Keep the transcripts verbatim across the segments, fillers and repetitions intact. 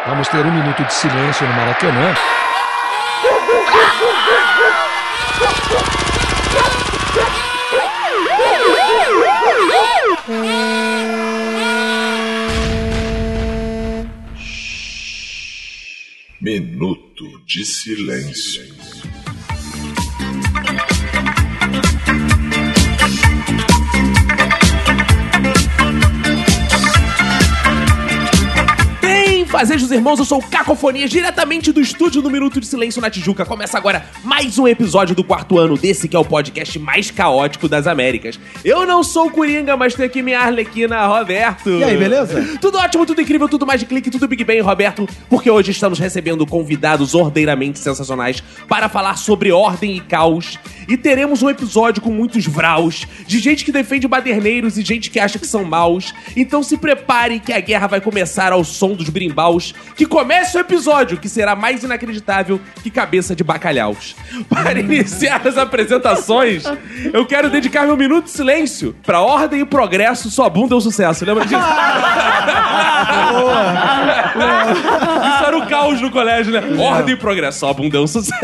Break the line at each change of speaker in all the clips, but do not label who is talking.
Vamos ter um minuto de silêncio no Maracanã.
Minuto de silêncio.
Fazejos irmãos, eu sou o Cacofonias, diretamente do estúdio do Minuto de Silêncio na Tijuca. Começa agora mais um episódio do quarto ano desse que é o podcast mais caótico das Américas. Eu não sou o Coringa, mas tenho aqui minha arlequina, Roberto.
E aí, beleza?
Tudo ótimo, tudo incrível, tudo mais de clique, tudo Big Bang, Roberto, porque hoje estamos recebendo convidados ordeiramente sensacionais para falar sobre ordem e caos. E teremos um episódio com muitos vraus, de gente que defende baderneiros e gente que acha que são maus. Então se prepare que a guerra vai começar ao som dos brimbaus. Que comece o episódio, que será mais inacreditável que cabeça de bacalhaus. Para iniciar as apresentações, eu quero dedicar meu minuto de silêncio pra ordem e progresso, sua bunda é um sucesso. Lembra disso? Isso era o caos no colégio, né? Ordem e progresso, sua bunda é um sucesso.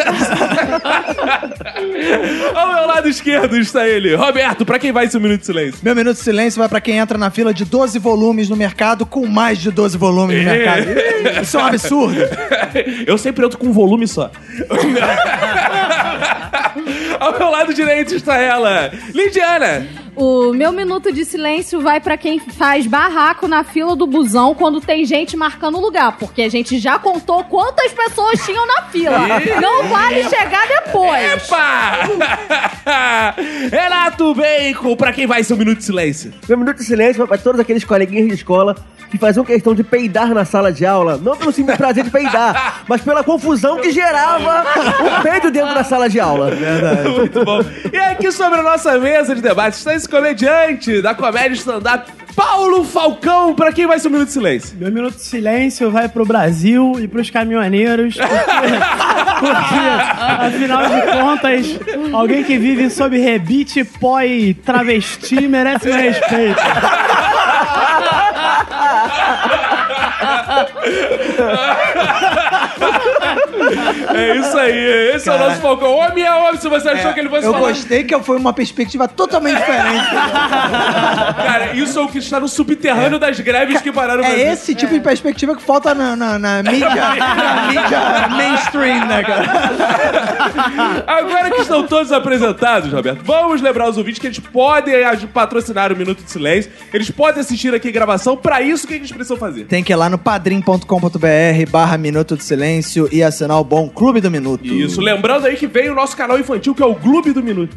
Ao meu lado esquerdo está ele, Roberto. Pra quem vai esse minuto de silêncio?
Meu minuto de silêncio vai pra quem entra na fila de doze volumes no mercado com mais de doze volumes no mercado. Isso é um absurdo.
Eu sempre entro com um volume só. Ao meu lado direito está ela, Lidiana.
O meu minuto de silêncio vai pra quem faz barraco na fila do busão quando tem gente marcando lugar, porque a gente já contou quantas pessoas tinham na fila. Não vale chegar depois.
Epa! Renato Bacon, pra quem vai seu minuto de silêncio?
Meu minuto de silêncio vai pra todos aqueles coleguinhas de escola que faziam questão de peidar na sala de aula, não pelo simples prazer de peidar, mas pela confusão que gerava o peido dentro da sala de aula.
Verdade.
Muito bom. E aqui sobre a nossa mesa de debate está esse comediante da comédia stand-up, Paulo Falcão. Pra quem vai ser um minuto de silêncio?
Meu minuto de silêncio vai pro Brasil e pros caminhoneiros, porque, porque afinal de contas, alguém que vive sob rebite, pó e travesti merece meu respeito.
É isso aí, esse Cara, é o nosso Falcão. Homem é homem, se você achou
é,
que ele fosse
eu
falar.
Eu gostei que foi uma perspectiva totalmente diferente.
Cara, isso é o que está no subterrâneo é. das greves que pararam no
É
Brasil.
esse tipo é. de perspectiva que falta na, na, na mídia, na mídia mainstream, né, cara?
Agora que estão todos apresentados, Roberto, vamos lembrar os ouvintes que eles podem patrocinar o Minuto de Silêncio, eles podem assistir aqui a gravação. Pra isso, o que eles precisam fazer?
Tem que ir lá no padrim.com.br barra Minuto de Silêncio e assinar o bom Clube do Minuto.
Isso, lembrando aí que vem o nosso canal infantil, que é o Clube do Minuto.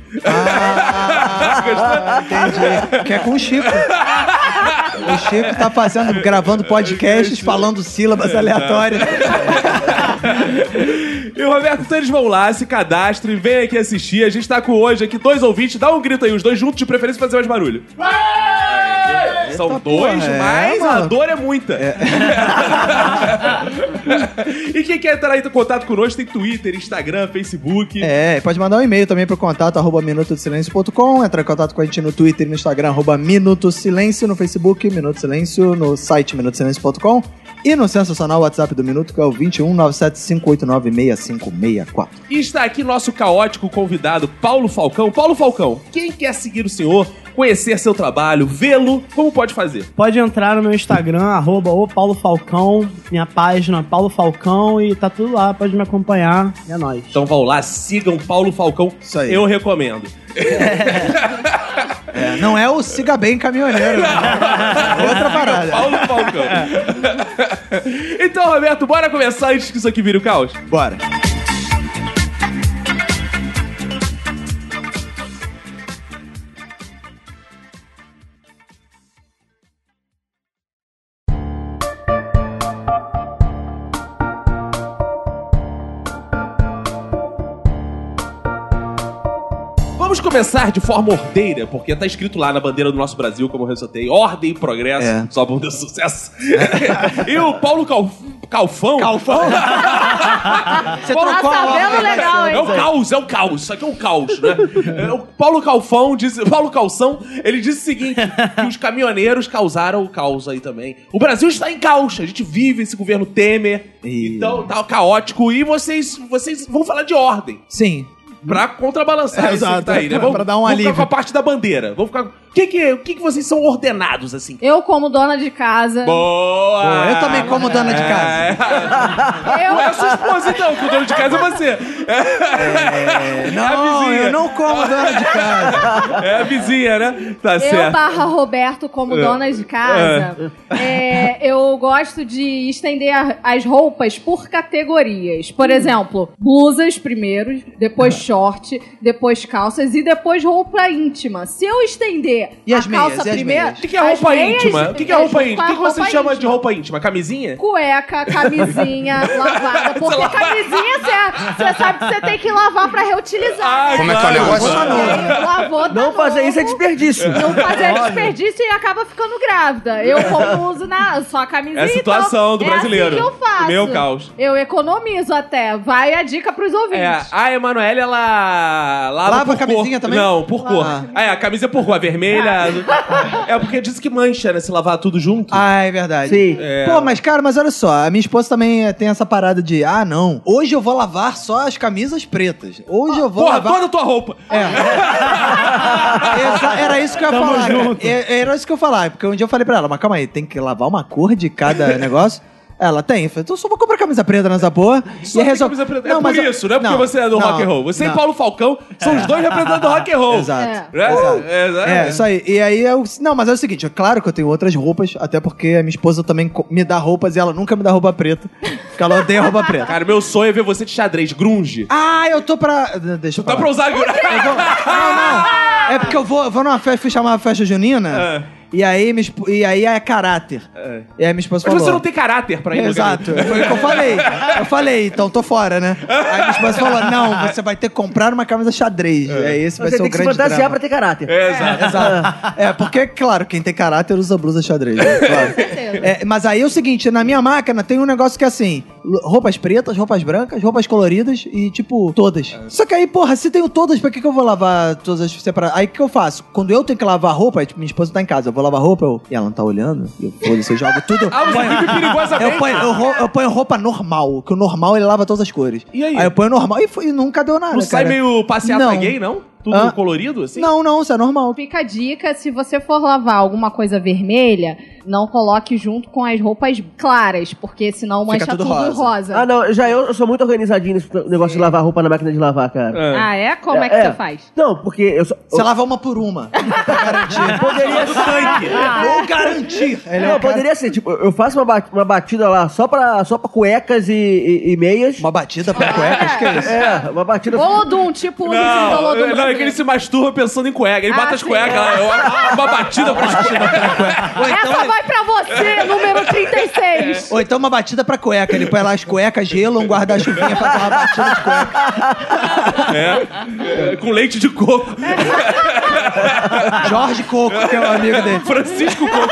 Ah, entendi. Que é com o Chico. O Chico tá fazendo, gravando podcasts, falando sílabas aleatórias.
E o Roberto, então eles vão lá, se cadastrem, vem aqui assistir. A gente tá com hoje aqui dois ouvintes, dá um grito aí, os dois juntos, de preferência fazer mais barulho. São Eita dois, porra, mas é, a dor é muita. É. E quem quer entrar em contato conosco tem Twitter, Instagram, Facebook.
É, pode mandar um e-mail também pro contato arroba minuto de silêncio ponto com. Entrar em contato com a gente no Twitter e no Instagram, arroba Minuto Silêncio, no Facebook, Minuto Silêncio, no site minuto silêncio ponto com e no sensacional WhatsApp do Minuto, que é o vinte e um, nove sete cinco oito nove, seis cinco seis quatro.
E está aqui nosso caótico convidado, Paulo Falcão. Paulo Falcão, quem quer seguir o senhor, conhecer seu trabalho, vê-lo, como pode fazer?
Pode entrar no meu Instagram, arroba o Paulo Falcão, minha página Paulo Falcão, e tá tudo lá, pode me acompanhar, e é nóis.
Então vão lá, sigam Paulo Falcão, isso aí. Eu recomendo.
É, não é o Siga Bem Caminhoneiro. Não. Outra parada.
Paulo Falcão. Então, Roberto, bora começar antes que isso aqui vire o caos?
Bora.
Vamos começar de forma ordeira, porque tá escrito lá na bandeira do nosso Brasil, como eu ressaltei, ordem e progresso, é. Só bom de sucesso. É. E o Paulo, Cal... Calfão?
Calfão? Você
Paulo-
trocou
Tá
a
sabendo
ordem,
legal,
né?
hein?
É o caos, é o caos. Isso aqui é um caos, né? É, o Paulo Calfão disse, Paulo Calção, ele disse o seguinte, que os caminhoneiros causaram o caos aí também. O Brasil está em caos, a gente vive esse governo Temer,
E-
então tá caótico, e vocês, vocês vão falar de ordem.
Sim.
Pra contrabalançar
É,
isso que
exato,
tá aí, né?
pra- pra dar um
vamos
alívio.
ficar com a parte da bandeira. Vamos ficar... O que que, o que que vocês são ordenados, assim?
Eu, como dona de casa,
Boa!
Pô, eu também como dona de casa.
É.
eu,
Não é a sua esposa, então, que o dono de casa é você.
É,
a
não,
vizinha.
eu não como dona de casa.
É a vizinha, né? Tá
eu
certo.
barra Roberto, como dona de casa, é, eu gosto de estender a- as roupas por categorias. Por exemplo, blusas primeiro, depois short, depois calças e depois roupa íntima. Se eu estender
E as
a
meias?
calça
E as
primeiro...
meias?
O que, que é
as
roupa
meias-
íntima? O que, que é
as-
roupa íntima? O que, que você
roupa
chama de
íntima.
roupa íntima? Camisinha?
Cueca, camisinha, lavada. Porque camisinha, você sabe que você tem que lavar pra reutilizar.
Ah,
Como é que é o negócio?
É, lavou, tá
Não fazer
novo.
isso é desperdício.
Não fazer desperdício e acaba ficando grávida. Eu, como uso na, só a camisinha.
É a situação
então,
do brasileiro.
É assim que eu faço.
Meu caos.
Eu economizo até. Vai a dica pros ouvintes.
É, a Emanuele, ela lava,
Lava
por
a camisinha
cor.
também?
Não, por cor.
Ah.
Ah, é, a camisa é por cor, a vermelha. É porque diz que mancha, né? Se lavar tudo junto.
Ah, é verdade.
Sim.
É.
Pô, mas cara, mas olha só, a minha esposa também eh, tem essa parada de, ah, não, hoje eu vou lavar só as camisas pretas. Hoje eu vou
Porra,
lavar...
toda a tua roupa.
É. Exa- Era isso que eu ia
Tamo
falar. cara.
junto.
É- Era isso que eu ia falar. Porque um dia eu falei pra ela, mas calma aí, tem que lavar uma cor de cada negócio? Ela tem. Eu falei, então eu só vou comprar camisa preta nessa porra.
Só
e
tem
resol-
camisa preta.
Não,
é
mas
por
eu-
isso, não é porque
não,
você é do
não,
rock and roll. Você
não.
e Paulo Falcão são os dois representantes do rock and roll.
Exato.
É.
Né?
Exato.
É,
É, isso aí. E aí eu. Não, mas é o seguinte, é claro que eu tenho outras roupas, até porque a minha esposa também co- me dá roupas e ela nunca me dá roupa preta. Porque ela odeia roupa preta.
Cara, meu sonho é ver você de xadrez, grunge.
Ah, eu tô pra. Deixa eu
Dá
falar.
pra usar...
Eu vou- Não, não. É porque eu vou, eu vou numa festa, fui chamar uma festa junina.
É.
E aí, minha esp- e aí é caráter. E aí minha esposa
Mas
falou.
você não tem caráter pra ir no lugar.
Exato, foi o que eu falei. Eu falei, então tô fora, né? Aí minha esposa falou: não, você vai ter que comprar uma camisa xadrez. É, esse vai
Você
ser
tem
o
que se
grande
fantasiar
drama.
pra ter caráter.
É, exato.
Exato. É, porque, claro, quem tem caráter usa blusa xadrez. Né? Claro.
certeza.
É, mas aí é o seguinte, na minha máquina tem um negócio que é assim, l- roupas pretas, roupas brancas, roupas coloridas e, tipo, todas. Só que aí, porra, se tenho todas, pra que que eu vou lavar todas as separadas? Aí o que que eu faço? Quando eu tenho que lavar roupa, aí, tipo, minha esposa tá em casa, eu vou lavar roupa, eu... e ela não tá olhando, eu, foda-se, eu jogo tudo...
Ah, você vive perigosamente.
Eu ponho, eu, ro- eu ponho roupa normal, que o normal ele lava todas as cores.
E aí?
Aí eu ponho normal e, foi- e nunca deu nada,
Não sai
cara.
meio passeata
Não.
gay, não? Tudo
Hã?
colorido, assim?
Não, não, isso é normal.
Fica a dica, se você for lavar alguma coisa vermelha, não coloque junto com as roupas claras, porque senão mancha
tudo
tudo,
rosa.
rosa.
Ah, não, já eu, eu sou muito organizadinho nesse negócio de lavar roupa na máquina de lavar, cara.
É.
Ah, é? Como é, que você faz?
Não, porque eu sou.
Você lava uma por uma. Pra garantir.
Poderia ser.
Vou garantir. Ele é
Não,
um cara-
poderia ser, tipo, eu faço uma, ba- uma batida lá só pra, só pra cuecas e, e- e meias.
Uma batida pra cuecas, que é isso?
É, uma batida.
Olodum, tipo o
Não,
Olodum
não, é que ele
brasileiro.
se masturba pensando em cueca. Ele
Ah,
bota as
sim.
cuecas lá, eu- uma batida pra cueca.
Essa vai pra você, número trinta e seis.
Ou então uma batida pra cueca. Ele põe lá as cuecas, gelo, um guarda-chuvinha, faz uma batida de cueca.
É, é, com leite de coco.
Jorge Coco, que é o amigo dele.
Francisco Coco.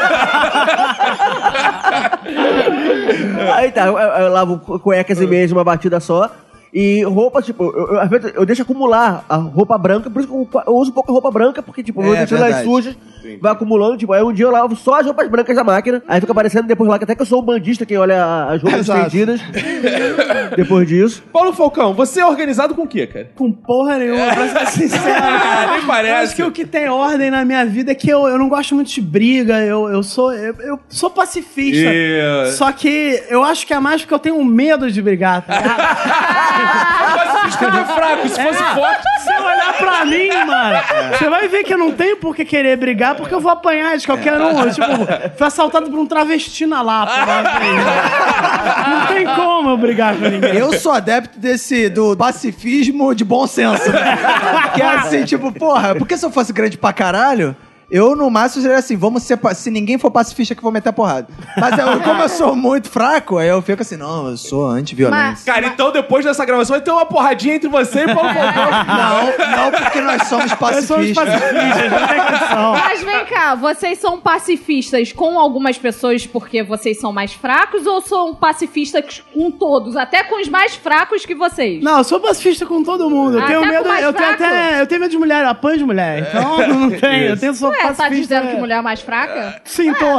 Aí tá, eu, eu lavo cuecas e meias uma batida só. E roupa, tipo, eu, eu, às vezes eu deixo acumular a roupa branca, por isso que eu, eu uso pouca roupa branca, porque, tipo, eu vou
É,
deixando as
verdade.
sujas, vai acumulando, tipo, aí um dia eu lavo só as roupas brancas da máquina, aí fica aparecendo depois lá que até que eu sou um bandista, quem olha a- as roupas
Exato.
estendidas. Depois disso.
Paulo Falcão, você é organizado com o quê, cara?
Com porra nenhuma, pra ser sincero.
Ah, nem
Eu
parece.
acho que o que tem ordem na minha vida é que eu, eu não gosto muito de briga, eu, eu, sou, eu, eu sou pacifista.
Isso.
Só que eu acho que é mais porque eu tenho medo de brigar, tá ligado?
Mas o esquema é fraco, se fosse forte...
Se você olhar pra mim, mano, você vai ver que eu não tenho por que querer brigar, porque eu vou apanhar de qualquer um. Eu, tipo, fui assaltado por um travesti na Lapa. Não tem como eu brigar com ninguém.
Eu sou adepto desse, do pacifismo de bom senso, né? Que é assim, tipo, porra, porque se eu fosse grande pra caralho, Eu, no máximo, seria assim, vamos ser, pa- se ninguém for pacifista que eu vou meter a porrada. Mas eu, como eu sou muito fraco, aí eu fico assim, não, eu sou anti-violência.
Cara, então depois dessa gravação vai ter uma porradinha entre você e Paulo Falcão.
Não, não, porque nós somos
Nós somos
pacifistas.
pacifistas, não tem condição.
Mas vem cá, vocês são pacifistas com algumas pessoas porque vocês são mais fracos ou são pacifistas com todos, até com os mais fracos que vocês?
Não, eu sou pacifista com todo mundo. Eu
Ah,
tenho
até
medo,
com mais
eu tenho
fraco?
até, eu tenho medo de mulher, eu apanho de mulher. Então, não tenho, eu tenho sou
Ué,
pacifista.
tá dizendo que mulher é mais fraca?
Sim, tô.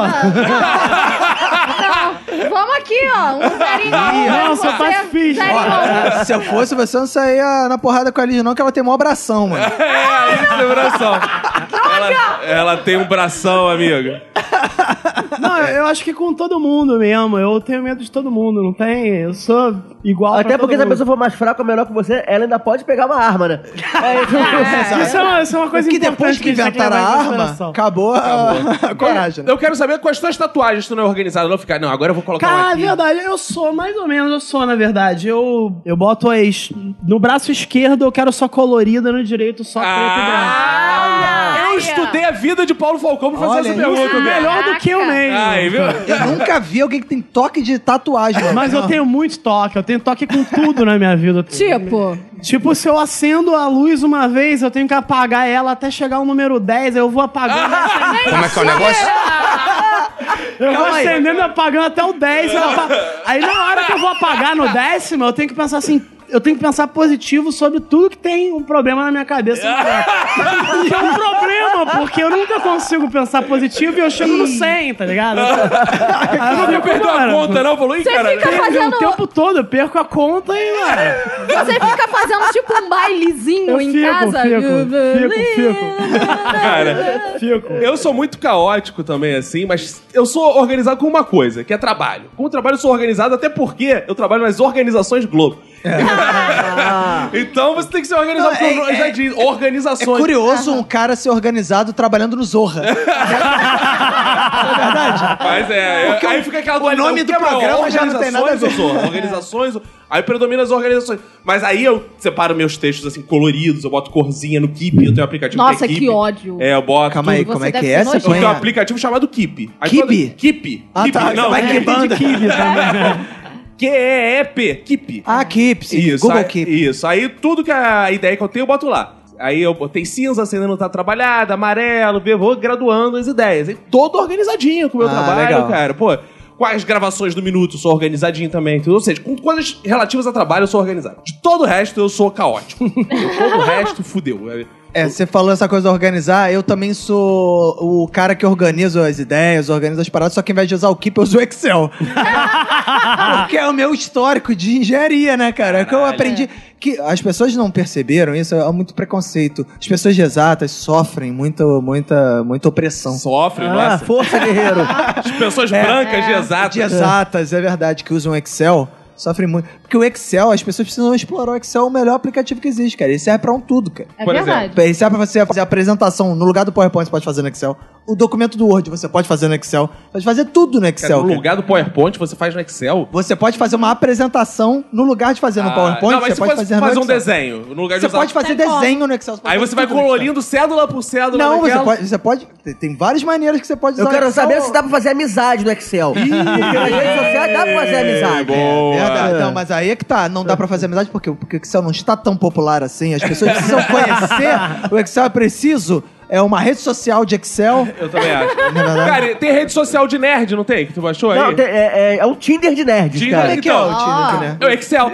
Não, vamos aqui, ó, um zerinho a um.
Não,
você,
sou pacifista.
zerinho a um.
Se eu fosse, você não saía na porrada com a Liz, não, que ela tem maior abração, mano.
É, isso é bração. Ela, ela tem um bração, amiga.
Não, eu eu acho que com todo mundo mesmo. Eu tenho medo de todo mundo, não tem? Eu sou igual
Até
pra
porque
todo
se a
mundo.
pessoa for mais fraca ou menor que você, ela ainda pode pegar uma arma, né? É, então,
Isso é uma, isso é uma coisa
que
importante
depois que
a gente tem
inventaram a
levar em
arma,
consideração.
acabou, a, a coragem. né?
Eu quero saber quais tuas tatuagens tu não é organizado. Não ficar, não, agora eu vou colocar uma
Cara, é
aqui.
verdade, eu sou, mais ou menos, eu sou, na verdade. Eu, eu boto as... No braço esquerdo eu quero só colorida, no direito só preto e branco.
Ah, eu
Olha.
estudei a vida de Paulo Falcão pra fazer
Olha
essa
isso.
pergunta.
Isso é
velho.
melhor do que eu
Caraca.
mesmo.
Aí, viu?
Eu nunca vi alguém que tem toque de tatuagem. mano.
Mas eu
Não.
tenho muito toque, eu tenho toque com tudo na minha vida.
Tipo,
Tipo, se eu acendo a luz uma vez, eu tenho que apagar ela até chegar ao número dez, aí eu vou apagando.
Como é que é o negócio?
Eu vou
Calma aí.
acendendo e apagando até o dez. eu apa- Aí na hora que eu vou apagar no décimo, eu tenho que pensar assim. Eu tenho que pensar positivo sobre tudo que tem um problema na minha cabeça. Que é um problema, porque eu nunca consigo pensar positivo e eu chego no cem, tá ligado? Aí eu
Não
fico,
perdeu a
mano,
conta, não? Falou, ih,
Você
cara.
fica fazendo-
O tempo todo eu perco a conta e, mano.
você fica fazendo tipo um bailezinho
Eu
em
fico,
casa.
fico, fico,
Cara,
Fico.
eu sou muito caótico também, assim, mas eu sou organizado com uma coisa, que é trabalho. Com o trabalho eu sou organizado, até porque eu trabalho nas organizações Globo. Então você tem que ser organizado,
Não,
porque
é-
eu já
é-
disse,
É
organizações.
curioso um cara ser organizado trabalhando no Zorra. É verdade?
Mas é,
Porque
aí
o-
fica aquela
o
dualidade,
nome
que
do
é maior,
programa já não tem nada a ver.
organizações ou Zorra? Organizações, aí predomina as organizações. Mas aí eu separo meus textos assim, coloridos, eu boto corzinha no Keep, eu tenho um aplicativo
Nossa,
que é
que
Keep.
ódio.
É, eu boto.
Calma aí,
Você
como é
deve
que
ser
é? Você
nojento.
Eu
põe
tenho um
a-
aplicativo chamado Keep. Aí
Keep?
quando- Keep.
Ah,
Keep.
tá,
Não,
vai
é
queimando.
Kibe também, né?
Q E E P. Keep.
Ah, Keep, sim.
Isso,
Google
aí,
Keep.
Isso. Aí tudo que a ideia que eu tenho, eu boto lá. Aí eu botei cinza, se ainda não tá trabalhada, amarelo, eu vou graduando as ideias. E todo organizadinho com o meu
Ah,
trabalho,
legal.
cara. Pô, com as gravações do Minuto, eu sou organizadinho também. Tudo. Ou seja, com coisas relativas a trabalho, eu sou organizado. De todo o resto, eu sou caótico. De todo o resto, fudeu.
É, você falou essa coisa de organizar, eu também sou o cara que organiza as ideias, organiza as paradas, só que ao invés de usar o Keep, eu uso o Excel. Porque é o meu histórico de engenharia, né, cara? É que eu aprendi que as pessoas não perceberam isso, é muito preconceito. As pessoas de exatas sofrem muito, muita, muita opressão.
Sofre,
Ah,
nossa.
força, guerreiro.
As pessoas brancas de exato.
De exatas, é verdade, que usam Excel, sofrem muito. Porque o Excel, as pessoas precisam explorar o Excel, é o melhor aplicativo que existe, cara. Ele serve pra um tudo, cara.
É
Por
verdade.
Ele serve pra você fazer a apresentação no lugar do PowerPoint, você pode fazer no Excel. O documento do Word, você pode fazer no Excel. Pode fazer tudo no
Cara,
Excel,
no
cara.
lugar do PowerPoint, você faz no Excel.
Você pode fazer uma apresentação no lugar de fazer no
Ah,
PowerPoint,
não, mas
você pode fazer no
fazer um
Excel.
desenho. No lugar de
Você
usar...
pode fazer
Tem como.
desenho no Excel.
Aí
pode
você
fazer
vai
tudo no Excel.
colorindo cédula por cédula.
Não, você
naquela.
pode, você pode... Tem várias maneiras que você pode usar
Eu quero
o Excel.
saber se dá pra fazer amizade no Excel. Porque nas redes sociais dá pra fazer amizade.
Boa.
Verdade. Não, mas aí é que tá. Não dá pra fazer amizade porque, porque o Excel não está tão popular assim. As pessoas precisam conhecer. O Excel é preciso. É uma rede social de Excel.
Eu também acho.
Não é verdade?
Cara, tem rede social de nerd, não tem? Que tu baixou aí?
Não, tem- é, é, é um Tinder de nerds,
Tinder
cara.
Olha aqui, ó, o
Ó.
Tinder, né?
É o Excel.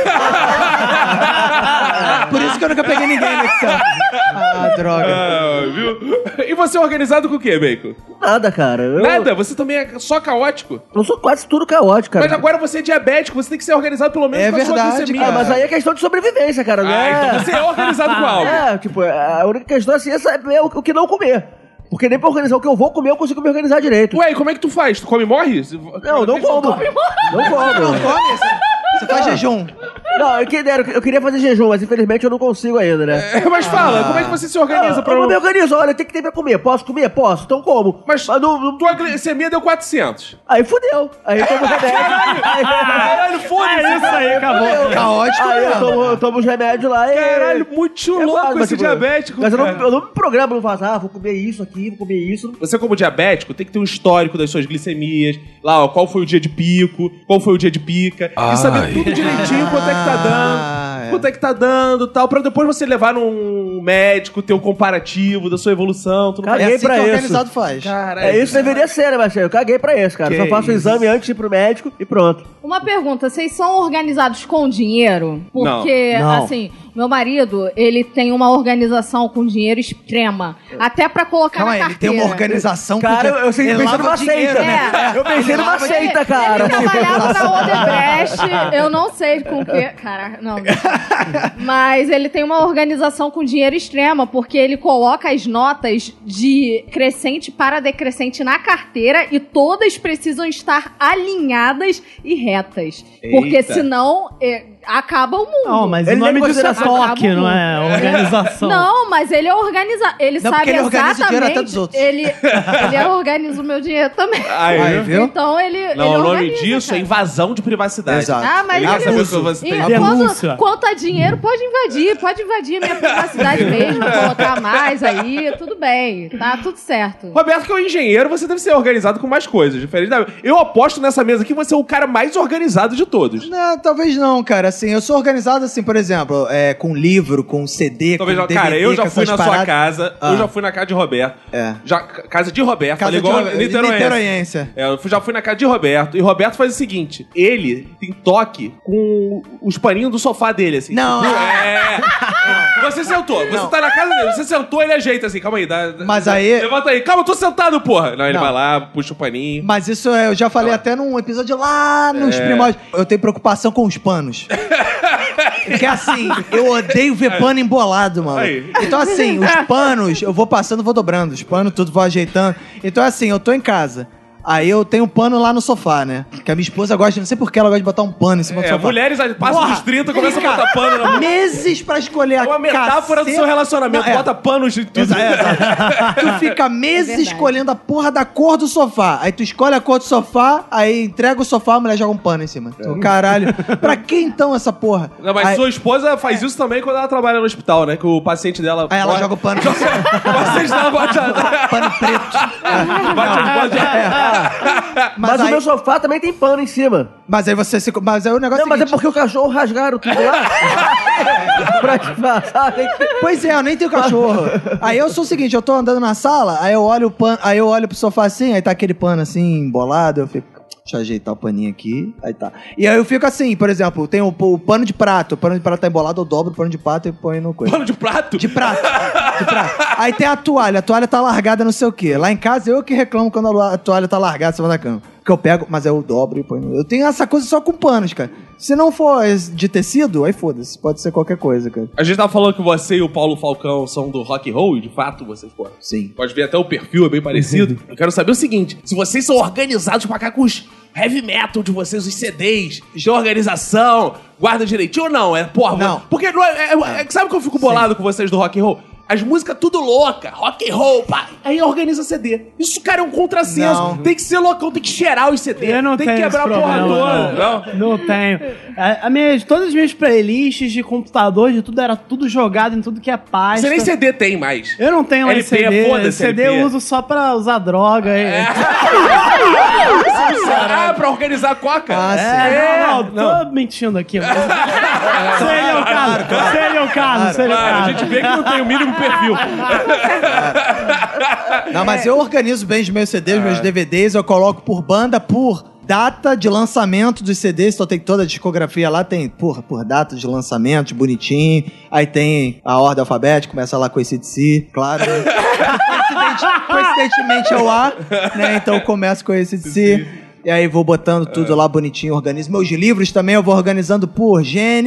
Por isso que eu nunca peguei ninguém no Excel. Ah, droga.
Ah, viu? E você é organizado com o quê, Bacon?
Nada, cara. Eu,
Nada, você também é só caótico.
eu sou quase tudo caótico, cara.
Mas agora você é diabético, você tem que ser organizado pelo menos
É
com a sua
verdade,
glicemia.
Ah,
cara.
mas aí é questão de sobrevivência, cara. Não
Ah,
é...
então você é organizado com algo.
É, tipo, a única questão assim, essa é o o que não comer. Porque nem pra organizar o que eu vou comer, eu consigo me organizar direito.
Ué, e como é que tu faz? Tu come e morre?
Não, não como. Não como.
Não come? Você, você faz jejum.
Não, eu queria, eu queria fazer jejum, mas infelizmente eu não consigo ainda, né?
É, mas fala, como é que você se organiza
Ah,
pra...
eu
não-
me organizo, olha, tem que ter pra comer. Posso comer? Posso, então como.
Mas
não, não-
tua glicemia deu quatrocentos.
Aí fudeu. Aí eu tomo remédio.
Caralho, foda-se.
É isso aí, acabou.
Caótico
Aí eu
mesmo.
tomo, eu tomo os remédios lá e...
Caralho, muito
É
louco
quase, mas,
esse
tipo,
diabético,
Mas eu não,
cara.
eu não me programo, não faço, ah, vou comer isso aqui, vou comer isso.
Você, como diabético, tem que ter um histórico das suas glicemias. Lá, ó, qual foi o dia de pico, qual foi o dia de pica. E saber
Ai.
tudo direitinho, quanto é que tá dando,
Ah, é.
quanto é que tá dando e tal. Pra depois você levar num médico, ter um comparativo da sua evolução, tudo
Cara,
mais.
É
Caguei
assim
pra
que o
isso.
organizado faz.
Caralho.
É isso que deveria ser, né, Marcelo? Eu caguei pra isso, cara.
Que
Só faço o
isso.
exame antes de ir pro médico e pronto.
Uma pergunta, vocês são organizados com dinheiro? Porque,
Não. Não.
assim, meu marido, ele tem uma organização com dinheiro extrema. Até pra colocar
Calma
na
aí, ele tem
carteira.
uma organização
Cara, eu, eu sempre
ele
pensei
lava
numa
dinheiro,
seita.
né?
É.
Eu pensei numa
Ele-
seita, cara.
Ele trabalhava na Odebrecht, eu não sei com o que... Caraca, não. Mas ele tem uma organização com dinheiro extrema, porque ele coloca as notas de crescente para decrescente na carteira e todas precisam estar alinhadas e retas. Porque
Eita.
senão é, acaba o mundo.
Não, mas
Ele
o nome
nem
disso é
considera-
toque, não é organização.
Não, mas ele é organiza, ele
Não,
sabe
porque ele organiza o
exatamente.
dinheiro até dos outros.
Ele, ele organiza o meu dinheiro também.
Aí,
Aí, viu?
Então ele.
Não,
ele
o nome
organiza,
disso
cara.
é invasão de privacidade.
Exato.
Ah, mas
Ele quer
ele-
saber o que você
E
tem.
Denúncia.
quanto, quanto a dinheiro, pode invadir, pode invadir minha privacidade mesmo, colocar mais aí, tudo bem, tá tudo certo.
Roberto, que é um engenheiro, você deve ser organizado com mais coisas, diferente da... Eu aposto nessa mesa aqui, você é o cara mais organizado de todos.
Não, talvez não, cara. Assim, eu sou organizado assim, por exemplo, é, com livro, com C D,
Talvez
com
não.
D V D,
Cara, eu já
com
fui
essas
na sua
paradas.
casa,
Ah.
eu já fui na casa de Roberto.
É.
Já, casa de Roberto,
Casa
falei
de
igual
Roberto,
niteroense.
niteroense.
É, eu fui- já fui na casa de Roberto, e Roberto faz o seguinte, ele tem toque com os paninhos do sofá dele, assim.
Não.
É. Você sentou, você
Não.
tá na casa dele, você sentou, ele ajeita assim, calma aí. Dá, dá-
Mas aí-
Levanta aí, calma, eu tô sentado, porra. Não, ele
Não.
vai lá, puxa o paninho.
Mas isso é, eu já falei até num episódio lá nos
É.
primórdios. Eu tenho preocupação com os panos. Porque assim, eu odeio ver pano embolado, mano.
Aí.
Então assim, os panos, eu vou passando, vou dobrando. Os panos tudo vou ajeitando. Então assim, eu tô em casa. Aí eu tenho um pano lá no sofá, né? Que a minha esposa gosta, não sei por que ela gosta de botar um pano em cima do
É,
sofá.
mulheres passam
Porra,
dos trinta, começam a
cara,
botar pano na mão.
Meses pra escolher a
É uma metáfora do
caceta-
seu relacionamento.
Não, é.
Bota panos de tudo.
Exato, é, exato. Tu fica meses
verdade.
escolhendo a porra da cor do sofá. Aí tu escolhe a cor do sofá, aí entrega o sofá, a mulher joga um pano em cima. Tu, caralho. Pra que então essa porra?
Não, mas
aí,
sua esposa faz isso também quando ela trabalha no hospital, né? Que o paciente dela...
aí ela
bota-
joga o pano.
O paciente dela bota...
pano preto.
bate, bate,
Mas,
Mas, o
aí,
meu sofá também tem pano em cima.
mas aí você se. Mas aí o negócio
Não, mas é
seguinte,
porque o cachorro rasgaram tudo lá. pra disfarçar, tem que...
Pois é, eu nem tenho cachorro. Aí eu sou o seguinte, eu tô andando na sala, aí eu olho o pano, aí eu olho pro sofá assim, aí tá aquele pano assim, embolado, eu fico. Deixa eu ajeitar o paninho aqui, aí tá. E aí eu fico assim, por exemplo, tem o, o pano de prato, o pano de prato tá embolado, eu dobro o pano de prato e ponho no coisa.
Pano de prato?
De prato. De prato. Aí tem a toalha. A toalha tá largada não sei o quê. Lá em casa eu que reclamo quando a lo- a toalha tá largada em cima da cama. Que eu pego, mas eu dobro e ponho. Eu tenho essa coisa só com panos, cara. Se não for de tecido, aí foda-se. Pode ser qualquer coisa, cara.
A gente tava falando que você e o Paulo Falcão são do rock and roll, e de fato vocês, pô.
Sim.
Pode ver até o perfil, é bem parecido. Eu quero saber o seguinte: se vocês são organizados pra cá com os heavy metal de vocês, os C Ds, de organização, guarda direitinho ou não? É, porra,
Não.
porque não é, é- é- sabe que eu fico bolado com vocês do rock and roll? As músicas tudo louca, rock and roll, pá. Aí organiza C D. Isso, cara, é um contrassenso.
Não.
Tem que ser loucão, tem que cheirar os C D.
Eu não
tem que
tenho
quebrar a
esse
porra
problema,
toda. Não.
Não, não tenho. A, a minha, todas as minhas playlists de computador, de tudo, era tudo jogado em tudo que é pasta.
Você nem C D tem mais.
Eu não tenho mais
L P,
C D.
foda-se,
C D
L P.
eu uso só pra usar droga. É,
Ah, pra organizar a coca?
Ah, sim.
é, não, não, tô mentindo aqui. Mas... seria o caso, seria o caso, seria o
Claro, a
caso.
gente vê que não tem o mínimo perfil.
Não, mas eu organizo bem os meus C Ds, os meus D V Ds, eu coloco por banda, por data de lançamento dos C Ds, então tem toda a discografia lá, tem por, por data de lançamento, bonitinho, aí tem a ordem alfabética, começa lá com esse de si, claro. Né? Coincidente- coincidentemente é o A, né? Então eu começo com esse de si. E aí vou botando tudo lá bonitinho, organizo. Meus livros também eu vou organizando por gênero,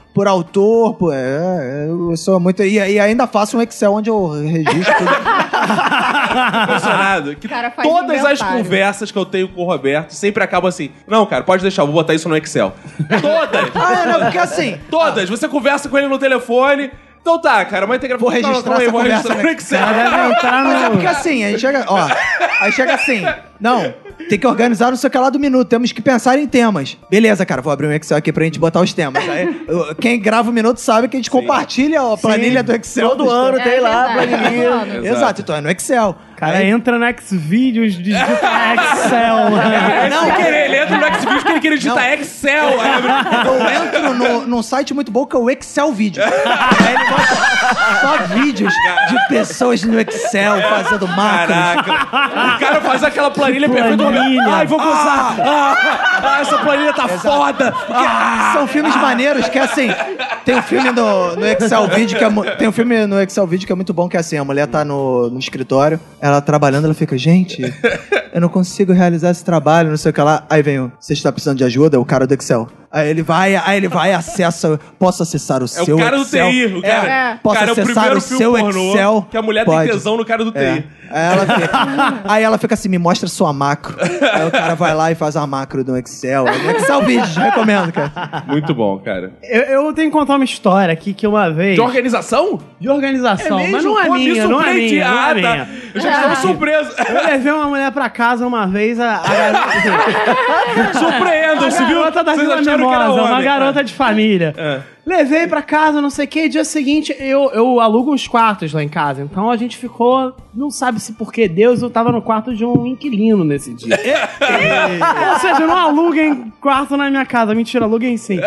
por autor, por, é, eu sou muito... E, e ainda faço um Excel onde eu registro tudo.
Impressionado. Que
Cara, faz
todas as
inventário.
conversas que eu tenho com o Roberto sempre acabam assim. Não, cara, pode deixar, eu vou botar isso no Excel. Todas!
Ah, não, porque assim...
Todas! Você conversa com ele no telefone. Então tá, cara, mas tem que...
Vou registrar essa
vou
conversa
registrar no Excel.
Deve entrar
Mas é
no...
porque assim, aí chega, ó, aí chega assim, não, tem que organizar não sei o que lá do minuto, temos que pensar em temas. Beleza, cara, vou abrir um Excel aqui pra gente botar os temas. Aí, eu- quem grava o minuto sabe que a gente compartilha a planilha do Excel.
Todo
dos
ano
temas.
tem lá a
verdade,
planilha.
todo ano.
Exato, então é no Excel.
O cara
Aí-
entra no Xvideos, digita Excel, mano.
Não, querer, ele entra no Xvideos que ele queria digitar Excel. Aí abre-
Eu entro no, num site muito bom que é o Excel Vídeo. Aí ele mostra só vídeos de pessoas no Excel fazendo macros.
Caraca. O cara faz aquela planilha perfeita.
Planilha.
Ai, vamos usar. Ah, ah, essa planilha tá foda. Ah.
São filmes maneiros que, assim, tem um filme no, no Excel Vídeo que é, mu- tem um filme no Excel Vídeo que é muito bom, que é assim, a mulher tá no, no escritório, ela trabalhando, ela fica, gente, eu não consigo realizar esse trabalho, não sei o que lá. Aí vem o, você está precisando de ajuda? O cara do Excel. Aí ele vai, aí ele vai, acessa, posso acessar o
É
seu
o cara do
Excel?
T I. O cara,
É.
Posso
cara, é o
acessar
primeiro
o
filme
seu
pornô
Excel?
que a mulher
Pode.
tem tesão no cara do T I.
É. Aí ela, fica, aí ela fica assim, me mostra sua macro. Aí o cara vai lá e faz a macro no Excel. É no Excel Vídeos, recomendo, cara.
Muito bom, cara.
Eu, eu tenho que contar uma história aqui que uma vez...
De organização?
De organização, mas não é
Pô, me
minha, não é
surpreendi.
minha, não
Ah,
é
tá.
minha.
Eu já estava
Ah.
surpreso.
Eu levei uma mulher pra casa uma vez, a, a garota...
Surpreendam-se,
a
viu?
garota da
Vocês
Vila
acharam que era
Mimosa, uma
homem.
garota de família.
É.
Levei pra casa, não sei o que, dia seguinte eu, eu alugo uns quartos lá em casa. Então a gente ficou, não sabe se por que Deus, eu tava no quarto de um inquilino nesse dia. Ou seja, não aluguem quarto na minha casa. Mentira, aluguem sim.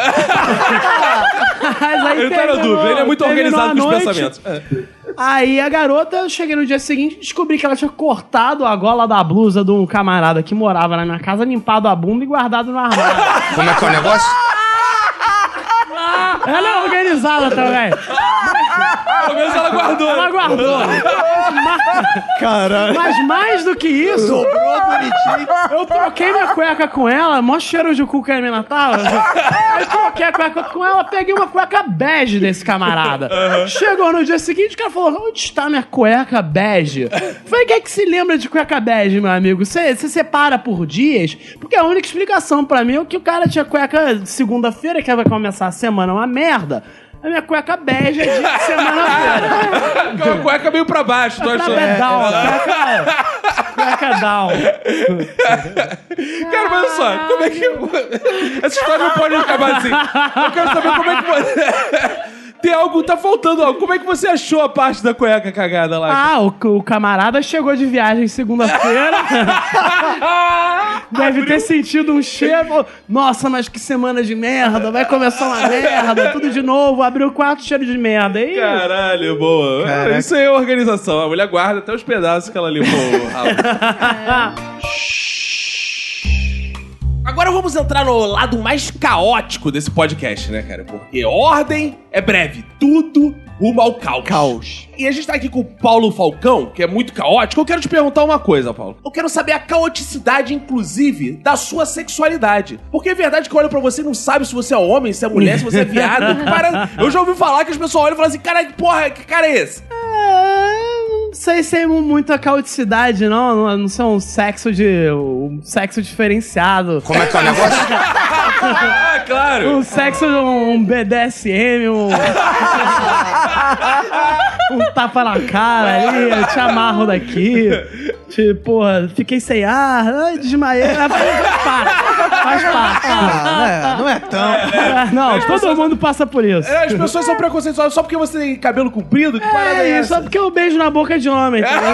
Mas aí
Ele tá na
terminou-
dúvida, ele é muito
terminou
organizado
a
com os
noite.
pensamentos. É.
Aí a garota, eu cheguei no dia seguinte, descobri que ela tinha cortado a gola da blusa de um camarada que morava na minha casa, limpado a bunda e guardado no armário.
Como é que é o negócio?
Ela é organizada também.
Pelo menos ela guardou.
Ela guardou.
Caralho.
Mas mais do que isso,
Sobrou bonitinho.
eu troquei minha cueca com ela, mó cheiro de cu que a menina tava. Aí troquei a cueca com ela, peguei uma cueca bege desse camarada. Chegou no dia seguinte, o cara falou, onde está minha cueca bege? Falei, quem é que se lembra de cueca bege, meu amigo? Você separa por dias? Porque a única explicação pra mim é que o cara tinha cueca segunda-feira, que vai começar a semana, uma merda. A minha cueca bege é de semana-feira.
Com a cueca meio pra baixo. Tô
Tá
achando.
down, cueca, cueca down.
Cara, mas olha só, como é que... Essa história não pode acabar assim. Eu quero saber como é que você... Tem algo, tá faltando algo. Como é que você achou a parte da cueca cagada lá?
Ah, o, o camarada chegou de viagem segunda-feira. Deve ter sentido um cheiro. Falou, nossa, mas que semana de merda. Vai começar uma merda, tudo de novo. Abriu o quarto, cheiro de merda. E...
Caralho, boa.
Caraca.
Isso aí é organização. A mulher guarda até os pedaços que ela limpou o rabo. Agora vamos entrar no lado mais caótico desse podcast, né, cara? Porque ordem é breve. Tudo rumo ao caos.
Caos.
E a gente tá aqui com o Paulo Falcão, que é muito caótico. Eu quero te perguntar uma coisa, Paulo. Eu quero saber a caoticidade, inclusive, da sua sexualidade. Porque é verdade que olha pra você e não sabe se você é homem, se é mulher, se você é viado. Para... Eu já ouvi falar que as pessoas olham e falam assim, cara, que porra, que cara é esse?
É, não sei se é muita caoticidade, não. Não, não sei um sexo de. um sexo diferenciado.
Como é que é o negócio?
Ah, claro.
Um sexo, um B D S M, um. um tapa na cara ali, eu te amarro daqui. Tipo, porra, fiquei sem ar, ai, desmaiei. Faz parte. Faz parte.
Ah, não é, não é tão.
É, não, todo mundo passa por isso.
É, as pessoas são preconceituosas só porque você tem cabelo comprido? Que parada é,
É,
essa?
só porque eu beijo na boca de homem. entendeu?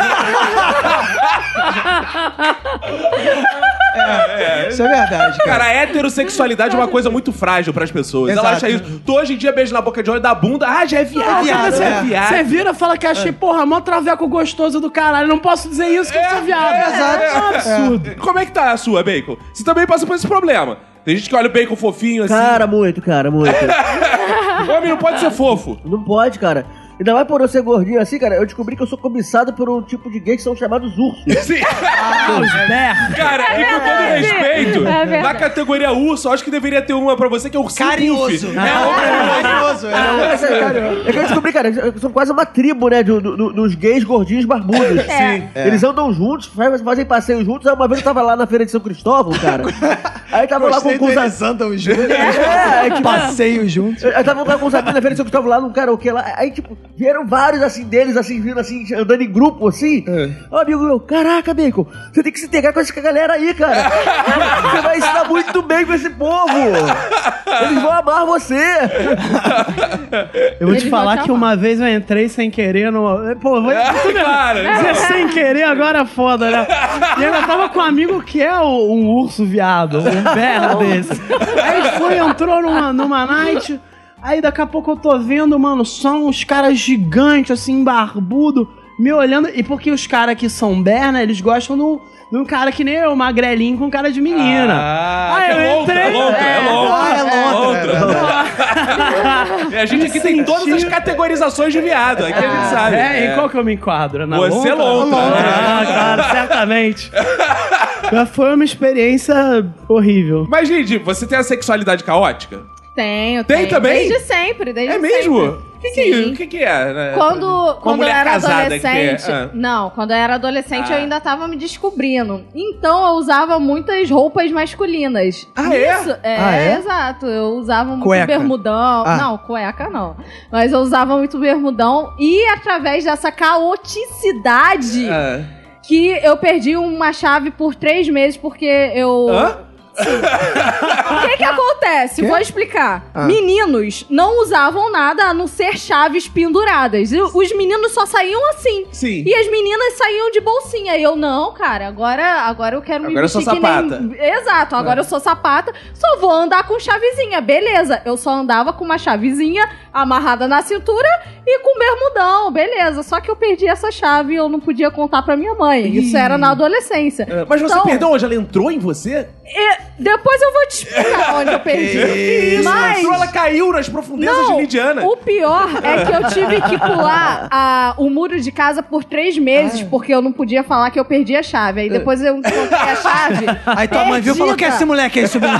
Isso é verdade, cara.
Cara, a heterossexualidade é uma coisa muito frágil pras pessoas. Ela
Exato.
acha isso. Tu hoje em dia beija na boca de homem da bunda. Ah, já é viado.
viado,
você é,
é.
viado.
Você vira e fala que achei, porra, mó traveco gostoso do caralho. Não posso dizer isso que eu sou viado.
é,
Exato. É um absurdo.
Como é que tá a sua, Bacon? Você também passa por esse problema. Tem gente que olha o Bacon fofinho assim.
Cara, muito, cara, muito.
Homem não pode ser fofo.
Não pode, cara. Ainda mais por eu ser gordinho assim, cara, eu descobri que eu sou cobiçado por um tipo de gay que são chamados ursos.
Sim.
Ah, os berros.
Cara, e com todo respeito,
É verdade.
na categoria urso, eu acho que deveria ter uma pra você que é o
Carinhoso.
Puff.
É,
É,
carinhoso.
É, é, sério, cara, é que eu descobri, cara, são quase uma tribo, né, do, do- dos gays gordinhos barbudos.
É.
Sim. Eles andam juntos, faz- fazem passeio juntos. Aí uma vez eu tava lá na feira de São Cristóvão, cara. Aí tava lá com,
Gostei
com os
do
am-
eles andam juntos.
É, é que-
Passeio juntos.
Eu tava lá com os amigos na feira de São Cristóvão lá num karaokê lá. Aí, tipo, vieram vários assim deles, assim, vindo assim, andando em grupo, assim. Ó, amigo meu, caraca, Bacon, você tem que se integrar com essa galera aí, cara. Você vai ensinar muito bem com esse povo. Eles vão amar você.
Eu vou te
Eles
falar
vão te
que uma vez eu entrei sem querer no. Pô, vou.
Cara,
Dizer sem querer agora é foda, né? E eu ainda tava com um amigo que é o- um urso viado, um berro desse. Aí ele foi, entrou numa, numa night. Aí daqui a pouco eu tô vendo, mano, são uns caras gigantes, assim, barbudo, me olhando. E porque os caras que são berna, eles gostam do. De um cara que nem eu, magrelinho com cara de menina.
Ah,
Aí
que é
eu
lontra,
entrei-
lontra, é
é,
lontra.
Ah, é lontra.
E a gente aqui tem todas as categorizações de viado, aqui a gente sabe.
É, em qual que eu me enquadro? Na
Você é
lontra?
lontra, né?
Ah, claro, certamente. Mas foi uma experiência horrível.
Mas, gente, você tem a sexualidade caótica?
Tenho,
Tem
tenho.
também?
Desde sempre, desde
É mesmo?
sempre.
O que, que,
Sim.
o que, que é? né?
Quando,
Uma
quando eu
mulher
era
casada que tem-
adolescente.
ah.
Não, quando eu era adolescente
Ah.
eu ainda tava me descobrindo. Então eu usava muitas roupas masculinas.
Ah, é?
Isso, é?
Ah, é?
exato. Eu usava muito
Cueca.
bermudão.
Ah.
Não, cueca não. Mas eu usava muito bermudão. E através dessa caoticidade
Ah.
que eu perdi uma chave por três meses porque eu.
Hã?
O que que acontece?
Quê?
Vou explicar.
Ah.
Meninos não usavam nada a não ser chaves penduradas. E os meninos só saíam assim.
Sim.
E as meninas saíam de bolsinha. E eu, não, cara, agora, agora eu quero me
Agora eu sou
vestir que
sapata.
nem... Exato, agora eu sou sapata. Só vou andar com chavezinha. Beleza, eu só andava com uma chavezinha amarrada na cintura e com bermudão. Beleza, só que eu perdi essa chave e eu não podia contar pra minha mãe. Isso era na adolescência.
Ah, Mas você
Então,
perdeu onde? Ela entrou em você?
e depois eu vou te explicar onde eu perdi.
Isso,
Mas...
entrou, ela caiu nas profundezas de
Não,
Lidiana.
o pior é que eu tive que pular a- o muro de casa por três meses, porque eu não podia falar que eu perdi a chave. Aí depois eu encontrei a chave.
Aí tua mãe viu e falou: que é esse moleque aí, esse moleque.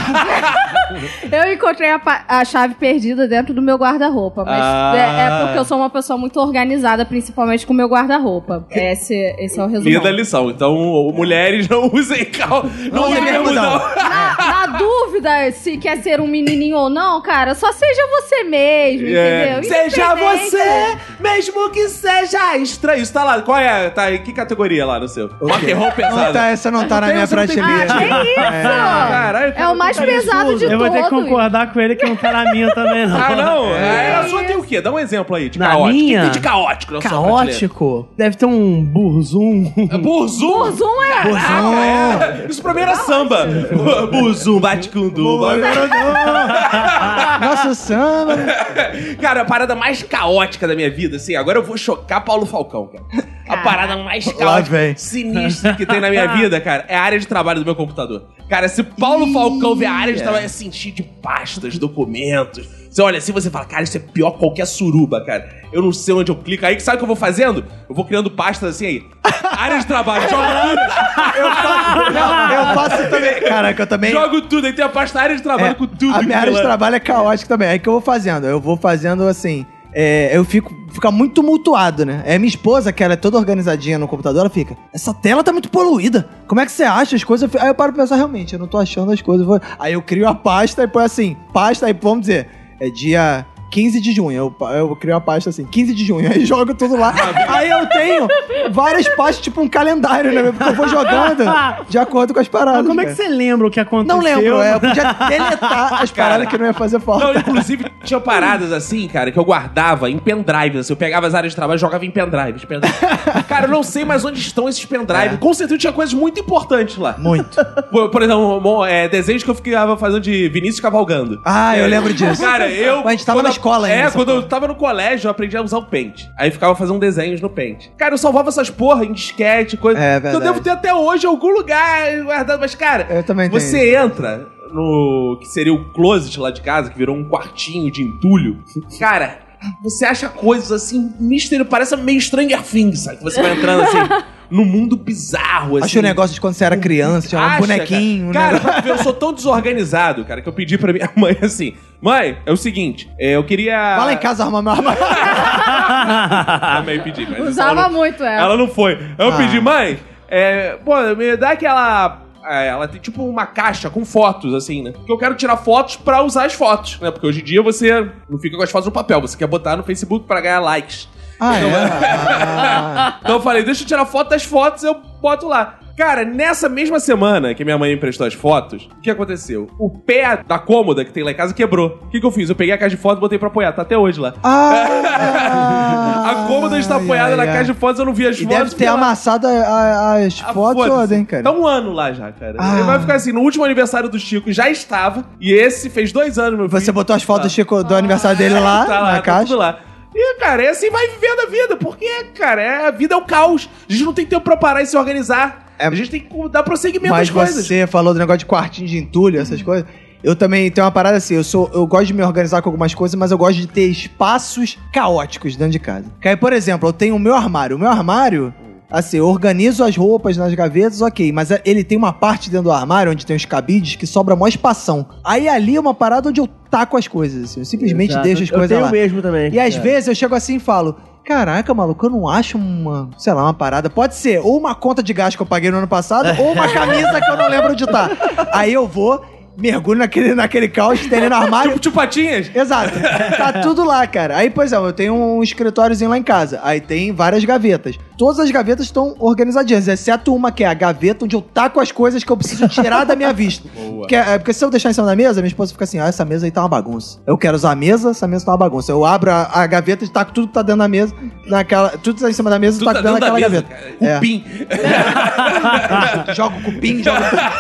Eu encontrei a, pa- a chave perdida dentro do meu guarda-roupa. Mas
Ah.
é, é porque eu sou uma pessoa muito organizada, principalmente com o meu guarda-roupa. Esse, esse é o resumo.
Lida a lição. Então, mulheres não usem cal... Não usem
usem
bermudão.
Na, na dúvida se quer ser um menininho ou não, cara, só seja você mesmo,
É.
entendeu?
Seja
Independente.
você, mesmo que seja estranho. Isso tá lá. Qual é? Tá em que categoria lá no seu? Rock and roll
Não
pesado.
tá, essa não tá na
Tem,
minha
você não tem-
prateleira.
Ah, que isso?
Caralho,
É o mais pesado de
Eu vou ter que
todos.
concordar com ele que não tá na minha também, não.
Ah, não?
É.
É. A sua tem o quê? Dá um exemplo aí de
Na
caótico.
minha?
O que tem de caótico na sua prateleira?
Caótico? Deve ter um burzum.
Burzum?
Burzum é...
Ah, é. Isso pra mim era samba. Burzum, bate com dumba.
Nossa, samba.
Cara, a parada mais caótica da minha vida, assim, agora eu vou chocar Paulo Falcão, cara. A parada mais
Lá
caótica,
vem.
sinistra que tem na minha vida, cara, é a área de trabalho do meu computador. Cara, se Paulo Falcão ver a área de trabalho, é sentir de pastas, documentos. Você olha assim, você fala, cara, isso é pior que qualquer suruba, cara. Eu não sei onde eu clico. Aí, sabe o que eu vou fazendo? Eu vou criando pastas assim aí. Área de trabalho, jogo tudo.
Eu faço, não, eu faço também. Caraca, eu também.
Jogo tudo. Aí tem a pasta área de trabalho
É,
com tudo.
a minha área de
lá.
trabalho é caótica também. Aí que eu vou fazendo? Eu vou fazendo assim. é, eu fico fica muito tumultuado, né? É minha esposa, que ela é toda organizadinha no computador, ela fica, essa tela tá muito poluída. Como é que você acha as coisas? Eu fico- Aí eu paro pra pensar, realmente, eu não tô achando as coisas. Vou- Aí eu crio a pasta e põe assim, pasta, aí vamos dizer, é dia quinze de junho. Eu, eu crio a pasta assim, quinze de junho, aí jogo tudo lá. Aí eu tenho várias pastas, tipo um calendário, né? Porque eu vou jogando de acordo com as paradas.
Mas como é que
cara.
você lembra o que aconteceu?
Não lembro, é, eu podia deletar as paradas que não ia fazer falta.
Não, inclusive, tinha paradas assim, cara, que eu guardava em pendrives. Assim, eu pegava as áreas de trabalho e jogava em pendrives. pendrive. Cara, eu não sei mais onde estão esses pendrives.
É.
Com certeza tinha coisas muito importantes lá.
Muito.
Por, por exemplo, mo- é, desenhos que eu ficava fazendo de Vinícius cavalgando.
Ah, eu lembro disso.
Cara, eu...
A gente tava
quando
na
eu-
escola ainda,
É,
essa
quando eu
porra.
tava no colégio, eu aprendi a usar o Paint. Aí ficava fazendo desenhos no Paint. Cara, eu salvava essas porra em disquete, coisa...
É,
que eu
verdade.
devo ter até hoje em algum lugar guardado. Mas, cara,
Eu também tenho
você entra no... que seria o closet lá de casa, que virou um quartinho de entulho. Cara... você acha coisas assim, mistério, parece meio Stranger Things, sabe? Que você vai entrando assim, num mundo bizarro, assim.
Acho o negócio de quando você era criança, tinha um
Acha,
bonequinho.
Cara,
né?
cara, pra tu ver, eu sou tão desorganizado, cara, que eu pedi pra minha mãe assim, mãe, é o seguinte, é, eu queria...
Vai lá em casa arrumar meu armário.
Também pedi, mas
Usava
ela não,
muito ela.
Ela não foi. Eu
Ah.
pedi, mãe, é, pô, me dá aquela... é, ela tem tipo uma caixa com fotos, assim, né? Porque eu quero tirar fotos pra usar as fotos, né? Porque hoje em dia você não fica com as fotos no papel, você quer botar no Facebook pra ganhar likes.
Ah, é? Ah.
Então eu falei, deixa eu tirar foto das fotos, eu boto lá. Cara, nessa mesma semana que minha mãe me emprestou as fotos, o que aconteceu? O pé da cômoda que tem lá em casa quebrou. O que, que eu fiz? Eu peguei a caixa de fotos e botei pra apoiar. Tá até hoje lá.
Ah,
a cômoda está
ai,
apoiada
ai,
na
ai.
caixa de fotos, eu não vi as
E
fotos.
deve ter
porque ela-
amassado a- a- as
Ah,
fotos
foda-se.
todas, hein, cara?
Tá um ano lá já, cara.
Ah.
Ele vai ficar assim, no último aniversário do Chico já estava, e esse fez dois anos, meu filho.
Você botou as fotos do Chico do aniversário dele lá,
Tá lá,
na
tá
caixa?
tudo lá. E, cara, é assim, vai vivendo a vida. Porque, cara, é, a vida é o caos. A gente não tem tempo pra parar e se organizar.
É,
a gente tem que dar prosseguimento
Mas
às coisas.
você falou do negócio de quartinho de entulho, essas coisas. Eu também tenho uma parada assim, eu sou, eu gosto de me organizar com algumas coisas, mas eu gosto de ter espaços caóticos dentro de casa. Que aí, por exemplo, eu tenho o meu armário. O meu armário, assim, eu organizo as roupas nas gavetas, ok, mas ele tem uma parte dentro do armário onde tem os cabides que sobra mó espação. Aí ali é uma parada onde eu taco as coisas, assim, eu simplesmente
Exato.
deixo as
Eu
coisas
tenho
lá.
mesmo também.
E às
É.
vezes eu chego assim e falo, caraca, maluco, eu não acho uma, sei lá, uma parada. Pode ser ou uma conta de gás que eu paguei no ano passado, ou uma camisa que eu não lembro onde tá. Aí eu vou, mergulho naquele, naquele caos, tem ali no armário.
Tipo, tipo patinhas?
Exato. Tá tudo lá, cara. Aí, por exemplo, eu tenho um escritóriozinho lá em casa. Aí tem várias gavetas. Todas as gavetas estão organizadinhas, exceto uma que é a gaveta onde eu taco as coisas que eu preciso tirar da minha vista.
Boa.
Que é, é porque se eu deixar em cima da mesa, minha esposa fica assim, ah, essa mesa aí tá uma bagunça. Eu quero usar a mesa, essa mesa tá uma bagunça. Eu abro a, a gaveta e taco tudo que tá dentro da mesa, naquela, tudo que tá em cima da mesa e
Tudo
taco
tá
dentro
dentro da
daquela
mesa,
gaveta.
cara. Cupim.
É. Jogo cupim, jogo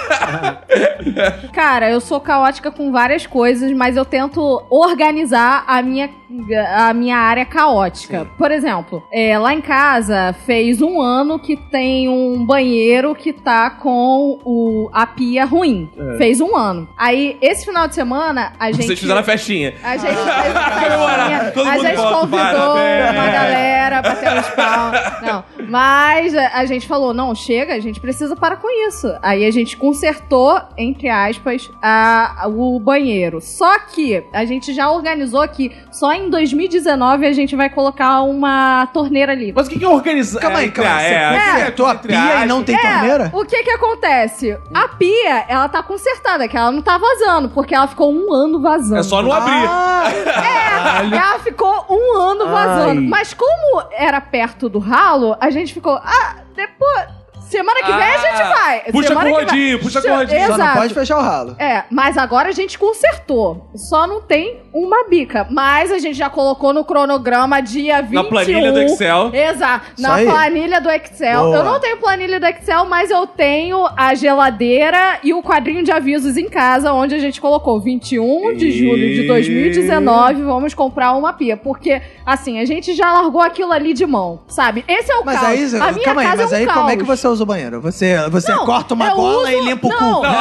cupim.
Cara, eu sou caótica com várias coisas, mas eu tento organizar a minha, a minha área caótica. Por exemplo, é, lá em casa fez um ano que tem um banheiro que tá com o, a pia ruim. Fez um ano. Aí, esse final de semana, a gente...
Vocês fizeram a festinha.
A gente fez uma
Comemorar.
festinha,
Todo
a
mundo
gente
volta,
convidou
parabéns.
uma galera, bateu os pau. Não, mas a, a gente falou, não, chega, a gente precisa parar com isso. Aí a gente consertou, entre aspas, a, a- o banheiro. Só que a gente já organizou que só em dois mil e dezenove a gente vai colocar uma torneira ali.
Mas o que que é organizar?
Calma aí, calma aí.
É,
Você
é,
consertou a
entre
pia e
aspas.
não tem torneira?
O que que acontece? A pia, ela tá consertada, que ela não tá vazando, porque ela ficou um ano vazando.
É só não abrir.
Ah,
É, ela ficou um ano vazando.
Ai.
Mas como era perto do ralo, a gente ficou, ah, depois... Semana que vem a gente
Ah,
vai.
puxa
Semana
com
que vai.
rodinho, puxa com rodinho.
só não
Exato.
pode fechar o ralo.
É, mas agora a gente consertou. Só não tem uma bica. Mas a gente já colocou no cronograma dia vinte e um.
Na planilha do Excel.
Exato.
Isso
Na
aí.
planilha do Excel.
Boa.
Eu não tenho planilha do Excel, mas eu tenho a geladeira e o quadrinho de avisos em casa, onde a gente colocou vinte e um de julho de dois mil e dezenove, vamos comprar uma pia. Porque, assim, a gente já largou aquilo ali de mão, sabe? Esse é o
Mas
caos.
aí,
a minha
calma aí,
casa
mas
é um
aí
caos.
como é que você usa o banheiro? Você, você
Não,
corta uma
eu
bola
uso-
e limpa o
não.
cu.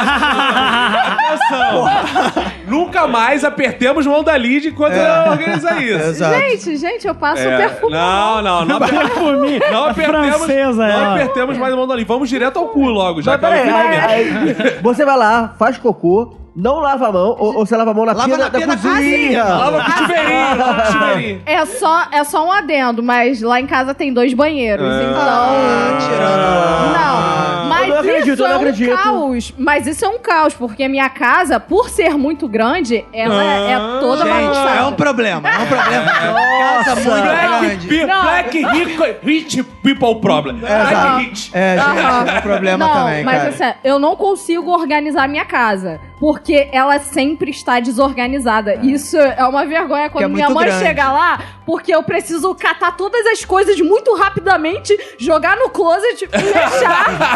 Atenção. Nunca mais apertemos mão da Lid enquanto ela organiza isso.
Exato.
Gente, gente, eu passo
É,
perfume.
não, não, não, aper-
Perfume.
não apertemos,
Francesa,
não
ela.
apertemos mais a mão da Lid. Vamos direto ao cu logo, já
Mas
que ela
peraí,
fez
aí-
merda.
aí você vai lá, faz cocô, não lava a mão, ou, ou você lava a mão na
Lava
pia
na
da,
pia
da
da
cozinha.
Lava com chuveirinho, lava com chuveirinho.
É só, é só um adendo, mas lá em casa tem dois banheiros, então...
Ah, tirando.
Não, mas
Eu não acredito,
isso
eu não
é um
acredito.
caos. Mas isso é um caos, porque a minha casa, por ser muito grande, ela
Ah,
é toda
Gente,
bagunçada.
é um problema, é um problema. Casa muito
Black,
grande.
pe-
Não.
black rich, rich people problem.
Exato.
Black rich.
É, gente,
Aham.
é um problema
não,
também,
mas
cara.
assim, eu não consigo organizar a minha casa. Porque ela sempre está desorganizada. Isso é uma vergonha quando
é
minha
muito
mãe
grande.
chega lá, porque eu preciso catar todas as coisas muito rapidamente, jogar no closet, fechar e falar: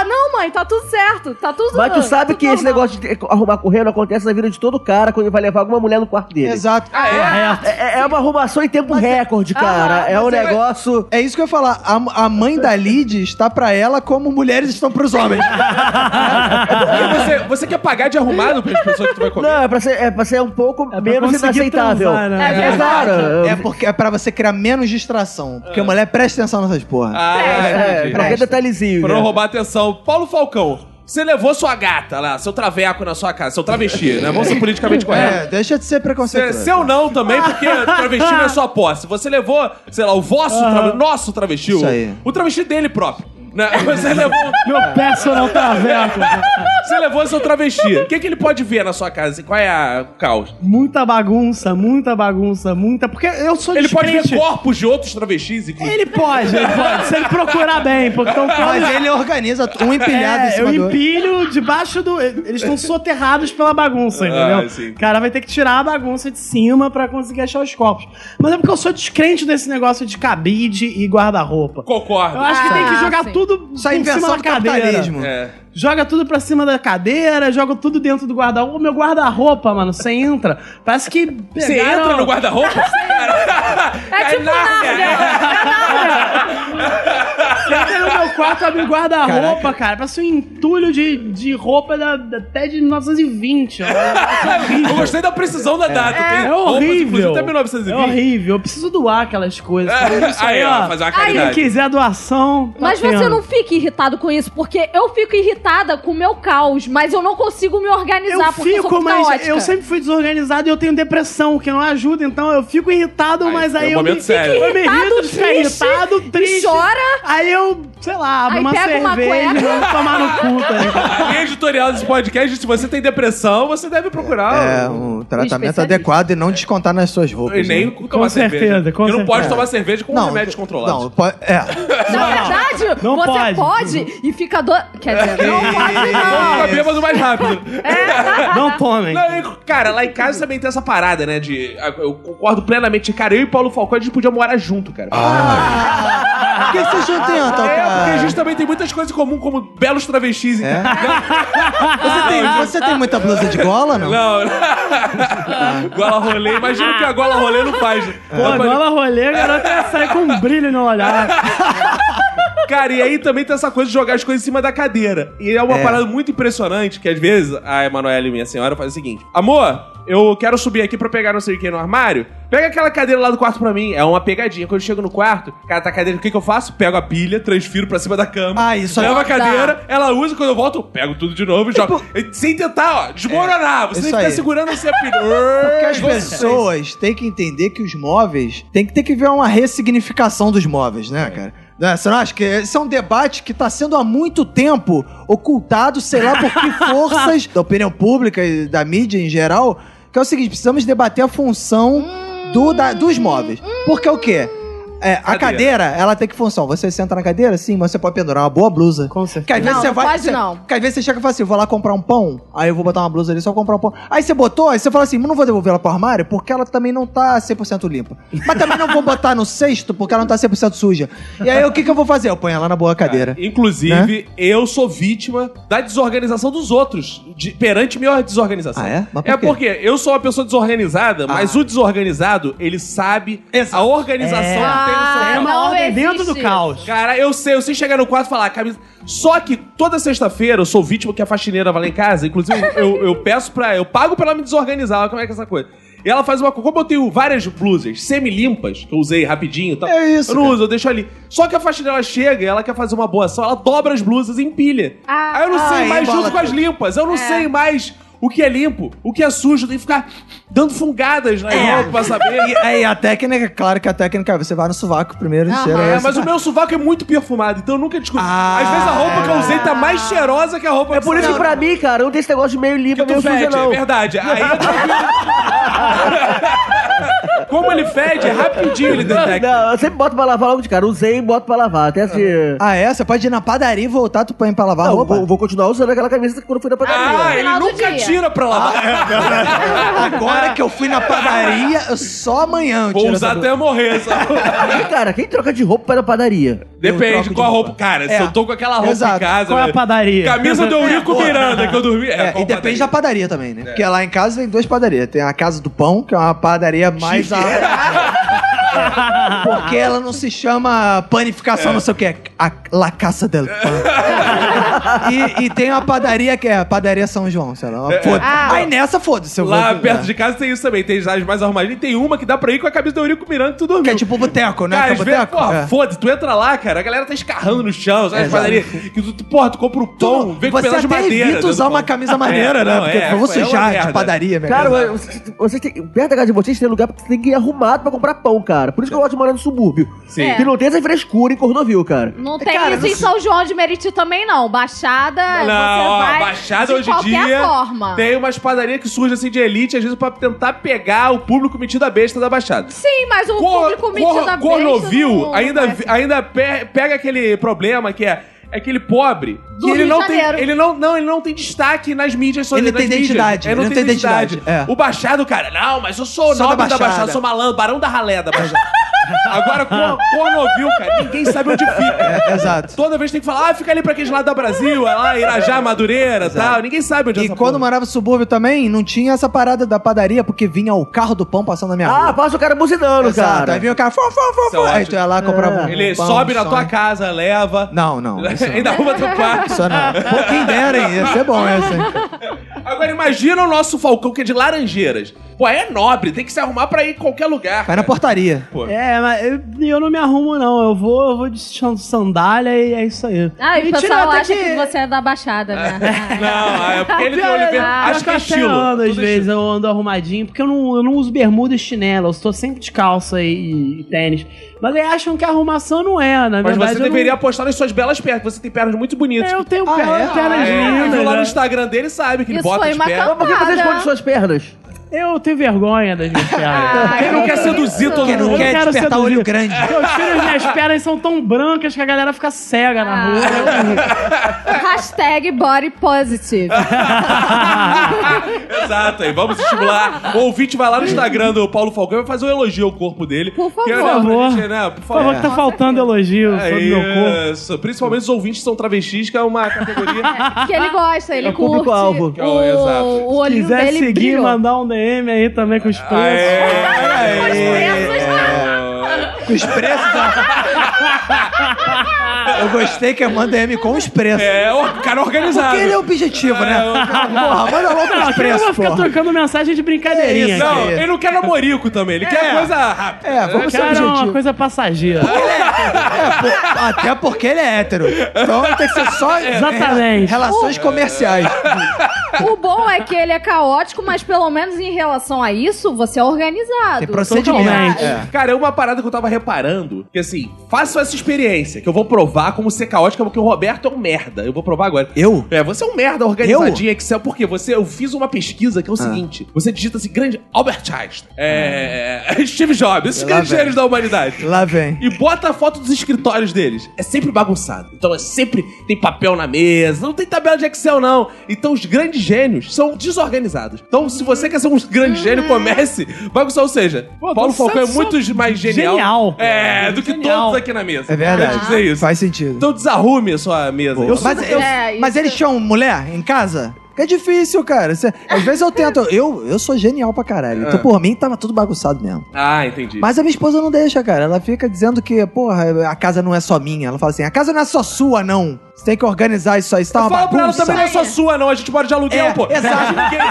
não, mãe, tá tudo certo. Tá tudo
Mas tu sabe
tudo
que esse
normal.
negócio de arrumar correndo acontece na vida de todo cara quando ele vai levar alguma mulher no quarto dele.
Exato.
É, é uma arrumação em tempo recorde, cara. É um
mas é-
negócio...
É isso que eu ia falar. A, a mãe da Lid está pra ela como mulheres estão pros homens.
E você, você quer pagar de arrumado para as pessoas que tu vai comer?
Não, é pra ser, é pra ser um pouco
pra
menos
conseguir
inaceitável.
transar, né?
É verdade.
claro.
É porque é pra você criar menos distração. Porque a mulher presta atenção nessas porra.
Ah,
É,
entendi.
qualquer detalhezinho.
Pra não
né?
roubar a atenção. Paulo Falcão, você levou sua gata lá, seu traveco na sua casa, seu travesti, né? Vamos ser politicamente
É,
corretos.
deixa de ser
Cê-
preconceituoso.
Seu não também, porque travesti não é sua posse. Você levou, sei lá, o vosso travesti, nosso travesti,
Isso
o,
aí.
o travesti dele próprio. Né? Você levou,
Meu personal traveco.
você levou seu travesti. O que, que ele pode ver na sua casa? Assim, qual é a o caos?
Muita bagunça, muita bagunça, muita... Porque eu sou
Ele pode ver
descrente.
corpos de outros travestis, inclusive.
Ele pode, ele pode. Se ele procurar bem, porque então
Mas ele organiza um empilhado em
É,
cima
eu
do outro.
empilho debaixo do... Eles estão soterrados pela bagunça, entendeu?
Ah, sim.
O cara vai ter que tirar a bagunça de cima pra conseguir achar os copos. Mas é porque eu sou descrente desse negócio de cabide e guarda-roupa.
Concordo.
Eu acho que tem que
Ah,
jogar
sim.
tudo
Isso é
em cima
invenção
da
do
cadeira.
capitalismo.
É.
Joga tudo pra cima da cadeira, joga tudo dentro do guarda-roupa. Meu guarda-roupa, mano, você entra. Parece que
Você
pegaram-
entra no guarda-roupa?
É tipo Nárnia.
Você entra no meu quarto, abre o guarda-roupa, cara. Parece um entulho de, de roupa da, da- até de mil novecentos e vinte. ó.
Eu gostei da precisão da data. Tem
É
roupas,
horrível.
inclusive, até mil novecentos e
É
vinte.
horrível. Eu preciso doar aquelas coisas.
É,
Isso
aí, ó,
ó.
fazer uma
Quem
caridade.
quiser doação, tá
Mas você
tendo.
não fica irritado com isso, porque eu fico irritada com o meu caos, mas eu não consigo me organizar,
Eu
porque eu sou
fico,
muito
mas
caótica.
eu sempre fui desorganizado e eu tenho depressão, o que não ajuda, então eu fico irritado,
Aí,
mas
é um
aí eu
momento
me,
sério.
eu me irrito de ficar
triste,
irritado, triste.
chora.
Aí eu, sei lá, abro
Aí
uma
pega uma
cerveja e
cueca.
vou tomar no cu, tá ligado?
A linha editorial desse podcast, se você tem depressão, você deve procurar.
É, um tratamento
especialista.
adequado e não descontar nas suas roupas.
E nem
né?
tomar cerveja.
certeza, com
Porque não pode
certeza.
tomar cerveja com remédios controlados.
Não, pode, é.
Na verdade,
não
você
pode.
pode. e fica do... Quer dizer, não pode
Vamos
não.
ficar bêbado mais rápido.
Não tomem.
Não, e, cara, lá em casa também tem essa parada, né? De. Eu concordo plenamente. Cara, eu e Paulo Falcão, a gente podia morar junto, cara.
Por que vocês não tentam,
é,
cara?
porque a gente também tem muitas coisas em comum, como belos travestis.
É?
Então-
Você tem, você tem muita blusa de gola, não?
Não, não. Gola rolê. Imagina o que a gola rolê não faz.
Pô, agora rolê, a garota sai com um brilho no olhar.
Cara, e aí também tem essa coisa de jogar as coisas em cima da cadeira. E é uma
É.
parada muito impressionante que às vezes a Emanuele, minha senhora, faz o seguinte: amor, eu quero subir aqui pra pegar não sei o que no armário. Pega aquela cadeira lá do quarto pra mim. É uma pegadinha. Quando eu chego no quarto, cara, tá a cadeira, o que que eu faço? Pego a pilha, transfiro pra cima da cama.
Ah, isso aí.
Levo a
Tá.
cadeira, ela usa, quando eu volto, eu pego tudo de novo e jogo. Sem tentar, ó, desmoronar. Você tem
isso
que ficar
aí.
segurando assim a pilha.
Porque as pessoas têm que entender que os móveis... Tem que ter que ver uma ressignificação dos móveis, né, cara? Né, você não acha que esse é um debate que está sendo há muito tempo ocultado, sei lá por que forças da opinião pública e da mídia em geral, que é o seguinte, precisamos debater a função do, da- dos móveis. Porque o quê? É, a
Cadeira.
cadeira, ela tem que função. Você senta na cadeira, sim, mas você pode pendurar uma boa blusa.
Com certeza.
Porque às vezes
Não,
você
não
vai.
pode
você,
não.
Porque às vezes você chega e fala assim: eu vou lá comprar um pão, aí eu vou botar uma blusa ali só comprar um pão. Aí você botou, aí você fala assim: mas não vou devolver ela pro armário porque ela também não tá cem por cento limpa. Mas também não vou botar no cesto porque ela não tá cem por cento suja. E aí o que, que eu vou fazer? Eu ponho ela na boa cadeira.
Inclusive, eu sou vítima da desorganização dos outros, de- perante minha desorganização.
Ah, é? Mas por
é
quê?
porque eu sou uma pessoa desorganizada, mas o desorganizado, ele sabe a organização
É.
que tem no seu
Ah,
É
quarto.
uma
não
ordem dentro
existe
do caos.
Cara, eu sei, eu sei chegar no quarto e falar, camisa. Só que toda sexta-feira eu sou vítima que a faxineira vai lá em casa. Inclusive, eu, eu peço pra. Eu pago pra ela me desorganizar. Olha como é que é essa coisa. E ela faz uma coisa. Como eu tenho várias blusas semi-limpas, que eu usei rapidinho e tal.
É isso,
Eu não
cara.
uso, eu deixo ali. Só que a faxineira chega e ela quer fazer uma boa ação, ela dobra as blusas e empilha.
Ah,
Aí eu não sei
aí
mais
embola
junto com as
tudo.
limpas. Eu não
É.
sei mais o que é limpo, o que é sujo. Tem que ficar dando fungadas na
É.
roupa pra saber.
E aí a técnica, claro que a técnica é você vai no sovaco primeiro e
Aham.
cheira.
É,
esse-
mas o meu sovaco é muito perfumado, então eu nunca descobri.
Ah.
Às vezes a roupa que eu usei tá mais cheirosa que a roupa
É por isso que pra mim, cara, não tem esse negócio de meio limpo,
que tu
meio suja,
fede, é
não.
verdade. Aí eu como ele fede, rapidinho ele detecta.
Não, eu sempre boto pra lavar logo de cara. Usei e boto pra lavar. Até se...
Ah, é? Você pode ir na padaria e voltar, tu põe pra lavar a
Não,
roupa?
vou, vou continuar usando aquela camisa quando eu fui na padaria.
Ah, ele
final do
nunca
dia.
tira pra lavar.
Agora que eu fui na padaria, eu só amanhã eu
Vou
tiro
usar
essa
até morrer, sabe?
E, cara, quem troca de roupa vai na padaria?
Depende
troco
qual
de
a roupa.
roupa.
Cara, se
É.
eu tô com aquela roupa
Exato.
em casa...
Qual é a
velho,
padaria?
Camisa do Eurico Miranda que eu dormi. É,
É,
qual
e depende da
padaria?
padaria também, né? Porque lá em casa tem duas padarias. Tem a Casa do Pão, que é uma padaria mais... A... Porque ela não se chama panificação, não sei o que. É a La Casa del Pão. e, e tem uma padaria que é a Padaria São João, sei lá. Foda.
Ah.
Aí nessa, foda-se. eu
Lá
vou-
perto de casa tem isso também. Tem as mais arrumadinhas. E tem uma que dá pra ir com a camisa do Eurico Miranda que tu dormiu.
Que é tipo boteco, né?
Cara,
Que é
às vezes,
boteco?
porra,
É.
foda-se, tu entra lá, cara, a galera tá escarrando no chão, sabe?
É,
As padarias. Que tu, tu, porra, tu compra o pão, vem com
Você
pedaço de
até
madeira.
evita
dentro
usar
do
uma
pão.
camisa maneira,
É,
né?
não,
Porque
é,
eu vou
é uma
sujar de
merda.
padaria, minha
Cara,
casa.
vocês, vocês têm, perto da casa de vocês tem lugar que tem que ir arrumado pra comprar pão, cara. Por isso que eu gosto de morar no subúrbio.
Sim.
É.
Que não tem essa frescura em Cordovil, cara.
Não tem
Cara,
isso em
você-
São João de Meriti também, não. Baixada,
Não,
você
ó,
vai
Baixada
de
hoje em
qualquer
dia
forma.
tem umas padarias que surgem assim de elite, às vezes pra tentar pegar o público metido a besta da Baixada.
Sim, mas o
Cor-
público metido
Cor-
a besta
Cornovil
não- não
ainda,
vai ser.
ainda pe- pega aquele problema que é aquele pobre
Do
que ele
Rio
não
de
tem
Janeiro.
ele não, não ele não tem destaque nas mídias so-
Ele
nas
tem
mídias.
identidade,
É,
ele não tem identidade, é.
O Baixado, cara, não, mas eu sou
Sou
nobre
da
da Baixada.
Baixada.
Sou malandro, barão da ralé da Baixada. Agora, Cor- Cornovil, cara, ninguém sabe onde fica.
É, exato.
Toda vez tem que falar, ah, fica ali pra aqueles lados da Brasil, é lá, Irajá, Madureira e tal. Ninguém sabe onde é
E
essa
quando
porra.
morava no subúrbio também, não tinha essa parada da padaria, porque vinha o carro do pão passando na minha
Ah,
rua.
passa o cara buzinando,
Exato.
cara.
Aí vinha o cara, fô, fô, fô,
Isso é
fô. Aí
ótimo.
tu ia lá, comprava um
Ele
pão,
sobe na
sonho.
tua casa, leva.
Não, não. Isso,
Ainda arruma teu quarto.
isso não. Pô, quem dera, hein? Ia ser bom essa, hein?
Agora imagina o nosso Falcão, que é de Laranjeiras. Pô, é nobre, tem que se arrumar pra ir em qualquer lugar.
Vai na portaria.
Pô.
É, mas eu, eu não me arrumo, não. Eu vou, eu vou de sandália e é isso aí.
Ah, e o
Mentira,
pessoal
até
acha que... você é da Baixada, né?
Não, é porque ele tem o Oliveira.
Ah,
Acho que é
eu até
estilo.
ando, às
Tudo
vezes,
estilo.
eu ando arrumadinho, porque eu não, eu não uso bermuda e chinelo, eu estou sempre de calça e, e tênis. Mas aí acham que a arrumação não é, na
Mas
verdade.
você
eu
deveria
não...
apostar nas suas belas pernas, você tem pernas muito bonitas.
É, eu tenho
Ah,
pernas,
é?
pernas
Ah, é,
lindas.
quem viu lá no
né?
Instagram dele sabe que ele
Isso
bota
foi
de
uma
perna.
Mas por que você
Nada.
esconde suas pernas?
Eu tenho vergonha das minhas pernas.
Ah,
Quem não quer
isso.
seduzir todo
Quem não
mundo?
quer
quero
despertar
seduzir.
olho grande.
Meus filhos, minhas pernas são tão brancas que a galera fica cega na rua.
Hashtag body positive.
Exato, aí vamos estimular. O ouvinte vai lá no Instagram do Paulo Falcão e vai fazer um elogio ao corpo dele.
Por favor.
Que, né,
Por favor.
pra gente, né, por
Por favor,
favor.
que tá faltando elogio
É
sobre meu corpo.
isso. Principalmente os ouvintes que são travestis, que é uma categoria.
Que ele gosta, ele
É o
curte.
público-alvo.
Que é o- exato.
O
Se
olhinho
quiser
dele
seguir,
brilhou.
mandar um D M aí também com os preços.
Aê,
Os
aê.
preços.
Com os preços da... Eu gostei que manda M com os preços.
É, o cara organizado.
Porque ele é objetivo, né? Porra, manda logo
Não,
os
aqui eu
preços,
vou ficar
porra.
trocando mensagem de brincadeirinha.
Isso,
aqui.
Não, ele não quer namorico também, ele quer
É.
coisa rápida.
É, vamos ser
Cara, é uma
objetivo.
coisa passageira.
É, pô, até porque ele é hétero. Então tem que ser só
Exatamente.
é, relações comerciais.
O bom é que ele é caótico, mas pelo menos em relação a isso, você é organizado.
Tem procedimento.
Totalmente.
É.
Cara, é uma parada que eu tava reparando, que assim, façam essa experiência, que eu vou provar como ser caótica, porque o Roberto é um merda. Eu vou provar agora.
Eu?
É, você é um merda organizadinho, Excel, porque você, eu fiz uma pesquisa que é o seguinte, você digita assim, grande Albert Einstein, é, Steve Jobs, esses
Lá
grandes
vem.
gênios da humanidade.
Lá vem.
E bota a foto dos escritórios deles. É sempre bagunçado. Então é sempre tem papel na mesa, não tem tabela de Excel, não. Então os grandes gênios são desorganizados. Então, se você quer ser um grande gênio, comece bagunçar. Ou seja,
Pô,
Paulo
você
Falcão é
só-
muito mais genial.
Genial.
É, do que
Genial.
todos aqui na mesa.
É verdade.
Quero dizer isso.
Faz sentido.
Então desarrume a sua mesa.
Eu- mas, eu-
É,
mas
isso-
eles tinham mulher em casa? Que é difícil, cara. Cê- às vezes eu tento. Eu, eu sou genial pra caralho. Então, por mim, tava tudo bagunçado mesmo.
Ah, entendi.
Mas a minha esposa não deixa, cara. Ela fica dizendo que, porra, a casa não é só minha. Ela fala assim: a casa não é só sua, não. Você tem que organizar isso aí. Isso tá uma
Fala pra ela
bagunça.
também, não é só sua, não. A gente mora de aluguel,
É,
pô.
exato.
Ninguém-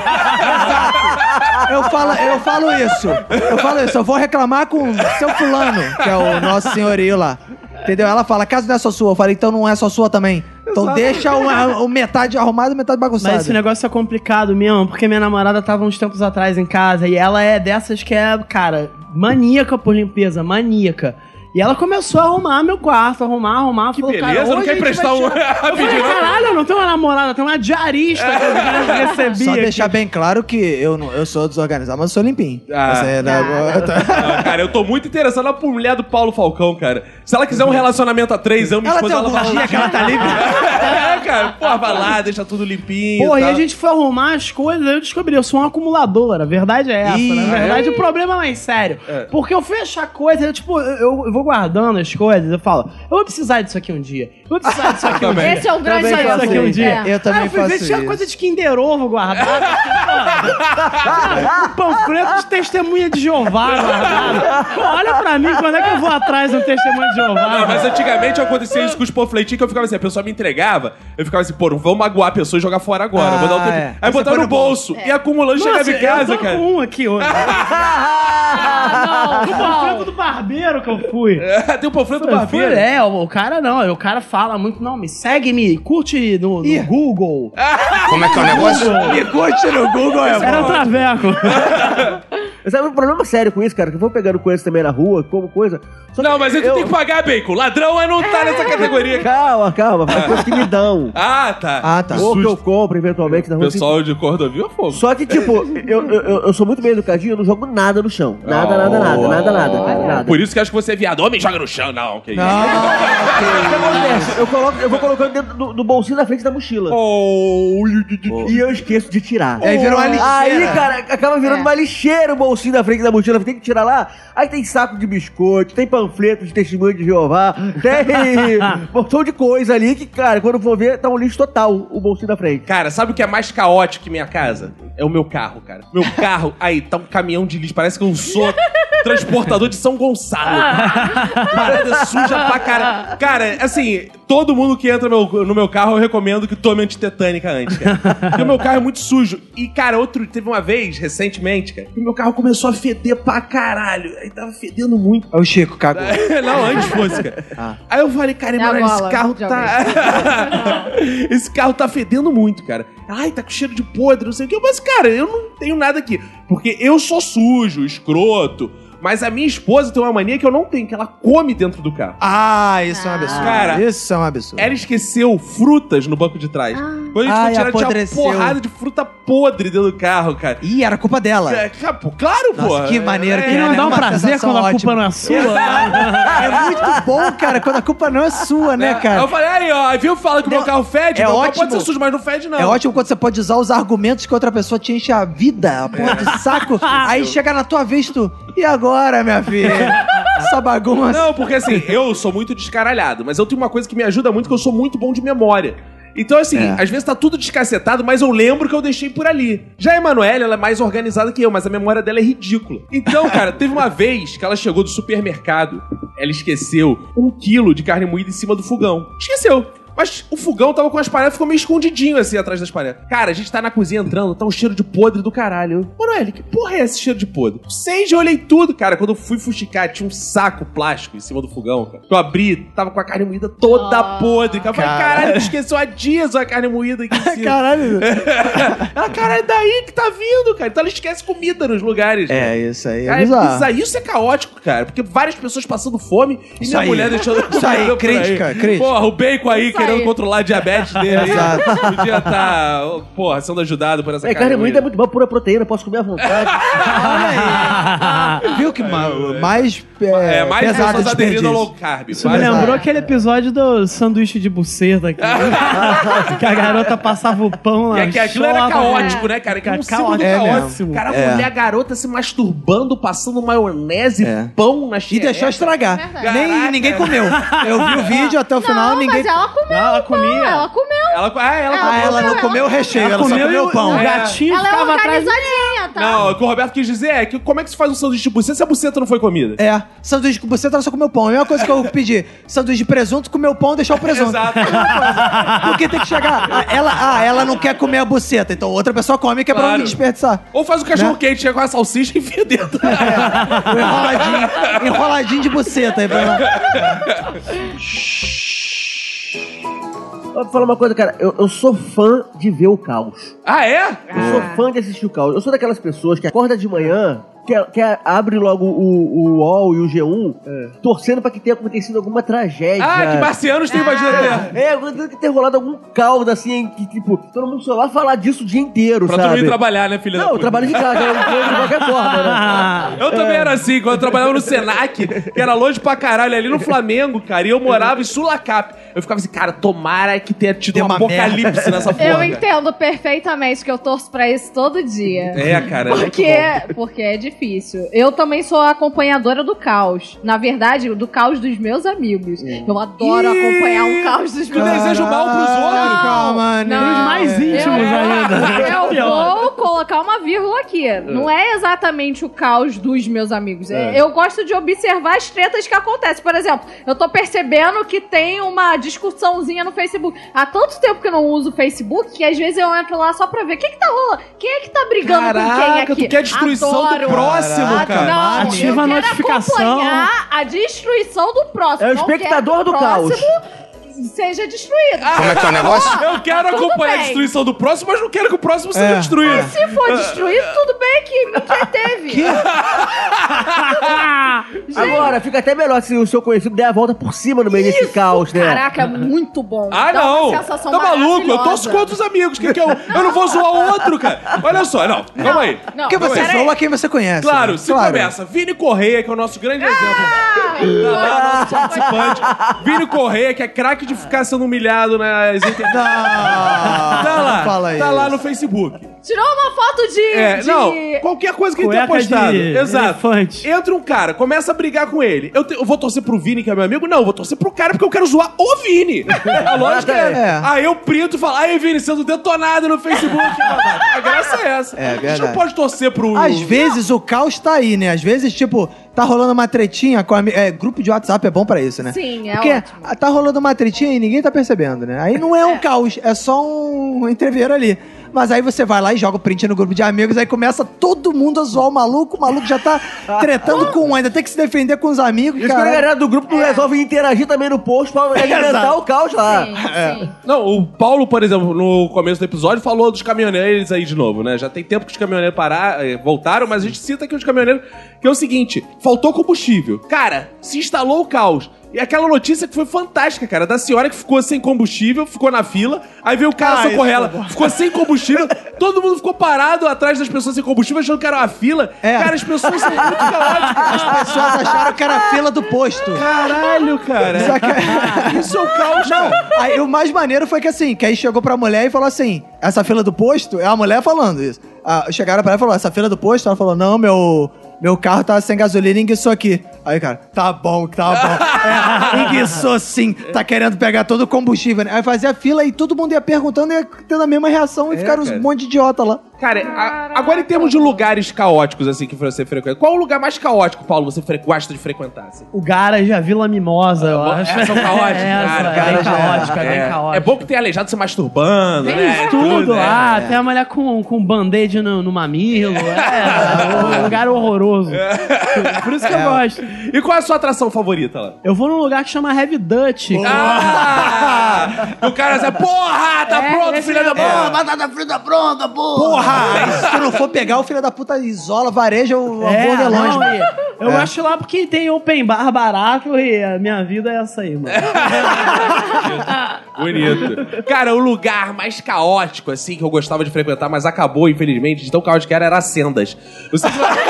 Eu falo, eu falo isso. Eu falo isso. Eu vou reclamar com o seu fulano, que é o nosso senhorio lá. Entendeu? Ela fala, a casa não é só sua. Eu falei, então não é só sua também. Então
Exato.
deixa uma, uma metade arrumada e metade bagunçada.
Mas esse negócio é complicado mesmo, porque minha namorada tava uns tempos atrás em casa e ela é dessas que é, cara, maníaca por limpeza, maníaca. E ela começou a arrumar meu quarto, arrumar, arrumar.
Que
falou,
beleza,
cara,
não
hoje
quer
a gente
emprestar
vai
um
tirar- Eu falei,
rapidinho, não?
caralho, eu não tenho uma namorada, eu tenho uma diarista que eu recebi.
Só
aqui.
deixar bem claro que eu, não, eu sou desorganizado, mas eu sou limpinho.
Ah.
Essa é da-
Não, cara, eu tô muito interessado na mulher do Paulo Falcão, cara. Se ela quiser um relacionamento a três, eu me
Ela
esposa,
tem
ela vai
algum
lá.
dia que ela tá livre?
É, cara, porra, vai lá, deixa tudo limpinho.
Porra, e
tal.
a gente foi arrumar as coisas, aí eu descobri, eu sou um acumulador, a verdade é essa.
Ih,
Na
é?
verdade, o problema é mais sério.
É.
Porque eu fui achar coisa, eu, tipo, eu, eu vou guardando as coisas, eu falo, eu vou precisar disso aqui um dia. Eu vou precisar disso aqui um dia.
Esse é o grande
Também
Isso
faço
aqui um
isso.
dia.
É.
Eu também
Aí eu fui ver,
faço
tinha
isso.
coisa de Kinder Ovo guardada. Um panfleto de testemunha de Jeová guardado. Pô, olha pra mim, quando é que eu vou atrás do testemunho de Jeová?
Não, mas antigamente acontecia isso com os panfletinhos que eu ficava assim, a pessoa me entregava, eu ficava assim, pô, não vamos magoar a pessoa e jogar fora agora.
Ah,
vou dar um tempo.
é.
Aí
Aí
botava
você
no
põe no
bolso e acumulando, chegava em casa,
eu tô
cara.
com um aqui hoje.
Ah,
O
não,
panfleto
não.
do barbeiro que eu fui.
É, tem um panfleto do
Eu
barbeiro.
fui- É, o, o cara não, o cara fala muito, não, me segue, me curte no, no Google.
Como é que é o negócio?
Me curte no Google, é
Era um
bom.
traveco.
Sabe um problema sério com isso, cara? Que eu vou pegando coisa também na rua, como coisa. Só
Não, mas aí tu
eu-
tem que pagar, Bacon. Ladrão é não tá nessa categoria.
Calma, calma, faz coisa que me dão.
Ah, tá.
Ah, tá.
Ou que eu compro eventualmente na rua.
Pessoal de Cordovil é fogo.
Só que, tipo, eu, eu, eu- eu sou muito bem educadinho, eu não jogo nada no chão. Nada, nada, nada, nada, nada, cara, nada.
Por isso que acho que você é viado. Homem joga no chão. Não, que isso.
O que acontece? Eu, coloco, eu vou colocando dentro do, do bolsinho da frente da mochila.
Oh,
E eu esqueço de tirar.
Aí virou uma lixeira.
Aí, cara, acaba virando
É.
uma lixeira o bolsinho da frente da mochila. Tem que tirar lá. Aí tem saco de biscoito, tem panfleto de testemunho de Jeová, tem um montão de coisa ali que, cara, quando for ver, tá um lixo total o bolsinho da frente.
Cara, sabe o que é mais caótico que minha casa? É o meu carro, cara. Meu carro, aí, tá um caminhão de lixo. Parece que eu sou transportador de São Gonçalo. Parada suja pra cara. Cara, assim, todo mundo que entra no meu, no meu carro, eu recomendo que tome antitetânica antes, cara. Porque o meu carro é muito sujo. E, cara, outro, teve uma vez, recentemente, cara, que o meu carro começou a feder pra caralho. Aí tava fedendo muito.
Aí o Chico cagou.
Não, antes fosse, cara. Aí eu falei, cara,
É a
mano, esse
gola
carro
de
tá. Esse carro tá fedendo muito, cara. Ai, tá com cheiro de podre, não sei o que. Mas, cara, eu não tenho nada aqui. Porque eu sou sujo, escroto. Mas a minha esposa tem uma mania que eu não tenho, que ela come dentro do carro.
Ah, isso é um absurdo.
Cara,
isso é um absurdo.
Ela esqueceu frutas no banco de trás. Quando a gente
Ai,
foi tirar, tinha
apodreceu.
uma porrada de fruta podre dentro do carro, cara.
Ih, era culpa dela.
É, cara, pô, claro, pô.
Nossa, que maneiro que
E
é,
não
né?
dá um
Uma
prazer
sensação
quando a culpa
ótima.
não é sua.
É muito bom, cara, quando a culpa não é sua, né,
Aí
cara?
eu falei, aí, ó, aí viu, fala que o meu
Não,
carro fede,
é
meu carro
ótimo.
pode ser sujo, mas não fede, não.
É ótimo quando você pode usar os argumentos que outra pessoa te enche a vida, a porra de saco. Aí chega na tua vez, tu. E agora, minha filha? Essa bagunça.
Não, porque assim, eu sou muito descaralhado, mas eu tenho uma coisa que me ajuda muito, que eu sou muito bom de memória. Então, assim,
É.
às vezes tá tudo descacetado, mas eu lembro que eu deixei por ali. Já a Emanuele, ela é mais organizada que eu, mas a memória dela é ridícula. Então, cara, teve uma vez que ela chegou do supermercado, ela esqueceu um quilo de carne moída em cima do fogão. Esqueceu. Mas o fogão tava com as panelas, ficou meio escondidinho assim atrás das panelas. Cara, a gente tá na cozinha entrando, tá um cheiro de podre do caralho. Eu, Manoel, que porra é esse cheiro de podre? Não sei, já olhei tudo. Cara, quando eu fui fuxicar, tinha um saco plástico em cima do fogão, cara. Eu abri, tava com a carne moída toda podre. Cara. Eu falei, caralho, tu esqueceu há dias a carne moída aqui em cima.
Caralho.
Ela, caralho, é daí que tá vindo, cara. Então ela esquece comida nos lugares.
É, isso aí é
Cara, é
bizarro.
bizarro. Isso é caótico, cara. Porque várias pessoas passando fome e
Isso
minha
aí.
mulher deixando...
Isso aí,
por
crítica, crítica.
Porra, o Bacon aí
Isso
querendo
aí.
controlar a diabetes dele aí.
Exato.
Podia estar, porra, sendo ajudado por essa
É, carne moída é muito boa, pura proteína, posso comer à vontade.
Viu que ma- mais, é,
É, mais
pesado
pessoas aderindo ao
desperdício.
low carb.
Isso me
Vai,
lembrou
vai.
aquele episódio do sanduíche de buceta aqui. Que a garota passava o pão
E
lá.
é que aquilo era caótico, né, cara? Que é um símbolo do
Caótico.
É
caótico.
mesmo.
Cara, a
É.
mulher garota se masturbando, passando maionese,
É.
pão na
E
xereca.
deixou estragar.
Verdade.
Nem,
Caraca.
ninguém comeu. Eu vi o vídeo até o final,
Não,
ninguém...
mas ela comeu.
Não, ela
o pão,
comia.
Ela comeu.
Ela, ah, ela,
Ah, ela não comeu o recheio, ela, só
comeu
comeu
e
o pão.
O gatinho
Ela é
ficava atrás.
organizadinha, tá?
Não, o que o Roberto quis dizer é que como é que se faz um sanduíche de buceta se a buceta não foi comida?
É, sanduíche com buceta, ela só comeu pão. A mesma coisa que eu pedi. Sanduíche de presunto, comer o pão e deixar o presunto.
Exato.
Porque tem que chegar... Ah, ela, ah, ela não quer comer a buceta, então outra pessoa come, que é pra
Claro.
não desperdiçar.
Ou faz o cachorro
Né?
quente, chega com a salsicha e enfia dentro.
O enroladinho, enroladinho de buceta aí pra...
Vou falar uma coisa, cara, eu, eu sou fã de ver o caos.
Ah, é?
Eu sou fã de assistir o caos. Eu sou daquelas pessoas que acorda de manhã quer, quer abre logo o, o U O L e o G um, é. torcendo pra que tenha acontecido alguma tragédia.
Ah, que marcianos tem invadido a Terra.
É, deve ter rolado algum caos, assim, que, tipo, todo mundo só vai falar disso o dia inteiro,
pra
sabe?
Pra todo mundo ir trabalhar, né, filha
Não,
da
eu
puta?
trabalho de casa, eu emprego de qualquer forma, né?
Eu também era assim, quando eu trabalhava no Senac, que era longe pra caralho, ali no Flamengo, cara, e eu morava em Sulacap. Eu ficava assim, cara, tomara que tenha tido
Tem
um
uma
apocalipse
merda.
nessa porra.
Eu
cara.
entendo perfeitamente que eu torço pra isso todo dia.
É, cara.
Porque,
é muito
porque é difícil. Eu também sou a acompanhadora do caos. Na verdade, do caos dos meus amigos. Eu adoro acompanhar um caos dos
bom. Tu
meus amigos.
deseja o mal pros outros.
Calma,
Não.
Os mais íntimos ainda.
Eu
Pior.
vou colocar uma vírgula aqui. Não é exatamente o caos dos meus amigos. É. Eu gosto de observar as tretas que acontecem. Por exemplo, eu tô percebendo que tem uma discussãozinha no Facebook. Há tanto tempo que eu não uso o Facebook que às vezes eu entro lá só pra ver o que que tá rolando. Quem é que tá brigando com quem
Caraca,
aqui?
tu quer a destruição
Adoro.
do próximo,
Ah,
cara.
Não,
Ativa
eu
a
quero
notificação.
acompanhar a destruição do próximo.
É o
Não
espectador
quero que
do
o
caos.
próximo seja destruído.
Como é que é o negócio?
Eu quero
Tudo
acompanhar
bem.
a destruição do próximo, mas não quero que o próximo seja
É.
destruído.
Se for destruído, tudo bem que me entreteve.
Agora, fica até melhor se o seu conhecido der a volta por cima no meio desse caos, né?
Caraca, é muito bom.
Ah,
Dá
não!
uma sensação
Tá maluco? Eu
maravilhosa.
torço contra os amigos. Que que eu, eu não vou zoar o outro, cara. Olha só, não, calma aí.
Não,
Porque você
peraí.
zoa quem você conhece.
Claro,
né?
se
Claro.
começa. Vini Correia, que é o nosso grande exemplo.
Ah,
Tá lá, nosso participante. Vini Correia, que é craque de ficar sendo humilhado nas internet.
Não,
Tá lá,
não fala
tá lá
isso.
no Facebook.
Tirou uma foto de...
É,
de...
não, qualquer coisa que ele tenha
Cueca
postado.
de
Exato.
elefante.
Entra um cara, começa a brigar com ele. Eu, te- eu vou torcer pro Vini, que é meu amigo? Não, eu vou torcer pro cara porque eu quero zoar o Vini. A lógica é.
É.
Aí eu printo e falo, aí Vini, sendo detonado no Facebook. A graça é essa.
É
A gente
verdade.
não pode torcer pro...
Às vezes o caos tá aí, né? Às vezes, tipo, tá rolando uma tretinha com ami- é, grupo de WhatsApp é bom pra isso, né?
Sim, é
Porque
ótimo.
tá rolando uma tretinha e ninguém tá percebendo, né? Aí não é um caos, é só um entreveiro ali. Mas aí você vai lá e joga o print no grupo de amigos, aí começa todo mundo a zoar o maluco, o maluco já tá tretando com um, ainda tem que se defender com os amigos,
Isso que a
cara.
galera do grupo não resolve interagir também no post pra alimentar
Exato.
o caos lá.
Sim,
É.
sim.
Não, o Paulo, por exemplo, no começo do episódio, falou dos caminhoneiros aí de novo, né? Já tem tempo que os caminhoneiros pararam, eh, voltaram, mas a gente cita aqui os caminhoneiros, que é o seguinte, faltou combustível. Cara, se instalou o caos. E aquela notícia que foi fantástica, cara, da senhora que ficou sem combustível, ficou na fila, aí veio o cara
Ah,
socorrer
isso
ela, ficou sem combustível, todo mundo ficou parado atrás das pessoas sem combustível, achando que era uma fila.
É.
Cara, as pessoas são muito caóticas.
As pessoas acharam que era a fila do posto.
Caralho, cara.
Só que-
Isso é o caos,
Não,
cara.
aí o mais maneiro foi que assim, que aí chegou pra mulher e falou assim, essa fila do posto, é a mulher falando isso. Ah, chegaram pra ela e falou, essa fila do posto, ela falou, não, meu, meu carro tá sem gasolina e enguiçou aqui. Aí, cara, tá bom, tá bom. É, enguiçou sim, tá querendo pegar todo o combustível, né? Aí fazia fila e todo mundo ia perguntando e ia tendo a mesma reação e ficaram
cara.
um monte de idiota lá.
Cara, a- agora em termos de lugares caóticos, assim, que você frequenta, qual é o lugar mais caótico, Paulo, você fre- gosta de frequentar, assim?
O Garage, a Vila Mimosa, eu acho.
Essa é caótica,
Essa,
cara.
é bem
Garage é-
caótica, é bem caótica.
É bom que tem aleijado se masturbando,
Tem
né?
tudo
né?
lá, tem a mulher com, com band-aid no, no mamilo, é, um lugar horroroso. Por isso que eu gosto.
E qual é a sua atração favorita lá?
Eu vou num lugar que chama Heavy Dutch.
Ah! O cara diz, porra, tá
É,
pronto,
esse
filha da
é.
porra!
Batata frita pronta, porra! Porra! Se tu não for pegar, o filho da puta isola, vareja o
É,
avô de longe.
não, e eu
É.
gosto lá porque tem open bar barato e a minha vida é essa aí, mano.
Bonito. Cara, o lugar mais caótico, assim, que eu gostava de frequentar, mas acabou, infelizmente, de tão caótico que era, era Sendas. Você...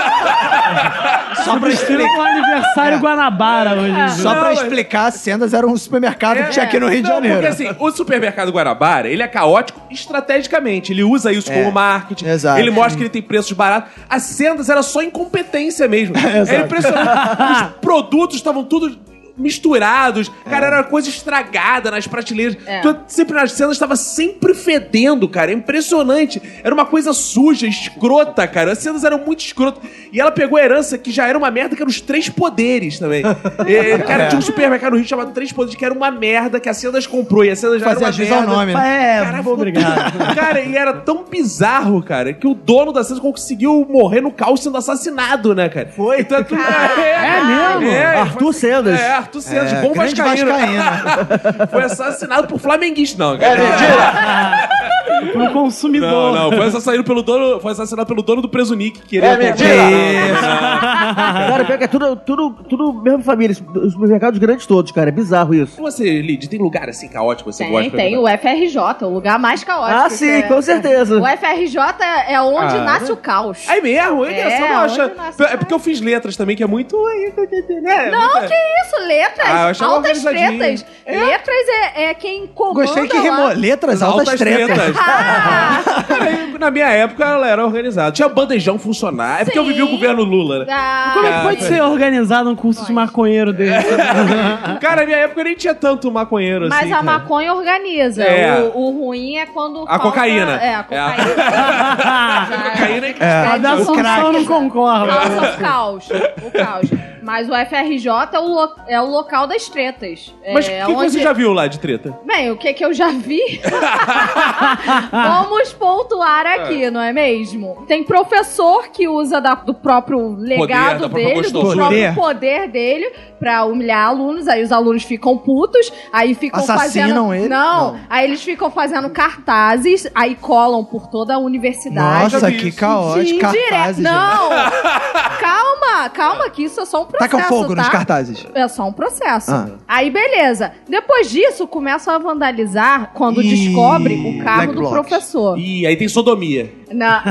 Só pra
Estilo
explicar.
com aniversário Guanabara hoje. em dia.
Só pra explicar, Sendas era um supermercado que tinha aqui no Rio de
Não,
Janeiro.
porque assim, o supermercado Guanabara, ele é caótico estrategicamente. Ele usa isso como marketing.
exato.
Ele mostra que ele tem preços baratos. A Sendas era só incompetência mesmo. É impressionante. Os produtos estavam tudo misturados. Cara, era coisa estragada nas prateleiras.
É.
Tu, sempre nas cenas estava sempre fedendo, cara. É impressionante. Era uma coisa suja, escrota, cara. As cenas eram muito escrotas. E ela pegou a herança que já era uma merda, que eram os Três Poderes também. E, cara, tinha um supermercado no Rio chamado Três Poderes, que era uma merda, que a Sendas comprou. E a Sendas já
Fazia
era uma
jus ao
merda.
nome, né?
É,
Cara,
vou obrigado.
Cara, e era tão bizarro, cara, que o dono da Sendas conseguiu morrer no caos sendo assassinado, né, cara?
Foi?
Então, tudo...
É mesmo?
É,
Arthur Sendas.
É, Arthur Sendas,
É,
bom
grande
vascaíno.
vascaíno.
Foi assassinado por flamenguista, não. Cara.
É mentira!
pro consumidor.
Não, não, foi assassinado pelo dono, foi assassinado pelo dono do Presunic, que queria
É mentira.
comprar.
Cara, pior que é tudo, tudo, tudo mesmo família. Os mercados grandes todos, cara. É bizarro isso.
Você, Lid, tem lugar assim caótico que você
Tem,
gosta?
tem o F R J, o lugar mais caótico.
Ah, sim,
que
com
é-
certeza.
O F R J é é onde
Ah,
nasce o caos.
É mesmo? É,
É,
engraçado, eu acho.
onde nasce
É porque eu fiz letras também, que é muito... né?
Não,
Muita-
que isso, letras,
Ah, eu achava
altas
organizadinho.
tretas. Letras é, é quem comanda
Gostei que
lá.
rimou letras, altas, tretas.
Ah,
Cara, na minha época ela era organizada. Tinha bandejão funcionar. É porque eu vivi o
Sim.
governo Lula, né?
ah,
Como é que pode ser organizado um curso de maconheiro dele?
Cara, na minha época nem tinha tanto maconheiro
Mas
assim.
a
cara.
maconha organiza.
É.
O, o ruim é quando
A
falta-
cocaína.
É, a
É a-
cocaína.
A cocaína é que
A da Assunção não concorda.
Causa o caos. O caos. Mas o F R J é o, lo- é o local das tretas.
Mas o
é
que, que
onde...
você já viu lá de treta?
Bem, o que que eu já vi? Vamos pontuar aqui, não é mesmo? Tem professor que usa da- do próprio legado
da própria
dele, do
gostosura.
próprio poder dele pra humilhar alunos. Aí os alunos ficam putos, aí ficam
Assassinam
fazendo...
ele?
Não,
Não.
aí eles ficam fazendo cartazes, aí colam por toda a universidade.
Nossa,
vi
que
isso.
caótico.
De
Cartazes,
indireto.
gente.
Não! Calma, calma, que isso é só um processo,
Taca fogo
tá?
nos cartazes.
É só um processo.
Ah.
Aí, beleza. Depois disso, começam a vandalizar quando
Ih,
descobre o carro
Black
do
Blocs.
professor.
Ih, aí tem sodomia.
Na,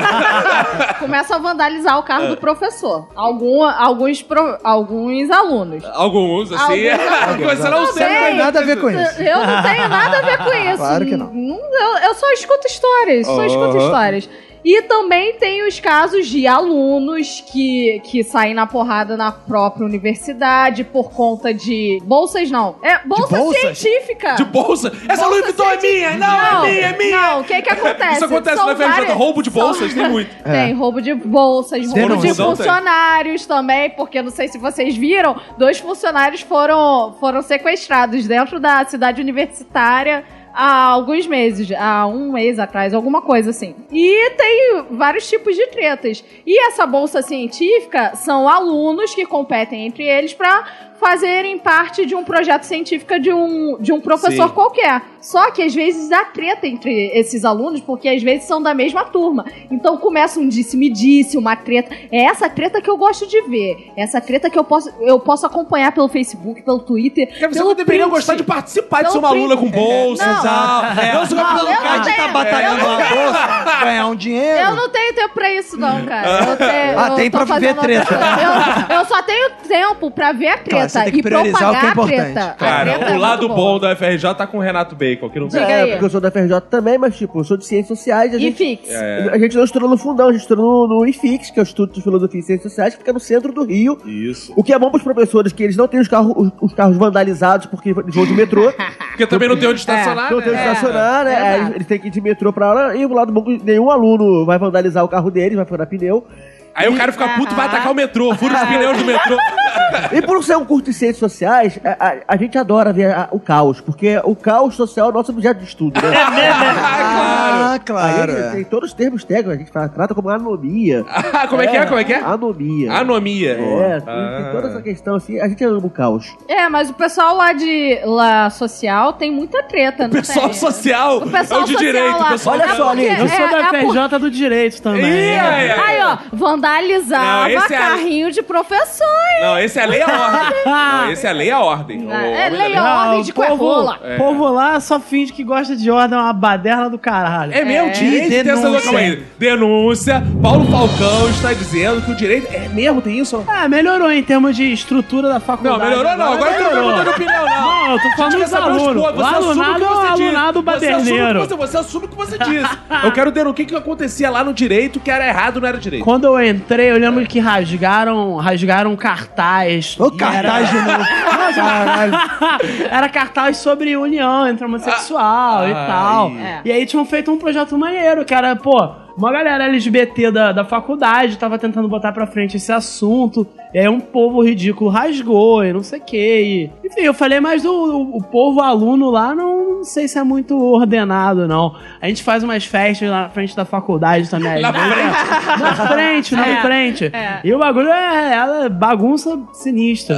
na... Começa a vandalizar o carro do professor. Algum, alguns, pro- alguns alunos.
Alguns, assim.
Alguns
Você não
Tudo
sabe.
bem.
Não tem nada a ver com isso.
Eu não tenho nada a ver com isso.
Claro que não.
Eu, eu só escuto histórias. Só escuto
Aham.
histórias. E também tem os casos de alunos que, que saem na porrada na própria universidade por conta de bolsas, não. É bolsa
bolsas?
científica.
De bolsa. Essa Louis Vuitton é minha. Não, é minha, é minha.
Não, o que que acontece?
Isso acontece
São
na F R J.
várias-
Roubo de
são-
bolsas, tem muito.
Tem roubo de bolsas, roubo
Denúncia.
de funcionários também, porque não sei se vocês viram, dois funcionários foram, foram sequestrados dentro da cidade universitária há alguns meses, há um mês atrás, alguma coisa assim. E tem vários tipos de tretas. E essa bolsa científica são alunos que competem entre eles pra fazerem parte de um projeto científico de um, de um professor
Sim.
qualquer. Só que às vezes dá treta entre esses alunos, porque às vezes são da mesma turma. Então começa um disse-me-disse, uma treta. É essa treta que eu gosto de ver. Essa treta que eu posso, eu posso acompanhar pelo Facebook, pelo Twitter.
Porque você
pelo
não deveria
print.
gostar de participar de
Pelo
ser uma aluna com
print.
bolsa
Não.
e tal.
É.
Não, você vai
Não,
pelo
eu
cara
não
de
tenho.
Tá batalhando a bolsa, ganhar um dinheiro.
Eu não tenho tempo pra isso, não, cara. Eu tenho,
Ah,
eu
tem
tô
pra viver
fazendo
treta.
outra- Eu, eu só tenho tempo pra ver a treta
Claro, você tem que
e
priorizar
propagar
o que é
a
importante.
treta. A
Cara,
treta
o
é
lado
muito
bom
boa.
da F R J tá com o Renato Bacon, que não
Diga
tem.
aí.
É, porque eu sou da F R J também, mas tipo, eu sou de ciências sociais. A
E
gente,
fix.
É.
a gente não estudou no fundão, a gente estudou no, no I F I X, que é o Instituto de Filosofia e Ciências Sociais, que fica no centro do Rio.
Isso.
O que é bom pros professores, que eles não têm os carros, os, os carros vandalizados porque eles vão de metrô.
Porque também não tem onde estacionar,
Não tem
né?
onde estacionar, né?
exato.
Aí eles, eles têm que ir de metrô pra aula. E o lado bom, que nenhum aluno vai vandalizar o carro deles, vai furar pneu.
Aí o cara fica puto e vai atacar o metrô, fura os pneus do metrô.
E por ser um curso de ciências sociais, a, a- a gente adora ver a- o caos, porque o caos social é o nosso objeto de estudo, né?
Ah, claro.
Aí
é.
tem todos os termos técnicos, a gente fala- trata como anomia.
Ah, como é que é? Como é que é?
Anomia.
Anomia.
É, tem,
Ah.
tem toda essa questão assim, a gente ama o caos.
É, mas o pessoal lá de lá social tem muita treta, não
Pessoal
tem?
social
O pessoal
é o de
social
direito.
lá-
O pessoal
Olha
É
só,
porque-
Lívia,
Eu sou
é-
da
é
F R J
por-
do direito também.
Ih, aí, aí.
Aí, ó, vandalizava
Não, esse é-
carrinho de professor.
Não, esse é a lei e a ordem. Não, esse é a lei e a ordem. O
É,
homem
é
da
lei
lei.
a
Não,
ordem de
o povo,
coerrola.
o povo lá só finge que gosta de ordem, é uma baderna do caralho.
É mesmo,
É.
direito tem essa
Denúncia.
calma aí. Denúncia. Paulo Falcão está dizendo que o direito. É mesmo, tem isso?
Ah, melhorou em termos de estrutura da
Não,
faculdade.
melhorou não. Agora eu tô perguntando opinião, não.
Não, eu tô falando
Quer
dos
saber os
alunos.
pontos,
O
Você assume o
alunado
que
é o
você diz.
alunado
Você assume o que
baderneiro.
você, você assume o que você diz. Eu quero ver o que, que acontecia lá no direito, que era errado, não era direito.
Quando eu entrei, eu lembro que rasgaram, rasgaram cartaz.
Ô,
E
cartaz de novo. Caralho.
Era cartaz sobre união entre homossexual e
Ah,
tal.
aí.
É.
E aí tinham feito um projeto maneiro, que era, pô, uma galera L G B T da, da faculdade tava tentando botar pra frente esse assunto. E aí um povo ridículo rasgou e não sei o que. Enfim, eu falei, mas o, o, o povo aluno lá não, não sei se é muito ordenado, não. A gente faz umas festas na frente da faculdade também.
Na frente?
Na frente, na
É,
frente.
é.
E o bagulho é, ela é bagunça sinistra.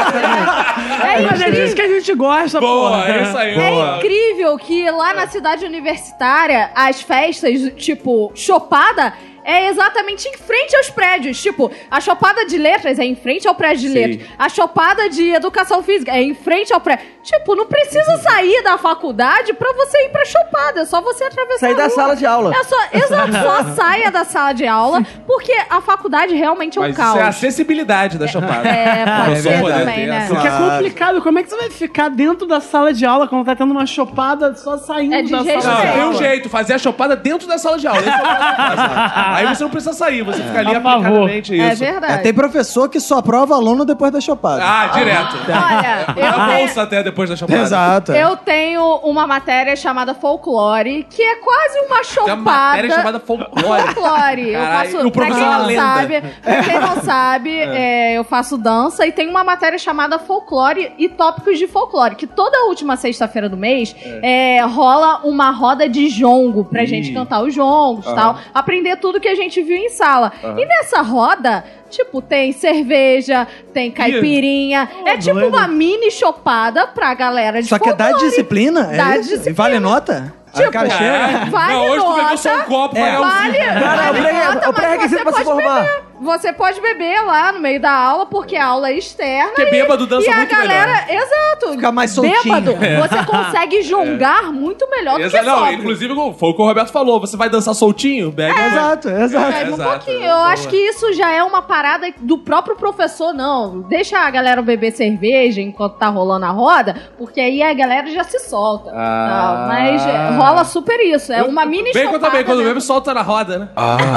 É
Mas é
incrível.
disso que a gente gosta,
Boa,
porra.
é isso aí.
É
boa.
incrível que lá na cidade universitária, as festas, tipo, chopada, é exatamente em frente aos prédios. Tipo, a chopada de letras é em frente ao prédio de
Sim.
letras. A chopada de educação física é em frente ao prédio. Tipo, não precisa sair da faculdade pra você ir pra chopada. É só você atravessar
Sair
a
da
rua.
sala de aula.
É só, exato, só saia da sala de aula, porque a faculdade realmente é um
Mas
caos.
isso é a acessibilidade da chopada.
É, pode
É
ser
verdade.
também, né?
Porque é complicado. Como é que você vai ficar dentro da sala de aula quando tá tendo uma chopada só saindo
É de
da
jeito
sala
Não,
de
nenhum.
tem
aula?
um jeito, fazer a chopada dentro da sala de aula. Esse é o próximo passo. Aí você não precisa sair, você fica ali
A favor.
aplicadamente
É
isso.
verdade.
É, tem professor que só aprova aluno depois da chopada.
Ah, direto.
Olha,
Dá
eu tenho,
bolsa até depois da chopada.
Exato.
eu tenho uma matéria chamada folclore, que é quase uma
Tem
chopada.
uma matéria chamada folclore.
Folclore. Eu
Caralho,
faço,
e o
pra quem
professor é uma
não
lenda.
sabe, pra quem não sabe, é, eu faço dança e tem uma matéria chamada folclore e tópicos de folclore, que toda última sexta-feira do mês é, rola uma roda de jongo pra gente cantar os jongos e tal, aprender tudo que a gente viu em sala. E nessa roda, tipo, tem cerveja, tem caipirinha, é tipo
doido.
uma mini chopada pra galera de
Só que é da
folclore.
disciplina? É
Dá
isso?
disciplina.
E vale nota?
Tipo,
Aí o cara chega.
vale
Não, hoje tu bebeu
nota,
só um copo,
É.
vai ganhar um
Vale,
cinco.
Cara,
vale
o pré-
nota,
o
mas
pré-requisito
você
pra se
pode
formar.
beber. Você pode beber lá no meio da aula, porque a aula é externa.
Porque bêbado dança
e a
muito
galera, exato.
Fica mais soltinho.
Bêbado, você consegue jongar muito melhor do que
Exa- Não,
sóbrio.
inclusive foi o que o Roberto falou. Você vai dançar soltinho? Bebe uma-
Exato, exato.
Bebe um
exato.
pouquinho. Eu acho que isso já é uma parada do próprio professor, não. Deixa a galera beber cerveja enquanto tá rolando a roda, porque aí a galera já se solta.
Ah.
Tá? Mas é, rola super isso. É uma mini
Bacon
chopada.
também, quando
né?
bebe, solta na roda, né?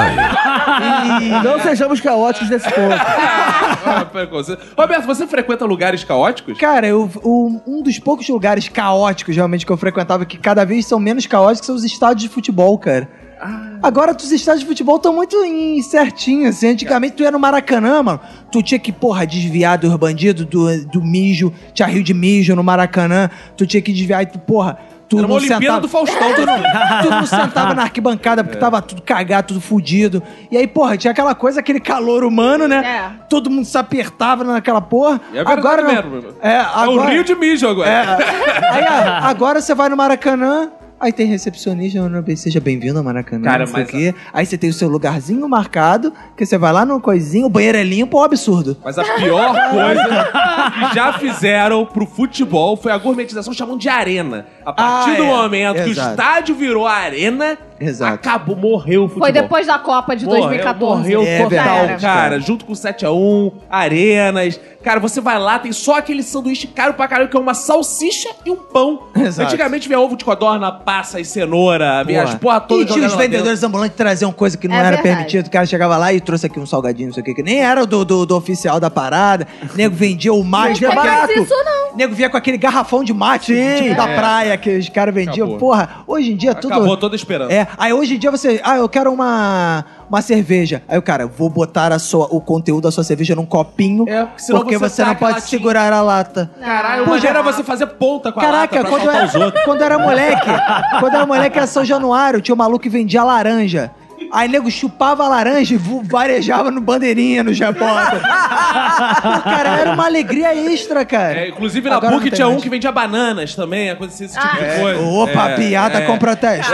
E não sejamos caóticos nesse ponto.
Ah, preconceito. Roberto, você frequenta lugares caóticos?
Cara, eu, o- um dos poucos lugares caóticos realmente que eu frequentava, que cada vez são menos caóticos, são os estádios de futebol, cara. Agora, os estádios de futebol estão muito em certinho, assim. Antigamente, tu ia no Maracanã, mano, tu tinha que, porra, desviar dos bandidos, do, do mijo, tinha rio de mijo no Maracanã, tu tinha que desviar e tu, porra... Tu
Era uma
não
Olimpíada
sentava-
do Faustão.
Tu não, tu não sentava na arquibancada porque tava tudo cagado, tudo fudido. E aí, porra, tinha aquela coisa, aquele calor humano, né?
É.
Todo mundo se apertava naquela porra.
E é verdade
agora não.
mesmo, meu.
É,
É
agora...
um rio de mijo agora.
É. Aí, a- agora você vai no Maracanã, aí tem recepcionista, não, não, seja bem-vindo ao Maracanã,
Cara,
não sei
mas-
o quê. Aí você tem o seu lugarzinho marcado, que você vai lá no coisinho, o banheiro é limpo, é um absurdo.
Mas a pior coisa que já fizeram pro futebol foi a gourmetização chamando de arena. A partir
Ah,
do
é.
momento que o
Exato.
estádio virou arena,
Exato.
acabou, morreu o futebol.
Foi depois da Copa de
Morreu,
dois mil e catorze.
Morreu
É
total,
verdade,
cara.
cara.
Junto com o sete a um, arenas. Cara, você vai lá, tem só aquele sanduíche caro pra caralho, que é uma salsicha e um pão.
Exato.
Antigamente vinha ovo de codorna, passa e cenoura, vinha as porra toda
E tinha
jogada
os
lá dentro.
vendedores ambulantes traziam coisa que não
É
era
verdade.
permitido. O cara chegava lá e trouxe aqui um salgadinho, não sei o que, que nem era do, do, do oficial da parada. O nego vendia o mate.
Vendia
com
Não
aquele-
barato.
faz isso, não.
O nego vinha com aquele garrafão de mate,
Sim.
tipo da
É.
praia, que os caras vendiam.
Acabou.
Porra, hoje em dia tudo...
Acabou toda a esperança.
É, aí hoje em dia você... Ah, eu quero uma, uma cerveja. Aí o cara, vou botar a sua, o conteúdo da sua cerveja num copinho,
É, porque senão
porque
você
você, não
taca a
pode
latinha.
segurar a lata.
Caralho,
Pô,
mas
já-
era você fazer ponta com a
Caraca,
lata pra
quando eu,
assaltar os
era,
outros.
quando eu era moleque, quando eu era moleque era São Januário, tinha um maluco que vendia laranja. Aí nego chupava a laranja e vu- varejava no bandeirinha, no Japota. Pô, cara, era uma alegria extra, cara.
É, inclusive na
Agora
PUC
não tem
tinha um
mais.
que vendia bananas também, acontecia esse tipo
Ah.
de coisa.
Opa,
É,
piada
é.
com protesto.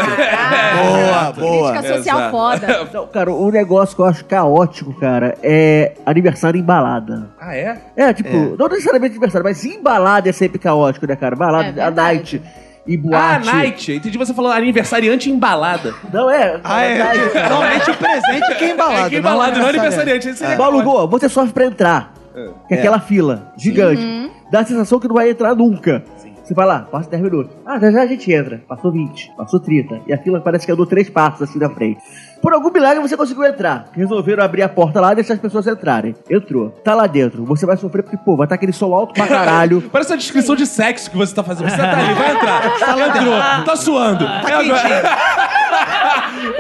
boa, boa.
Crítica social
Exato.
foda.
Não, cara, um negócio que eu acho caótico, cara, é aniversário em balada.
Ah, é?
É, tipo, não necessariamente aniversário, mas em balada é sempre caótico, né, cara?
É
Balada, a
verdade.
night e
Ah,
boate.
night. Entendi você falando aniversariante embalada.
Não é?
Ah, é,
night.
normalmente o presente é que é embalado.
É que embalada, não
é
aniversariante. Esse é.
Balugou, você sofre pra entrar. Que é aquela fila gigante. Dá a sensação que não vai entrar nunca. Você vai lá, passa dez minutos. Ah, já já a gente entra. Passou vinte, passou trinta. E a fila parece que andou três passos assim na frente. Por algum milagre você conseguiu entrar. Resolveram abrir a porta lá e deixar as pessoas entrarem. Entrou. Tá lá dentro. Você vai sofrer porque, pô, vai estar aquele sol alto pra caralho.
Parece uma descrição de sexo que você tá fazendo. Você tá ali, vai entrar. Tá lá, entrou. Tá suando. Tá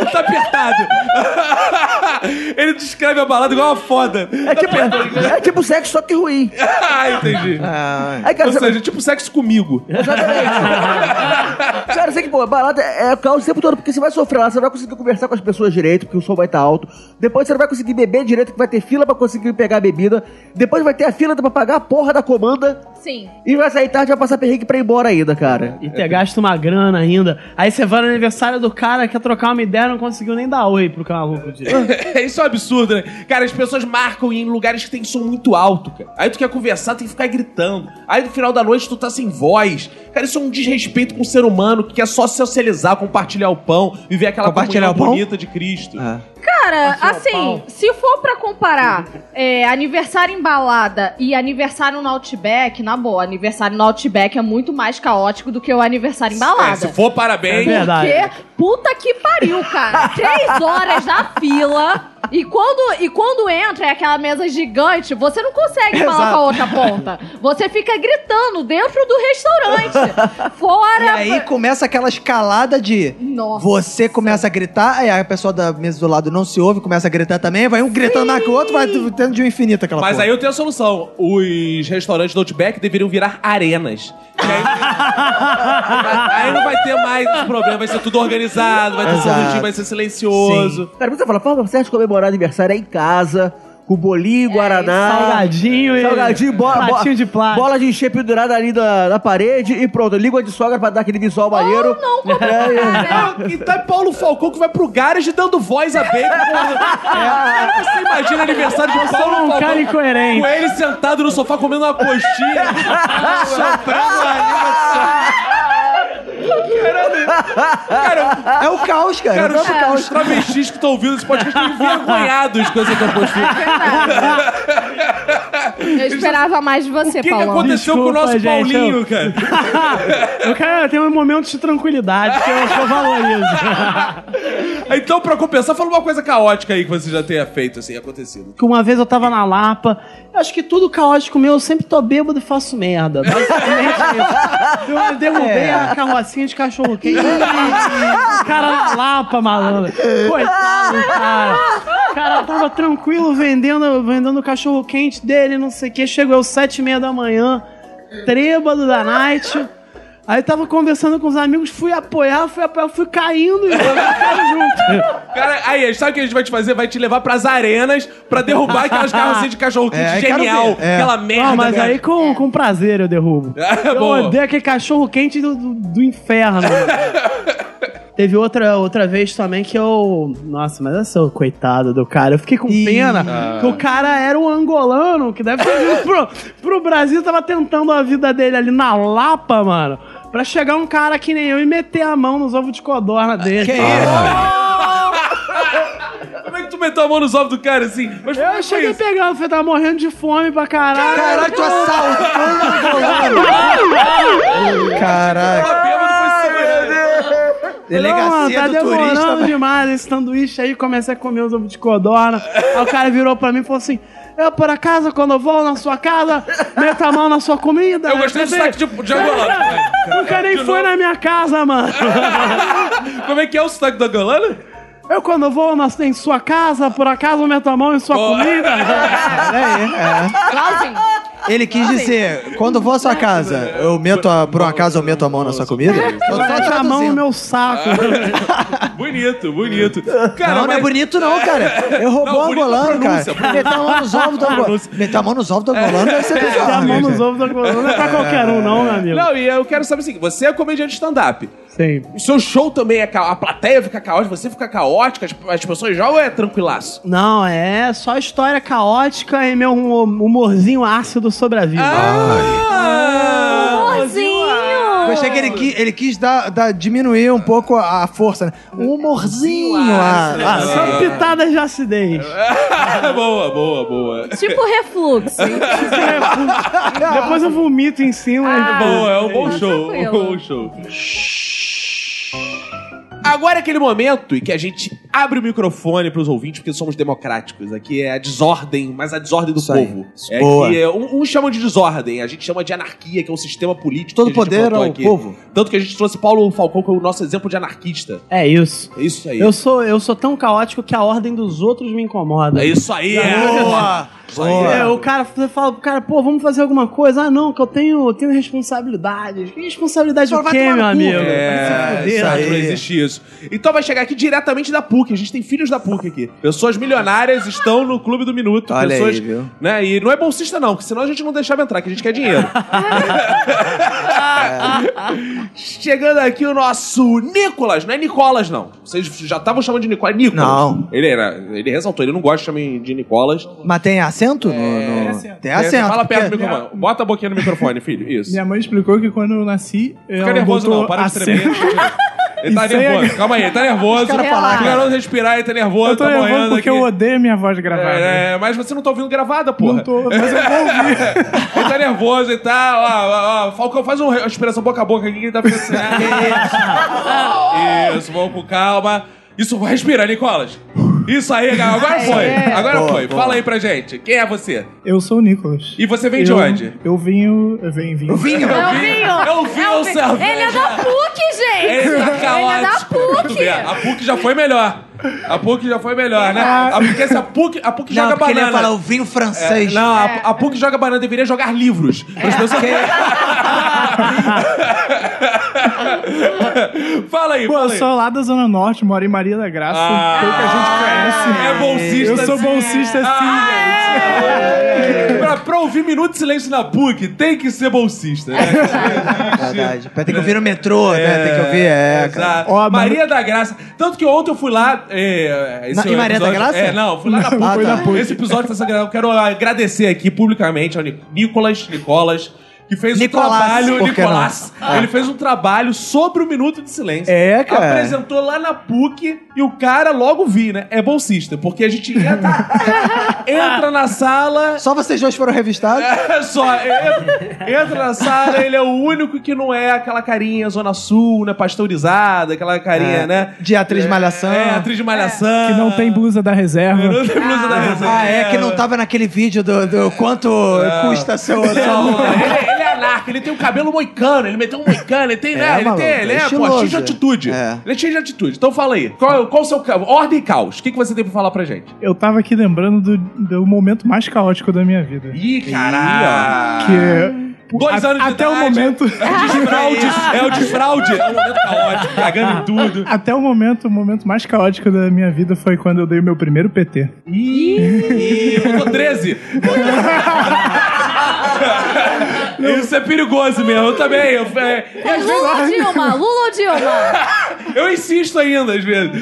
Tá apertado. Ele descreve a balada igual uma foda.
É tipo, é, é tipo sexo, só que ruim.
Ah, entendi.
Aí, cara,
Ou
você-
seja, tipo sexo comigo.
Exatamente. Cara, você que, pô, balada é, é caos o tempo todo, porque você vai sofrer lá, você não vai conseguir conversar com as pessoas direito, porque o som vai estar alto. Depois você não vai conseguir beber direito, porque vai ter fila pra conseguir pegar a bebida. Depois vai ter a fila pra pagar a porra da comanda.
Sim.
E vai sair tarde, vai passar perrengue pra ir embora ainda, cara.
E ter gasto uma grana ainda. Aí você vai no aniversário do cara, quer trocar uma ideia, não conseguiu nem dar oi pro maluco direito.
Isso é um absurdo, né? Cara, as pessoas marcam em lugares que tem som muito alto, cara. Aí tu quer conversar, tem que ficar gritando. Aí no final da noite tu tá sem voz. Cara, isso é um desrespeito com o ser humano que quer só socializar, compartilhar o pão, viver aquela
Compartilhar
comunhão
o pão?
bonita de Cristo.
Cara,
Passou
assim,
pau.
se for pra comparar é, aniversário em balada e aniversário no Outback, na boa, aniversário no Outback é muito mais caótico do que o aniversário em balada.
É, se for parabéns...
É verdade.
Porque, puta que pariu, cara. Três horas na fila. E quando, e quando entra é aquela mesa gigante, você não consegue falar
Exato.
com a outra ponta. Você fica gritando dentro do restaurante. Fora.
E aí começa aquela escalada de...
Nossa.
Você começa a gritar, aí a pessoa da mesa do lado não se ouve, começa a gritar também, vai um gritando na com o outro, vai tendo de um infinito aquela
Mas
porra.
aí eu tenho a solução. Os restaurantes do Outback deveriam virar arenas. E Aí, aí não vai ter mais esse problema, vai ser tudo organizado, vai ter
Exato.
sorritinho, vai ser silencioso.
Cara, você fala, a forma certa de comemorar aniversário é em casa, com bolinho, guaraná.
Salgadinho e
Salgadinho, bola,
pratinho de plástico.
bola de encher pendurada ali na, na parede e pronto, língua de sogra pra dar aquele visual maneiro.
não, como
É, é.
Ah, então é Paulo Falcão que vai pro garage dando voz a bacon. É, você imagina aniversário de Paulo
sou um
Falcão
cara incoerente.
com ele sentado no sofá comendo uma coxinha, soprando a língua. Cara,
É o caos, cara.
cara
é o
os,
próprio
os travestis que estão ouvindo esse podcast estão envergonhados com essa tua postura.
Eu esperava mais de você,
O que, que
Paulão.
aconteceu com o
Desculpa,
nosso
gente,
Paulinho,
eu-
cara?
Eu quero ter um momento de tranquilidade que eu, que eu valorizo.
Então, pra compensar, fala uma coisa caótica aí que você já tenha feito, assim, acontecido.
Que uma vez eu tava na Lapa, eu acho que tudo caótico meu, eu sempre tô bêbado e faço merda. Basicamente isso. Eu derrubei a carrocinha de cachorro quente. O cara na Lapa, malandro. Coitado, cara. O cara tava tranquilo vendendo, vendendo o cachorro quente dele, não sei o que. Chegou às sete e meia da manhã, trêbado da night. Aí tava conversando com os amigos, fui apoiar, fui apoiar, fui caindo e eu caí junto.
Cara, aí, sabe o que a gente vai te fazer? Vai te levar pras arenas pra derrubar aquelas carrocinhas de cachorro quente
É, quero
genial.
ver. É.
Aquela merda.
Não, mas
cara.
aí com, com prazer eu derrubo.
É,
Eu
boa.
odeio aquele cachorro quente do, do, do inferno. Teve outra, outra vez também que eu... Nossa, mas essa coitado do cara. Eu fiquei com pena que o cara era um angolano que deve ter vindo pro, pro Brasil, tava tentando a vida dele ali na Lapa, mano. Pra chegar um cara que nem eu e meter a mão nos ovos de codorna dele.
Que isso?
Como é que tu meteu a mão nos ovos do cara, assim? Mas como é
Eu
que foi
cheguei
isso?
pegando, eu tava morrendo de fome pra caralho.
Caralho, tu assaltando o Caraca.
Tá bêbado, foi segurando.
Delegacia
Não, tá
do
demorando
turista.
demais esse sanduíche aí. Comecei a comer os ovos de codorna. Aí o cara virou pra mim e falou assim: eu, por acaso, quando eu vou na sua casa, meto a mão na sua comida.
Eu gostei do
Quer
sotaque
dizer,
de, de angolano.
Nunca nem
De
foi
novo.
na minha casa, mano.
Como é que é o sotaque do angolano?
Eu, quando eu vou na, em sua casa, por acaso, eu meto a mão em sua
Oh.
comida.
Peraí, é.
Igualzinho.
Ele quis dizer, quando vou à sua casa, eu meto a, por um acaso eu meto a mão na sua comida? Tô só
Mete a mão no
traduzindo.
meu saco.
Bonito, bonito. Cara,
Não, não é
mas-
bonito não, cara. Eu roubou
Não,
o
bonito
angolano,
a pronúncia,
cara. Meter a mão nos ovos do angolano. Meter a mão nos ovos do angolano deve ser
Meter a
bizarro.
mão nos
gente.
ovos da coluna não é pra qualquer um, não, meu amigo.
Não, e eu quero saber assim, você é comediante de stand-up.
Sim.
O seu show também é ca... a plateia fica caótica, você fica caótica, as, as pessoas jogam ou é tranquilaço?
Não, é só história caótica e meu humorzinho ácido sobre a vida.
Ah!
Amorzinho!
Eu achei que ele quis, ele quis dar, dar- diminuir um pouco a, a força, né? Um humorzinho. Ah,
Ah,
ah,
só pitadas de acidez.
boa, boa, boa.
Tipo refluxo.
Depois eu vomito em cima.
Ah.
e-
Boa, é um bom
Tá
show, um
tranquilo.
bom show. Agora é aquele momento em que a gente abre o microfone pros ouvintes, porque somos democráticos. Aqui é a desordem, mas a desordem do
Isso aí.
povo.
Isso.
É
Boa.
que, um, uns chamam de desordem, a gente chama de anarquia, que é um sistema político.
Todo
que a gente
poder
implantou
ao
aqui.
povo.
Tanto que a gente trouxe Paulo Falcão, que é o nosso exemplo de anarquista.
É isso.
É isso aí.
Eu sou, eu sou tão caótico que a ordem dos outros me incomoda.
É isso aí.
Boa!
Isso aí.
É, o cara você fala pro cara, pô, vamos fazer alguma coisa. Ah, não, que eu tenho, eu tenho responsabilidades. Que responsabilidade
Só
do
vai
quê,
tomar
meu
no cu.
amigo?
É,
Vai se fuder.
isso aí.
não existe isso. Então vai chegar aqui diretamente da P U C. A gente tem filhos da P U C aqui. Pessoas milionárias estão no Clube do Minuto.
Olha
pessoas,
aí, viu?
Né? E não é bolsista não, porque senão a gente não deixava entrar, que a gente quer dinheiro. Chegando aqui o nosso Nicolas. Não é Nicolas, não. Vocês já estavam chamando de Nicolas. É Nicolas.
Não.
Ele, era, ele ressaltou, ele não gosta de chamar de Nicolas.
Mas tem acento? No, no...
acento.
Tem acento.
Fala perto
porque-
do microfone. Bota a boquinha no microfone, filho. Isso.
Minha mãe explicou que quando eu nasci, ela
Fica nervoso
botou
não, para de
acento.
tremer. Ele tá
Isso aí é-
nervoso. Calma aí, ele tá nervoso.
Os caras falaram.
Fica não respirar, ele tá nervoso,
Eu tô
tá
nervoso
morrendo
porque
aqui.
eu odeio minha voz gravada.
É, mas você não tá ouvindo gravada, porra.
Não tô, mas eu vou ouvir.
Ele tá nervoso, ele tá... Ó, ó, ó, Falcão, faz uma respiração boca a boca aqui que ele tá pensando. Isso, vamos com calma. Isso, respira, Nicolas. Isso aí, galera. Agora foi. Agora
Boa,
foi.
boa.
Fala aí pra gente. Quem é você?
Eu sou o Nicolas.
E você vem de
eu,
onde?
Eu venho... Eu venho... venho.
Vinho?
É o vinho.
Eu vi
É
o
o vinho.
cerveja.
Ele é da P U C, gente.
Ele tá
Ele é da
caótico.
P U
Tudo bem,
C.
A P U C já foi melhor. A P U C já foi melhor, né? A, porque se a P U C, a P U C
Não,
joga
porque ele ia
banana.
falar o vinho francês.
Não, a, a P U C joga banana, deveria jogar livros. As pessoas... Fala aí,
Pô,
fala
eu
aí.
sou lá da Zona Norte, moro em Maria da Graça.
Ah,
pouca gente conhece.
É bolsista,
Eu sou
sim.
bolsista, sim,
Ah, pra, pra ouvir Minuto de Silêncio na P U C, tem que ser bolsista, né?
Verdade. Pra ter que ouvir no metrô, né? Tem que ouvir, é, cara.
Exato.
Ó, mas-
Maria da Graça. Tanto que ontem eu fui lá. É, esse
Na- em Maria da
episódio-
Graça?
É, não, fui lá na P U C.
Ah, tá.
na P U C.
Esse episódio tá sendo gravado. Eu quero agradecer aqui publicamente ao Ni- Nicolas, Nicolas, que fez
Nicolás,
um trabalho.
por que
Nicolás.
não?
Ele fez um trabalho sobre o Minuto de Silêncio.
É, cara.
Apresentou lá na P U C e o cara logo vi, né? É bolsista. Porque a gente entra, entra na sala.
Só vocês dois foram revistados?
É só, entra, entra na sala, ele é o único que não é aquela carinha Zona Sul, né? Pasteurizada, aquela carinha,
É,
né?
de atriz de Malhação.
É, atriz de Malhação.
Que não tem blusa da reserva.
Não tem blusa da reserva.
Ah, é, que não tava naquele vídeo do, do quanto custa seu... seu...
Não, ele, ele é anarca, ele tem um cabelo moicano, ele meteu um moicano, ele tem, né?
É,
ele
maluco,
tem, ele
é
é, pô,
estiloso.
cheio de atitude.
É.
Ele é cheio de atitude. Então fala aí, qual, qual o seu... ca- Ordem e caos, o que, que você tem pra falar pra gente?
Eu tava aqui lembrando do, do momento mais caótico da minha vida.
Ih, caralho.
Que...
Dois
a-
anos de
até o
idade.
momento...
É o desfraude, é o desfraude. É o momento caótico, cagando em tudo.
Até o momento, o momento mais caótico da minha vida foi quando eu dei o meu primeiro P T.
Ih, botou treze. Isso é perigoso mesmo, eu também. Eu, é, e às
Lula ou
vezes,
Dilma? Lula ou Dilma?
eu insisto ainda, às vezes.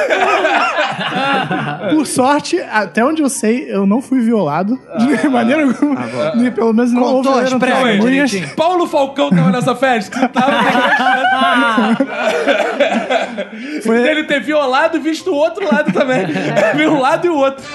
Por sorte, até onde eu sei, eu não fui violado de maneira alguma. Nem, pelo menos não
Contou
houve
as pregas
testemunhas.
direitinho.
Paulo Falcão tava nessa festa? Você tava
Foi-
Ele ter violado e visto o outro lado também. Viu um lado e o outro.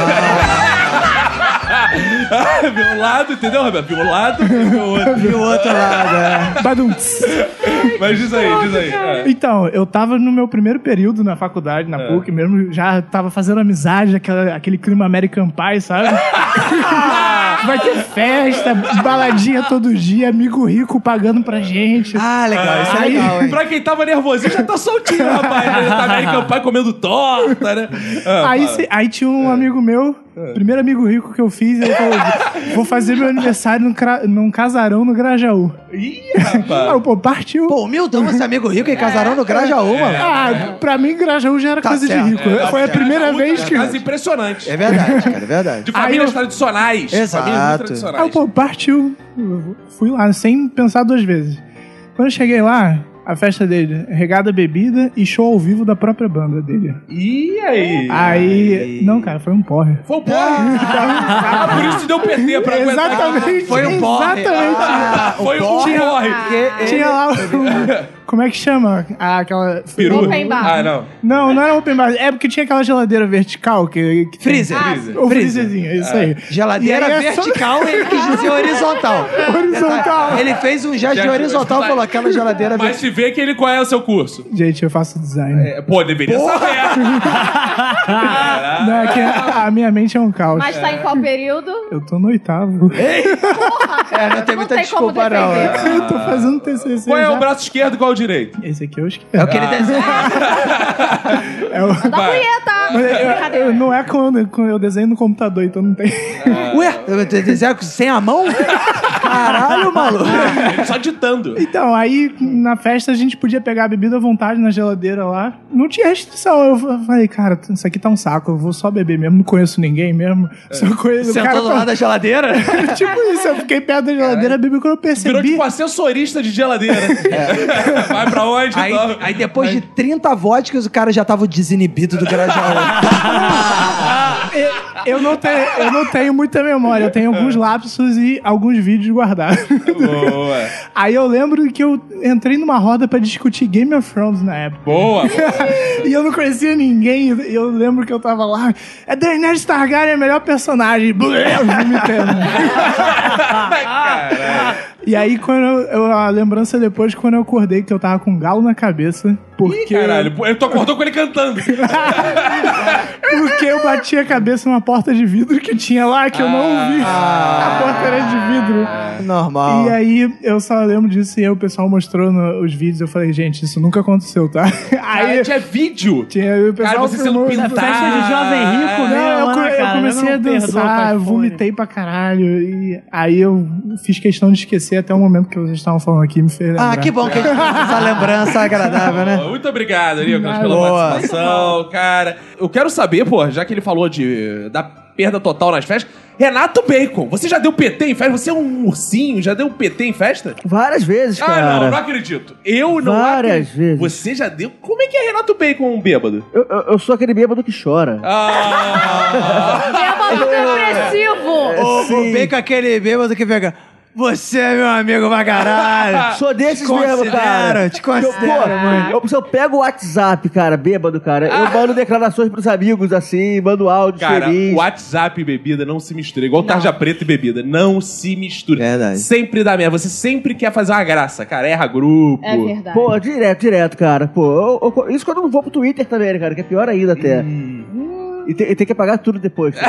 Viu um lado, entendeu, Roberto? Viu um lado e viu o outro.
E o outro lado, é.
Badum-ts.
Mas diz aí, diz aí. É.
Então, eu tava no meu primeiro período na faculdade, na P U C mesmo, já tava fazendo amizade, aquela, aquele clima American Pie, sabe? Vai ter festa, baladinha todo dia, amigo rico pagando pra gente.
Ah, legal, isso é
Aí-
legal, hein?
Pra quem tava nervosinho, já tá soltinho, rapaz. Já tá American Pie comendo torta, né? Ah,
Aí,
fala.
se- aí tinha um amigo meu, primeiro amigo rico que eu fiz, eu falei, vou fazer meu aniversário num, cra- num casarão no Grajaú.
Ih,
Aí,
rapaz.
pô, partiu.
Pô, humildão esse amigo rico e casarão no Grajaú, mano.
Ah, pra mim, Grajaú já era
Tá
coisa
certo.
de rico.
É,
Foi a primeira
Muito-
vez que...
Casa impressionante.
É verdade, cara, é verdade.
De famílias
Aí eu-
tradicionais.
Exato.
Famílias muito
Aí,
tradicionais.
pô, partiu. Eu fui lá, sem pensar duas vezes. Quando eu cheguei lá, a festa dele, regada bebida e show ao vivo da própria banda dele.
E aí?
Aí... Não, cara, foi um porre.
Foi um porre. Ah, por isso te deu P T pra aguentar.
Exatamente.
Foi um porre.
Exatamente.
Ah,
Foi um
porre.
porre.
Porque ele-
Tinha lá um, Como é que chama? Ah, aquela...
Peru?
Open bar.
Ah, não.
Não, não era open bar. É porque tinha aquela geladeira vertical que... que
Freezer.
Ah,
Freezer.
O
Freezer.
freezerzinho, é isso aí.
Geladeira
E aí é só-
vertical, ele quis dizer horizontal.
Horizontal.
Ele fez um gesto de
Já-
horizontal e falou aquela geladeira
Mas se vê que ele qual é o seu curso.
Gente, eu faço design.
É, pô, deveria saber.
Não, é que a minha mente é um caos.
Mas tá em qual período?
Eu tô no oitavo.
Porra, cara.
É, não tem muita
como
desculpa, não.
defender.
Eu tô fazendo T C C
Qual é
já.
o braço esquerdo e qual é o direito?
Esse aqui é o esquerdo.
É o que ele desenha.
É o...
Dá
Vai.
punheta.
Mas eu-
Brincadeira.
eu- não é quando, quando eu desenho no computador, então não tem.
Ué, eu te desenho sem a mão? Caralho, maluco.
Ele só ditando.
Então, aí na festa a gente podia pegar a bebida à vontade na geladeira lá. Não tinha restrição. Eu falei, cara, isso aqui tá um saco, eu vou só beber mesmo. Não conheço ninguém mesmo. Só conheço o cara.
Sentou do lado da geladeira?
Tipo isso, eu fiquei perto da geladeira, bebi quando eu
Virou
percebi.
tipo assessorista de geladeira. Vai pra onde?
Aí,
Então?
aí depois de trinta vodkas, o cara já tava desinibido do Grajaú.
Eu- Eu não, tenho, eu não tenho muita memória, eu tenho alguns lapsos e alguns vídeos guardados.
Boa.
Aí eu lembro que eu entrei numa roda pra discutir Game of Thrones na época.
Boa.
E eu não conhecia ninguém, e eu lembro que eu tava lá. É Daenerys Targaryen, é a melhor personagem. Blé, eu vomitando.
Caralho.
E aí, quando eu, eu- a lembrança depois, quando eu acordei, que eu tava com um galo na cabeça. Porque,
Ih, caralho. Pô, tu acordou com ele cantando.
porque eu bati a cabeça numa porta de vidro que tinha lá, que eu não vi. A porta era de vidro.
Normal.
E aí, eu só lembro disso, e aí o pessoal mostrou no- os vídeos. Eu falei, gente, isso nunca aconteceu, tá?
Aí
Aí
tinha vídeo.
tinha o pessoal
Cara, você sendo
filmou-
pintado.
Festa de jovem rico,
Não,
né?
eu, co-
mano,
eu
cara,
comecei a
não perdoa,
dançar,
pai,
eu
fone.
vomitei pra caralho. E aí eu fiz questão de esquecer até o momento que vocês estavam falando aqui, me fez lembrar.
Ah, que bom que a gente fez essa lembrança agradável, né?
Muito obrigado, Nicolas, pela
Boa.
participação, cara. Eu quero saber, pô, já que ele falou de da perda total nas festas, Renato Bacon, você já deu P T em festa? Você é um ursinho, já deu P T em festa?
Várias vezes,
Ah,
cara.
não, não acredito. Eu não
Várias
acredito.
vezes.
Você já deu? Como é que é Renato Bacon um bêbado?
Eu, eu, eu sou aquele bêbado que chora.
Ah,
Bêbado depressivo.
O,
Sim.
o bacon aquele bêbado que pega. Você é meu amigo pra caralho.
Sou desses
Te
mesmo,
considero,
cara.
te considero,
eu, pô,
mano.
eu, se eu pego o WhatsApp, cara, bêbado, cara, eu mando declarações pros amigos, assim, mando áudio
cara,
feliz.
WhatsApp e bebida não se mistura. Igual tarja preta e bebida. Não se mistura.
Verdade.
Sempre dá merda. Você sempre quer fazer uma graça, cara. Erra grupo.
É verdade.
Pô, direto, direto, cara. Pô, eu- eu- isso quando eu não vou pro Twitter também, né, cara, que é pior ainda até. E, tem, e tem que apagar tudo depois.
Com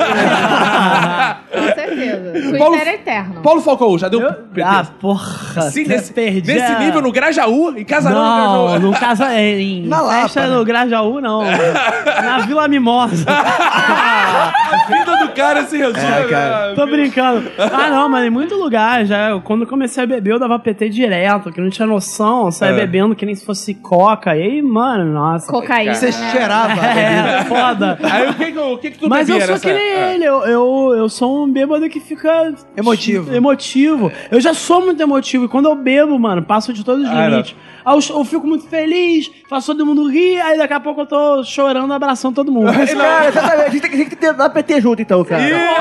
certeza. Twitter
Paulo-
é eterno.
Paulo Falcão, já deu P T?
Ah, porra.
Sim,
até
nesse,
perdi
nesse
a-
nível, no Grajaú, em Casarão no
Não,
Grajaú.
no casa, é, em
Na Lapa,
festa
né?
no Grajaú, não. Na Vila Mimosa.
A vida do cara se resume.
É, cara.
Tô brincando. Ah, não, mas em muito lugar já. Quando eu comecei a beber, eu dava P T direto, que não tinha noção. Saia
É.
bebendo que nem se fosse coca. E aí, mano, nossa.
Cocaína.
Você
né?
cheirava.
É, foda.
Aí o que que, o que, que tu
Mas eu
bebia
sou
nessa
que nem
época?
ele, eu, eu, eu sou um bêbado que fica...
Emotivo.
Emotivo. Eu já sou muito emotivo, e quando eu bebo, mano, passo de todos os
Ah,
limites. Aí eu, eu fico muito feliz, faço todo mundo rir, aí daqui a pouco eu tô chorando, abraçando todo mundo.
Mas, cara, exatamente. A gente tem, que- a gente tem que dar P T junto, então, cara.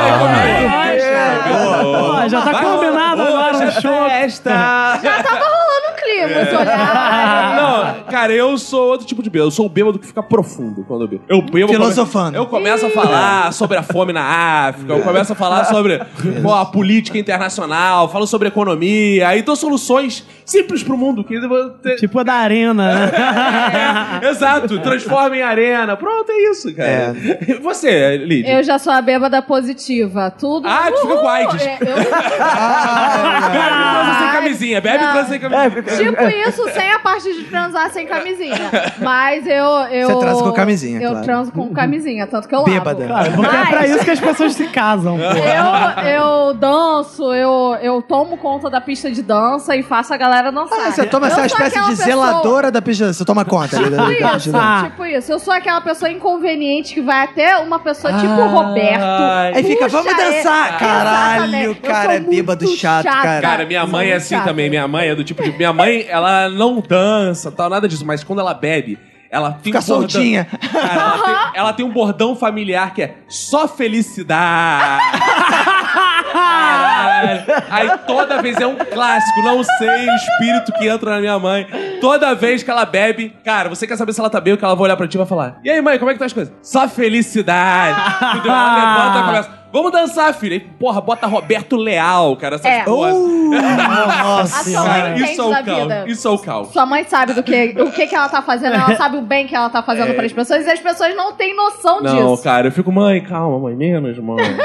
Ó, já tá combinado agora no show.
Festa.
Já tava rolando um clima, os olhares.
Não, cara, eu sou outro tipo de bêbado. Eu sou o bêbado que fica profundo quando eu bebo. Eu bebo...
Filosofando.
Eu começo a falar sobre a fome na África, eu começo a falar sobre pô, a política internacional, falo sobre economia, aí dou soluções simples pro mundo. Que eu vou ter-
Tipo a da arena, né?
É, exato, transforma em arena. Pronto, é isso, cara. E você, Lídia?
Eu já sou a bêbada positiva. Tudo.
Ah, tu fica com AIDS.
É, eu-
Bebe e transa sem camisinha. Bebe e
Não.
transa sem camisinha.
Tipo isso, sem a parte de transar sem camisinha. Mas eu. eu
Você transa com camisinha,
Eu
claro.
transo com camisinha, tanto que eu
Bêbada.
lavo.
Porque é pra
Mas
isso que as pessoas se casam, pô.
eu, eu danço, eu, eu tomo conta da pista de dança e faço a galera dançar.
Ah, você toma
Eu
essa
sou
espécie
aquela
de
pessoa-
zeladora da pista. Você toma conta ali da, da
Tipo
pista
isso,
de dança.
tipo isso. Eu sou aquela pessoa inconveniente que vai até uma pessoa tipo o Roberto.
Aí fica,
puxa
vamos dançar.
ele.
Caralho,
Exatamente.
o cara
Eu
é
sou
bêbado
muito
chato,
chata.
cara.
Cara, minha
Sou
mãe é
muito
assim
chata.
também. Minha mãe é do tipo de. Minha mãe, ela não dança, tal, nada disso. Mas quando ela bebe, ela tem
Fica
um bordão-
soltinha.
Cara, ela, tem, ela tem um bordão familiar que é só felicidade. Caralho, Caralho. Aí toda vez é um clássico, não sei o espírito que entra na minha mãe. Toda vez que ela bebe, cara, você quer saber se ela tá bem ou que ela vai olhar pra ti e vai falar: e aí, mãe, como é que tá as coisas? Só felicidade. Entendeu? Ela levanta a conversa. Vamos dançar, filha. E, porra, bota Roberto Leal, cara, essas
É.
porras.
Nossa
A sua mãe
Cara,
entende
isso é o
da
caos.
vida.
Isso é o caos.
Sua mãe sabe do que, o que, que ela tá fazendo, ela sabe o bem que ela tá fazendo para as pessoas e as pessoas não têm noção
Não,
disso.
cara, eu fico, mãe, calma, mãe, menos, mãe.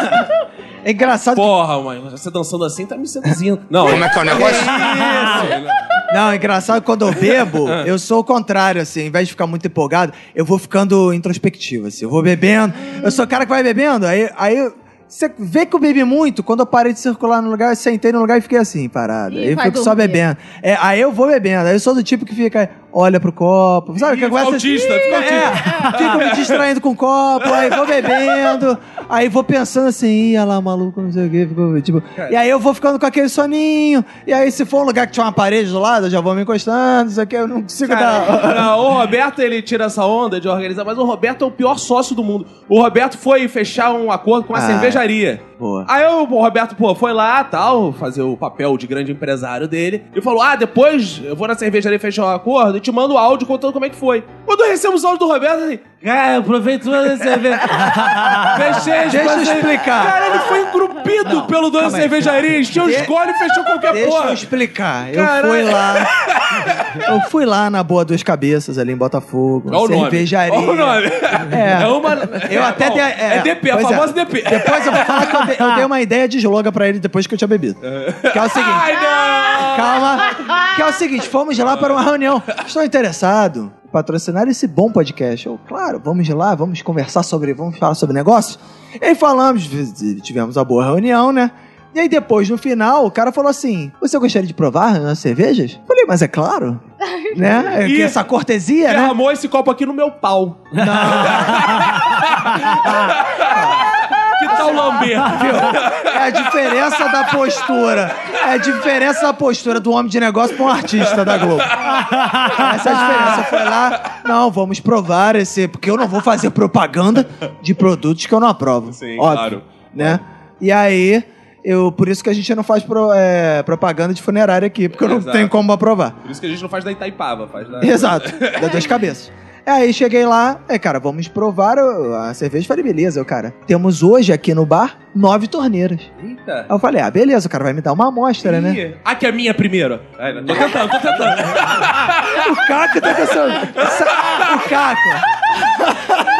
É engraçado que...
Porra, mãe, você dançando assim tá me seduzindo. Não, como é que é o negócio?
Não, é engraçado que quando eu bebo, eu sou o contrário, assim. Em vez de ficar muito empolgado, eu vou ficando introspectivo, assim. Eu vou bebendo. Eu sou o cara que vai bebendo, aí... aí você vê que eu bebi muito, quando eu parei de circular no lugar, eu sentei no lugar e fiquei assim, parado.
Ih,
Aí eu
vai
fico só
dormir.
bebendo. É, aí eu vou bebendo. Aí eu sou do tipo que fica, olha pro copo. Sabe? Que
Ih,
começa
autista, fica
é, fico me distraindo com o copo, aí vou bebendo. Aí vou pensando assim, ih, olha lá, maluco, não sei o quê. Fico, tipo, e aí eu vou ficando com aquele soninho. E aí se for um lugar que tinha uma parede do lado, eu já vou me encostando, isso aqui eu não consigo dar...
Cara, não, o Roberto, ele tira essa onda de organizar, mas o Roberto é o pior sócio do mundo. O Roberto foi fechar um acordo com uma
Ah,
cervejaria.
boa.
Aí o Roberto, pô, foi lá, tal, fazer o papel de grande empresário dele. E falou, ah, depois eu vou na cervejaria fechar um acordo e te mando o áudio contando como é que foi. Quando eu recebo os áudios do Roberto, assim, cara, aproveitou a cerveja. Fechei,
Deixa eu
passei.
explicar.
Cara, ele foi engrupido
Não,
pelo dono da
calma aí.
cervejaria, encheu os
De-
goles e fechou qualquer
Deixa
porra.
eu explicar. Eu
Caralho.
fui lá. Eu fui lá na Boa Duas Cabeças, ali em Botafogo.
Olha o nome.
cervejaria.
Olha o nome.
É.
É uma...
Eu até
bom,
dei.
É, D P, a
pois
famosa D P.
Depois eu vou falar que eu dei, eu dei uma ideia de slogan pra ele depois que eu tinha bebido. Que é o seguinte.
Ai, não!
Calma. Que é o seguinte: fomos lá para uma reunião. Estou interessado em patrocinar esse bom podcast. Eu, claro, vamos lá, vamos conversar sobre. Vamos falar sobre negócio. E aí falamos, tivemos uma boa reunião, né? E aí depois, no final, o cara falou assim: você gostaria de provar as cervejas? Eu falei, mas é claro. Né? É que
E
essa cortesia, né?
derramou esse copo aqui no meu pau. Que tal lamber?
É a diferença da postura. É a diferença da postura do homem de negócio pra um artista da Globo. Essa é a diferença. Eu fui lá, não, vamos provar esse... Porque eu não vou fazer propaganda de produtos que eu não aprovo.
Sim,
óbvio,
claro.
Né? E aí, eu, por isso que a gente não faz pro- é, propaganda de funerária aqui, porque eu não
Exato.
tenho como aprovar.
Por isso que a gente não faz da Itaipava, faz da...
Exato, da Duas Cabeças. Aí cheguei lá, é, cara, vamos provar a cerveja. Falei, beleza, eu, cara, temos hoje aqui no bar nove torneiras.
Eita.
Aí eu falei, ah, beleza, o cara vai me dar uma amostra, né?
Ih, Ah, que é a minha primeiro. Ai, tô tentando, tô tentando.
O Caco tá pensando. O Caco.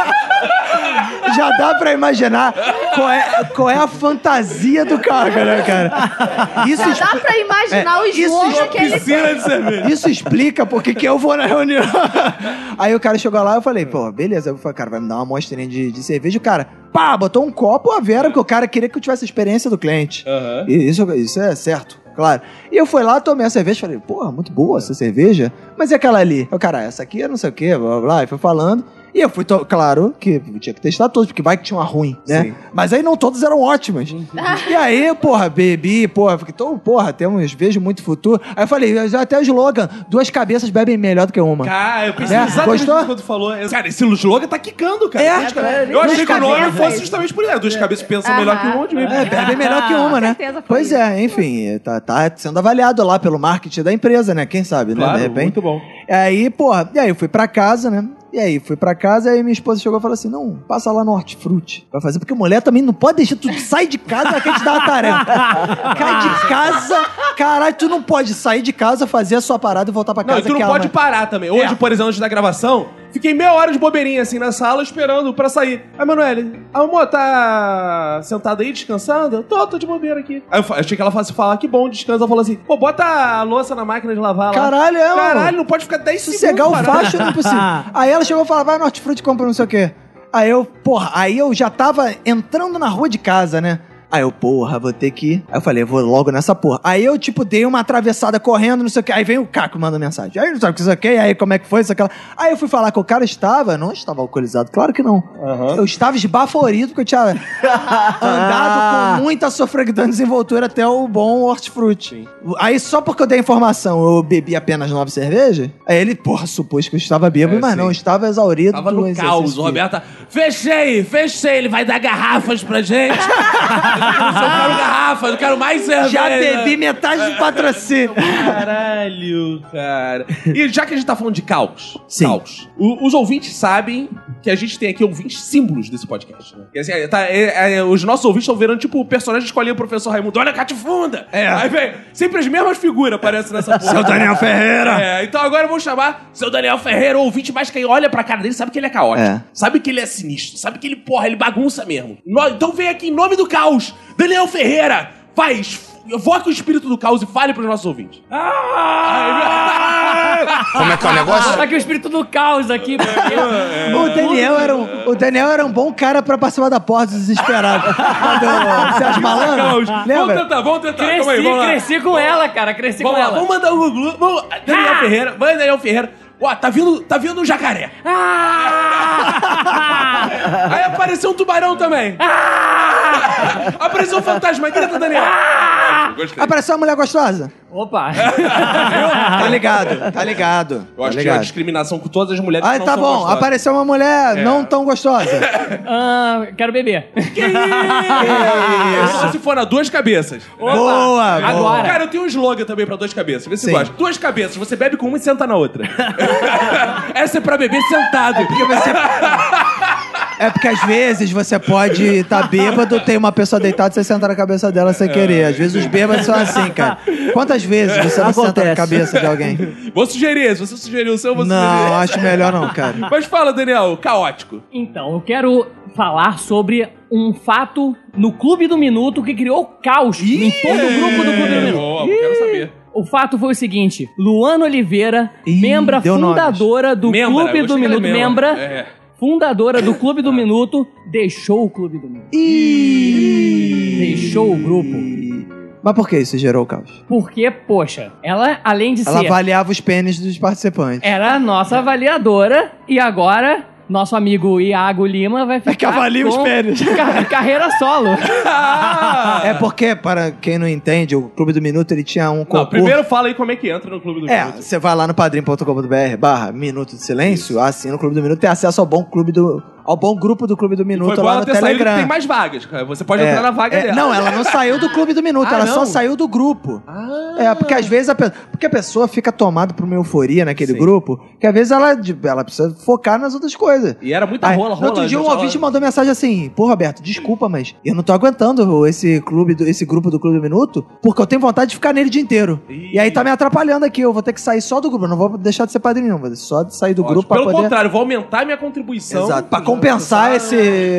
Já dá pra imaginar qual é, qual é a fantasia do Caco, né, cara? Isso,
Já
expli-
dá pra imaginar
É,
o
isso
slogan que ele
Piscina de cerveja.
isso explica porque que eu vou na reunião. Aí o cara chegou lá e eu falei, pô, beleza. Eu falei, cara, vai me dar uma amostrinha de, de cerveja. O cara, pá, botou um copo a Vera, porque o cara queria que eu tivesse a experiência do cliente.
Aham.
E Isso, isso é certo, claro. E eu fui lá, tomei a cerveja, falei, porra, muito boa essa cerveja. Mas e aquela ali? Eu, cara, essa aqui é não sei o quê, blá, blá, blá. E foi falando. E eu fui, to- claro, que eu tinha que testar todos, porque vai que tinha uma ruim, né?
Sim.
Mas aí não todas eram ótimas. E aí, porra, bebi, porra, fiquei, então, porra, temos, vejo muito futuro. Aí eu falei, já até o slogan, duas cabeças bebem melhor do que uma.
Cara, eu pensei
É,
exatamente
gostou?
nisso quando tu falou. Cara, esse slogan tá quicando, cara.
É,
Duas
é,
cabeças.
é,
eu achei
duas
que o nome
cabeças.
fosse justamente por isso. Duas cabeças pensam melhor que um monte de
É, bebe melhor que uma,
Com
né?
certeza foi
Pois
isso.
é, enfim, tá, tá sendo avaliado lá pelo marketing da empresa, né? Quem sabe, né?
Claro,
De repente.
muito bom.
Aí, porra, e aí eu fui pra casa, né? E aí, fui pra casa, aí minha esposa chegou e falou assim, não, passa lá no Hortifruti. Vai fazer, porque mulher também não pode deixar, tu sai de casa, ela quer te dar uma tarefa. Cai de casa, caralho, tu não pode sair de casa, fazer a sua parada e voltar pra
Não,
casa.
e tu
que
não
ela
pode parar também. Hoje,
É.
por exemplo, antes da gravação, fiquei meia hora de bobeirinha assim na sala esperando pra sair. Aí, Manoel, a amor tá sentada aí descansando? Tô, tô de bobeira aqui. Aí eu fa- achei que ela fosse falar, que bom, descansa. Ela falou assim, pô, bota a louça na máquina de lavar lá.
Caralho, é, mano.
Caralho, não pode ficar dez segundos
Sossegar o
parado.
facho não é possível. Aí ela chegou e falou, vai no Hortifruti e compra não sei o quê. Aí eu, porra, aí eu já tava entrando na rua de casa, né? Aí eu, porra, vou ter que ir. Aí eu falei, vou logo nessa porra. Aí eu, tipo, dei uma atravessada correndo, não sei o quê. Aí vem o Caco mandando mensagem. Aí não sabe o que isso aqui, aí como é que foi, isso aquela. Aí eu fui falar que o cara estava, não estava alcoolizado, claro que não. Eu estava esbaforido, porque eu tinha andado com muita sofreguidão de desenvoltura até o bom hortifruti. Aí só porque eu dei a informação, eu bebi apenas nove cervejas, aí ele, porra, supôs que eu estava bêbado,
É,
mas
sim.
não, eu estava exaurido.
Tava
do
no
exercício
caos. O
físico.
Roberto tá, fechei, fechei. Ele vai dar garrafas pra gente. Eu quero garrafa, eu quero mais cerveja.
Já bebi metade do patrocínio.
Caralho, cara. E já que a gente tá falando de caos,
Sim.
caos, o- os ouvintes sabem que a gente tem aqui ouvintes símbolos desse podcast, né? E assim, tá, é, é, os nossos ouvintes estão virando, tipo, o personagem escolhido o professor Raimundo. Olha a Catifunda!
É.
Aí, vem, sempre as mesmas figuras aparecem nessa porra.
Seu Daniel Ferreira.
É, então agora vamos chamar seu Daniel Ferreira, o ouvinte mais que olha pra cara dele, sabe que ele é caótico.
É.
Sabe que ele é sinistro. Sabe que ele, porra, ele bagunça mesmo. No- então vem aqui em nome do caos, Daniel Ferreira, faz... Evoque o espírito do caos e fale pros nossos ouvintes.
Como é que é o negócio?
Tá aqui o espírito do caos aqui.
O Daniel, era um, o Daniel era um bom cara pra participar da porta desesperado. Quando o Sérgio Malandro,
Vamos
lembra?
tentar, vamos tentar. Calma aí,
Cresci,
vamos lá.
cresci com ela, cara. Cresci
Vamos
com
lá,
ela.
vamos mandar o Gugu. Vamos, Daniel Ferreira, vai Daniel Ferreira. Ó, tá vindo, tá vindo um jacaré. Aí apareceu um tubarão também. Apareceu um fantasma. Grita, Daniel. Gostei.
Apareceu uma mulher gostosa?
Opa.
Tá ligado, tá ligado.
Eu acho
tá
que é uma
ligado.
discriminação com todas as mulheres
Ah,
que não
tá
são
bom.
gostosas.
Apareceu uma mulher não tão gostosa.
Ah, quero beber.
Que isso? Só se for na duas cabeças.
Boa, boa.
Agora.
Cara, eu tenho um slogan também pra duas cabeças. Vê se
Sim.
você gosta. Duas cabeças, você bebe com uma e senta na outra. Essa é pra beber sentado.
Porque você... É porque às vezes você pode estar tá bêbado, tem uma pessoa deitada e você senta na cabeça dela sem querer. Às vezes os bêbados são assim, cara. Quantas vezes você não senta na cabeça de alguém?
Vou sugerir, se você sugeriu o seu, eu vou
Não,
sugerir.
acho melhor não, cara.
Mas fala, Daniel, caótico.
Então, eu quero falar sobre um fato no Clube do Minuto que criou caos em todo o grupo do Clube do Minuto.
Ó, quero saber.
O fato foi o seguinte: Luana Oliveira,
Ih,
membra
deu
fundadora do
Membra,
Clube
eu
do
achei que era
Minuto,
membra.
membra,
É.
fundadora do Clube do Minuto, deixou o Clube do Minuto.
Ih.
Deixou o grupo.
Mas por que isso gerou o caos?
Porque, poxa, ela, além de
Ela
ser...
avaliava os pênis dos participantes.
Era a nossa avaliadora e agora nosso amigo Iago Lima vai ficar
que avalia os
com
pênis.
ca- carreira solo.
É porque, para quem não entende, o Clube do Minuto ele tinha um
Não,
concurso...
primeiro fala aí como é que entra no Clube do
É,
Minuto.
você vai lá no padrim ponto com ponto b r barra Minuto de Silêncio, assina o Clube do Minuto, tem acesso ao bom clube do... ao bom grupo do Clube do Minuto
Foi bom
lá
ela
no
ter saído que
Telegram.
tem mais vagas, cara. Você pode
É,
entrar na vaga
é,
dela.
Não, ela não saiu do Clube do Minuto,
Ah,
ela
não?
só saiu do grupo.
Ah.
É, porque às vezes a, pe- porque a pessoa fica tomada por uma euforia naquele
Sim.
grupo, que às vezes ela, ela precisa focar nas outras coisas.
E era muita
Aí,
rola,
no
rola.
outro dia um
gente,
ouvinte
ela-
mandou mensagem assim: pô, Roberto, desculpa, mas eu não tô aguentando esse clube, do, esse grupo do Clube do Minuto, porque eu tenho vontade de ficar nele o dia inteiro.
Ih.
E aí tá me atrapalhando aqui, eu vou ter que sair só do grupo, eu não vou deixar de ser padrinho, não, vou só de sair do
Ótimo.
grupo pra
Pelo
poder...
contrário, eu vou aumentar minha contribuição.
Exato, pra compensar esse...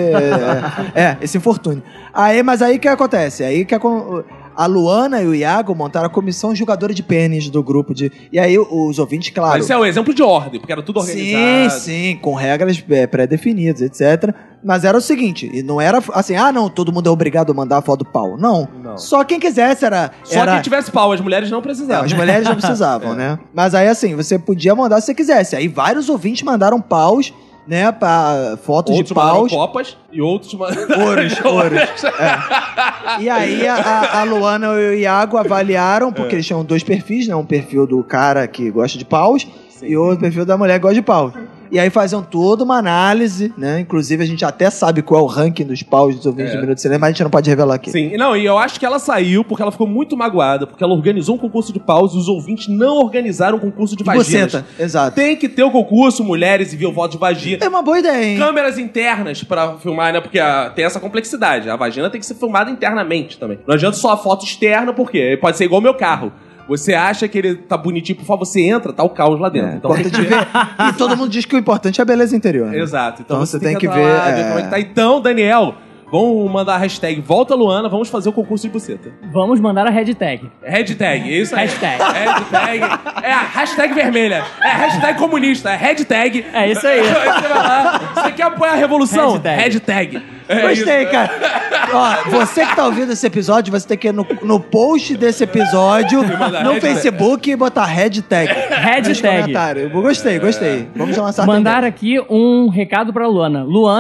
É, esse infortúnio. Aí, mas aí o que acontece? Aí que acon- a Luana e o Iago montaram a comissão julgadora de pênis do grupo de... E aí os ouvintes, claro...
Mas isso é um exemplo de ordem, porque era tudo
Sim,
organizado.
sim, com regras é, pré-definidas, etcétera. Mas era o seguinte, e não era assim, ah, não, todo mundo é obrigado a mandar a foto do pau. Não.
Não.
Só quem quisesse era...
Só
era...
quem tivesse pau, as mulheres não
Não,
precisavam.
as mulheres não precisavam, né? Mas aí, assim, você podia mandar se você quisesse. Aí vários ouvintes mandaram paus, né, pra fotos
Outros
de
mandaram
paus.
copas e outros mandaram...
Ouros, ouros. É. E aí a, a- a Luana e o Iago avaliaram, porque eles tinham dois perfis, né? Um perfil do cara que gosta de paus e outro perfil da mulher que gosta de paus. E aí faziam toda uma análise, né? Inclusive a gente até sabe qual é o ranking dos paus dos ouvintes
É.
do Minuto de Silêncio, mas a gente não pode revelar aqui.
Sim, não, e eu acho que ela saiu porque ela ficou muito magoada, porque ela organizou um concurso de paus e os ouvintes não organizaram um concurso de vaginas.
Buceta, exato.
Tem que ter o concurso, mulheres enviam voto de vagina.
É uma boa ideia, hein?
Câmeras internas pra filmar, né? Porque ah, tem essa complexidade. A vagina tem que ser filmada internamente também. Não adianta só a foto externa, porque pode ser igual o meu carro. Você acha que ele tá bonitinho, por favor, você entra, tá o caos lá dentro.
É,
então tem
importante
que
ver. E todo mundo diz que o importante é a beleza interior. Né?
Exato. Então,
Então
você,
você
tem,
tem
que,
que
entrar
ver,
lá,
é.
ver como é que tá. Então, Daniel, vamos mandar a hashtag Volta Luana, vamos fazer o concurso de buceta.
Vamos mandar a hashtag.
Hashtag, é isso aí.
Hashtag.
Hashtag. É a hashtag vermelha. É a hashtag comunista. É hashtag.
É isso aí.
Aí você vai lá. Você quer apoiar a revolução?
Hashtag.
Hashtag. É
Gostei,
isso.
cara. Ó, você que tá ouvindo esse episódio, você tem que ir no, no post desse episódio,
mandar
no
hashtag.
Facebook e botar hashtag. Nos
Hashtag.
comentários. Eu gostei, gostei. Vamos lançar a
Mandar aqui um recado pra Luana. Luana,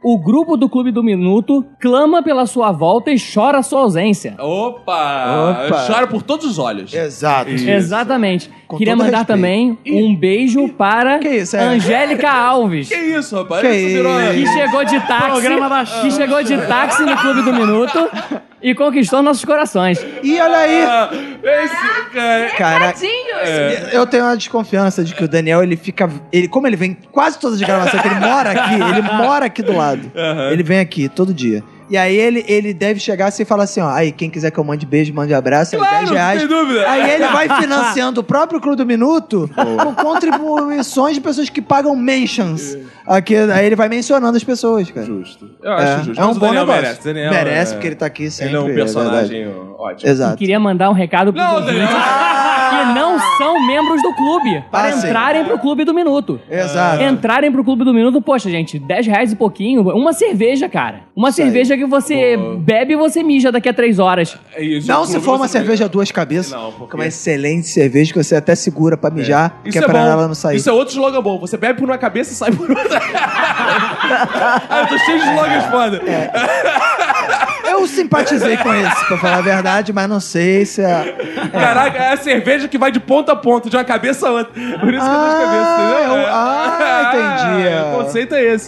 o grupo do Clube do Minuto clama pela sua volta e chora a sua ausência.
Opa!
Opa.
Chora por todos os olhos.
Exato.
Exatamente.
Com
Queria
todo
mandar
respeito.
também um beijo para
Que isso, é?
Angélica Alves.
Que isso, rapaz?
Que
Isso virou...
Que chegou de táxi,
Programa da
que chegou de táxi no Clube do Minuto e conquistou nossos corações.
E olha aí.
Ah, esse cara...
Cara,
Tadinhos.
eu tenho uma desconfiança de que o Daniel, ele fica... Ele, como ele vem quase todas as gravações, que ele mora aqui, ele mora aqui do lado. Ele vem aqui todo dia. E aí ele, ele deve chegar assim e falar assim, ó, aí quem quiser que eu mande beijo, mande abraço, aí
Claro,
dez reais.
sem dúvida.
Aí ele vai financiando o próprio Clube do Minuto com contribuições de pessoas que pagam mentions. Aqui, aí ele vai mencionando as pessoas, cara.
Justo. Eu acho
É,
justo.
é um
Mas o
bom
Daniel
negócio.
merece. Daniel
merece,
é-
porque ele tá aqui sempre.
Ele é um
é
personagem
verdade.
ótimo.
Exato.
Queria mandar um recado pros
Não,
ouvintes
Daniel.
que não são membros do clube, para
Ah, sim.
entrarem pro Clube do Minuto.
Exato.
Entrarem pro Clube do Minuto, poxa, gente, dez reais e pouquinho, uma cerveja, cara. Uma
Isso aí.
cerveja que você bebe e você mija daqui a três horas.
É isso,
Não
o
se
clube
for uma
você-
cerveja duas cabeças,
Não, porque-
que é uma excelente cerveja que você até segura pra mijar, que é pra
bom.
ela não sair.
Isso é outro slogan bom. Você bebe por uma cabeça e sai por outra. Ah, eu tô cheio de slogans foda.
Eu simpatizei com esse, pra falar a verdade, mas não sei se é...
Caraca, é a cerveja que vai de ponta a ponta, de uma cabeça a outra. Por isso que é duas
Ah,
cabeças, entendeu?
eu- ah, entendi.
Ah, o conceito é esse.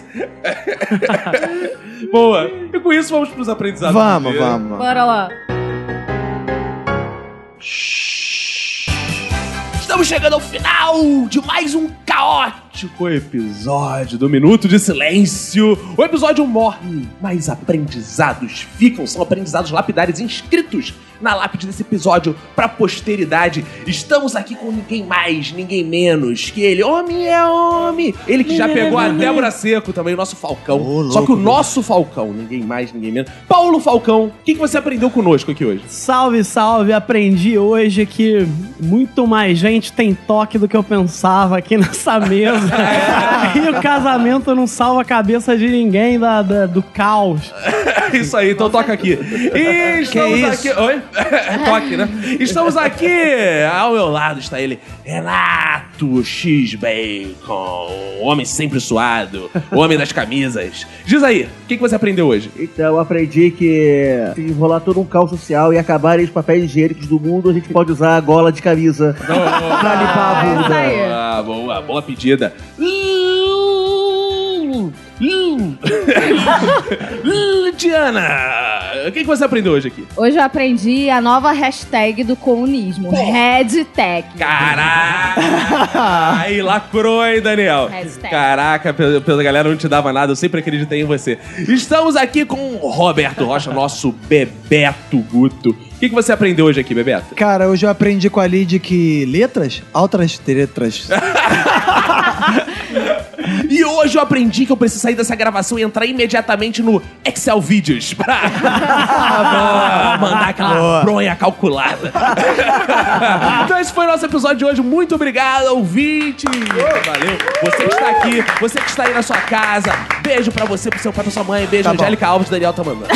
Boa. E com isso, vamos pros aprendizados. do
Vamos,
dia.
vamos.
Bora lá.
Estamos chegando ao final de mais um caótico episódio do Minuto de Silêncio. O episódio morre, mas aprendizados ficam. São aprendizados lapidares inscritos na lápide desse episódio pra posteridade. Estamos aqui com ninguém mais, ninguém menos que ele. Homem é homem! Ele que já pegou a Débora Seco também, o nosso Falcão.
Ô, louco,
Só que o
velho.
nosso Falcão, ninguém mais, ninguém menos. Paulo Falcão, o que, que você aprendeu conosco aqui hoje?
Salve, salve! Aprendi hoje que muito mais gente tem toque do que eu pensava aqui nessa mesa. E o casamento não salva a cabeça de ninguém da, da- do caos.
Isso aí, então toca aqui. E estamos
isso?
aqui. Oi? Toque, né? Estamos aqui. Ao meu lado está ele, Renato X Bacon. O homem sempre suado. O homem das camisas. Diz aí, o que, que você aprendeu hoje?
Então, eu aprendi que se enrolar todo um caos social e acabarem os papéis higiênicos do mundo, a gente pode usar a gola de camisa pra limpar a
É isso
bunda.
aí.
Ah, boa, boa pedida. Diana, o que, que você aprendeu hoje aqui?
Hoje eu aprendi a nova hashtag do comunismo. Hashtag.
Caraca! Aí, lacrou, hein, Daniel?
Hashtag.
Caraca, pela, pela galera não te dava nada, eu sempre acreditei em você. Estamos aqui com o Roberto Rocha, nosso Bebeto Guto. O que, que você aprendeu hoje aqui, Bebeto?
Cara, hoje eu aprendi com a Lid que letras, outras letras.
E hoje eu aprendi que eu preciso sair dessa gravação e entrar imediatamente no Excel Vídeos pra mandar aquela bronha calculada. Então esse foi o nosso episódio de hoje. Muito obrigado, ouvinte. Valeu. Você que está aqui, você que está aí na sua casa. Beijo pra você, pro seu pai, pra sua mãe. Beijo,
Tá bom.
Angélica Alves, Daniel tá mandando.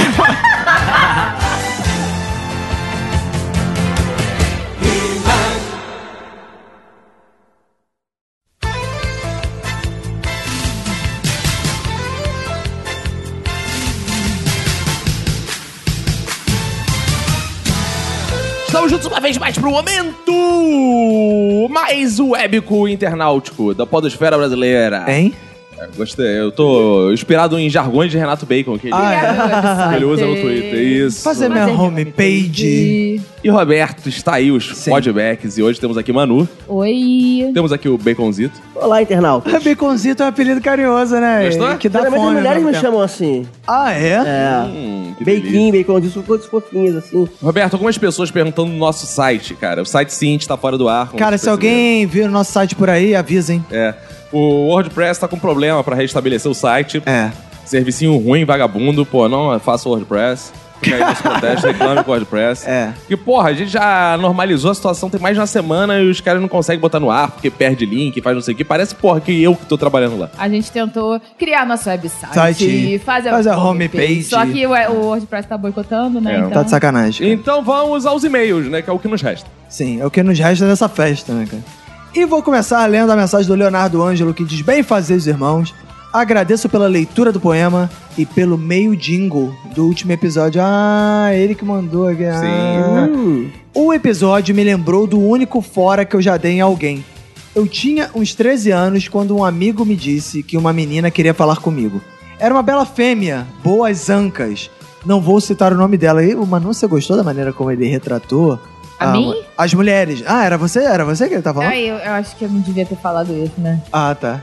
Estamos juntos uma vez mais pro momento mais wébico internautico da podosfera brasileira.
Hein?
É, gostei, eu tô inspirado em jargões de Renato Bacon, que ele,
Ah,
que ele usa no Twitter. Isso.
Fazer minha homepage.
E Roberto, está aí os
Sim.
podbacks. E hoje temos aqui Manu,
Oi.
temos aqui o Baconzito.
Olá, internauta.
Baconzito é um apelido carinhoso, né?
Gostou?
Que dá
Geralmente
fome.
as mulheres
ao
me
mesmo tempo.
chamam assim.
Ah, é?
É.
Hum, que delícia.
Bacon, bacon, são coisas fofinhas, assim.
Roberto, algumas pessoas perguntando no nosso site, cara. O site sim, a gente tá fora do ar. como
Cara,
vocês
se alguém vir no nosso site por aí, avisem.
perceberam. É. O WordPress tá com problema pra restabelecer o site.
É.
Servicinho ruim, vagabundo. Pô, não faça o WordPress. Fica aí nos protestos, reclame com o WordPress.
É.
Porque, porra, a gente já normalizou a situação tem mais de uma semana e os caras não conseguem botar no ar porque perde link, faz não sei o que. Parece, porra, que eu que tô trabalhando lá.
A gente tentou criar nosso website,
Site.
fazer
Fazer
a
a homepage.
Só que o, o WordPress tá boicotando, né?
É,
então...
Tá de sacanagem. cara.
Então vamos aos e-mails, né? Que é o que nos resta.
Sim, é o que nos resta dessa festa, né, cara? E vou começar lendo a mensagem do Leonardo Ângelo, que diz: bem fazer os irmãos. Agradeço pela leitura do poema e pelo meio jingle do último episódio. Ah, ele que mandou aqui. Ah.
Sim.
O episódio me lembrou do único fora que eu já dei em alguém. Eu tinha uns treze anos quando um amigo me disse que uma menina queria falar comigo. Era uma bela fêmea, boas ancas. Não vou citar o nome dela. E o Manu, você gostou da maneira como ele retratou?
A mim?
As mulheres. Ah, era você? Era você que ele tá falando?
Ah, eu, eu acho que eu não devia ter falado isso, né?
Ah, tá.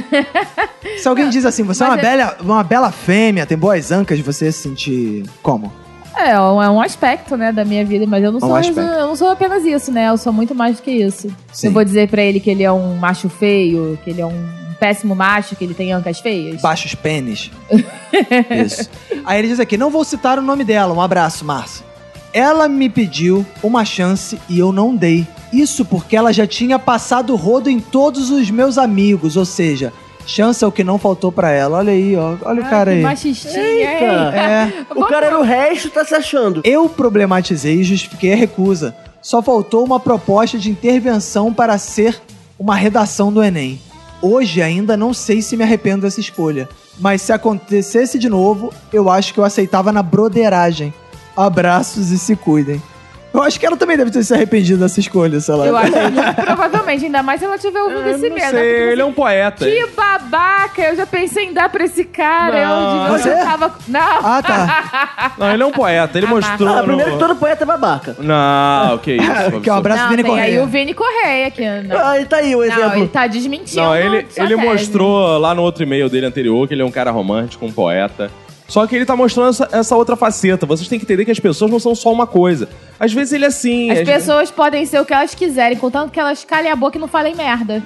Se alguém diz assim, você é uma,
Mas
bela, uma bela fêmea, tem boas ancas, você se sentir como?
É, é um, é um aspecto, né, da minha vida, mas eu não,
Um
sou,
aspecto.
eu não sou apenas isso, né? Eu sou muito mais do que isso.
Sim.
Eu vou dizer pra ele que ele é um macho feio, que ele é um péssimo macho, que ele tem ancas feias.
Baixos pênis. Isso. Aí ele diz aqui, não vou citar o nome dela, um abraço, Márcia. Ela me pediu uma chance e eu não dei. Isso porque ela já tinha passado o rodo em todos os meus amigos, ou seja, chance é o que não faltou pra ela. Olha aí, ó. Olha o
Ai,
cara
que
aí.
machistinha,
Eita.
hein?
É.
O cara era o resto, tá se achando.
Eu problematizei e justifiquei a recusa. Só faltou uma proposta de intervenção para ser uma redação do Enem. Hoje ainda não sei se me arrependo dessa escolha, mas se acontecesse de novo, eu acho que eu aceitava na broderagem. Abraços e se cuidem. Eu acho que ela também deve ter se arrependido dessa escolha, sei lá.
Eu acho que provavelmente, ainda mais se ela tiver ouvindo esse
Não
merda.
sei,
porque
ele é um poeta.
Que babaca! Eu já pensei em dar pra esse cara.
Não.
Eu,
Você?
eu tava. Não!
Ah, tá.
Não, ele é um poeta. Ele
Ah,
mostrou.
Ah,
no-
primeiro que todo poeta é babaca.
Não, que isso.
Que é um abraço
Não,
do Vini
tem aí
Correia.
o Vini Correia aqui. Não,
Ah, e tá aí o
não
exemplo.
ele tá desmentindo.
Não, ele,
sua
ele
tese.
mostrou lá no outro e-mail dele anterior que ele é um cara romântico, um poeta. Só que ele tá mostrando essa, essa outra faceta. Vocês têm que entender que as pessoas não são só uma coisa. Às vezes ele é assim.
As
às
pessoas podem ser o que elas quiserem, contanto que elas calem a boca e não falem merda.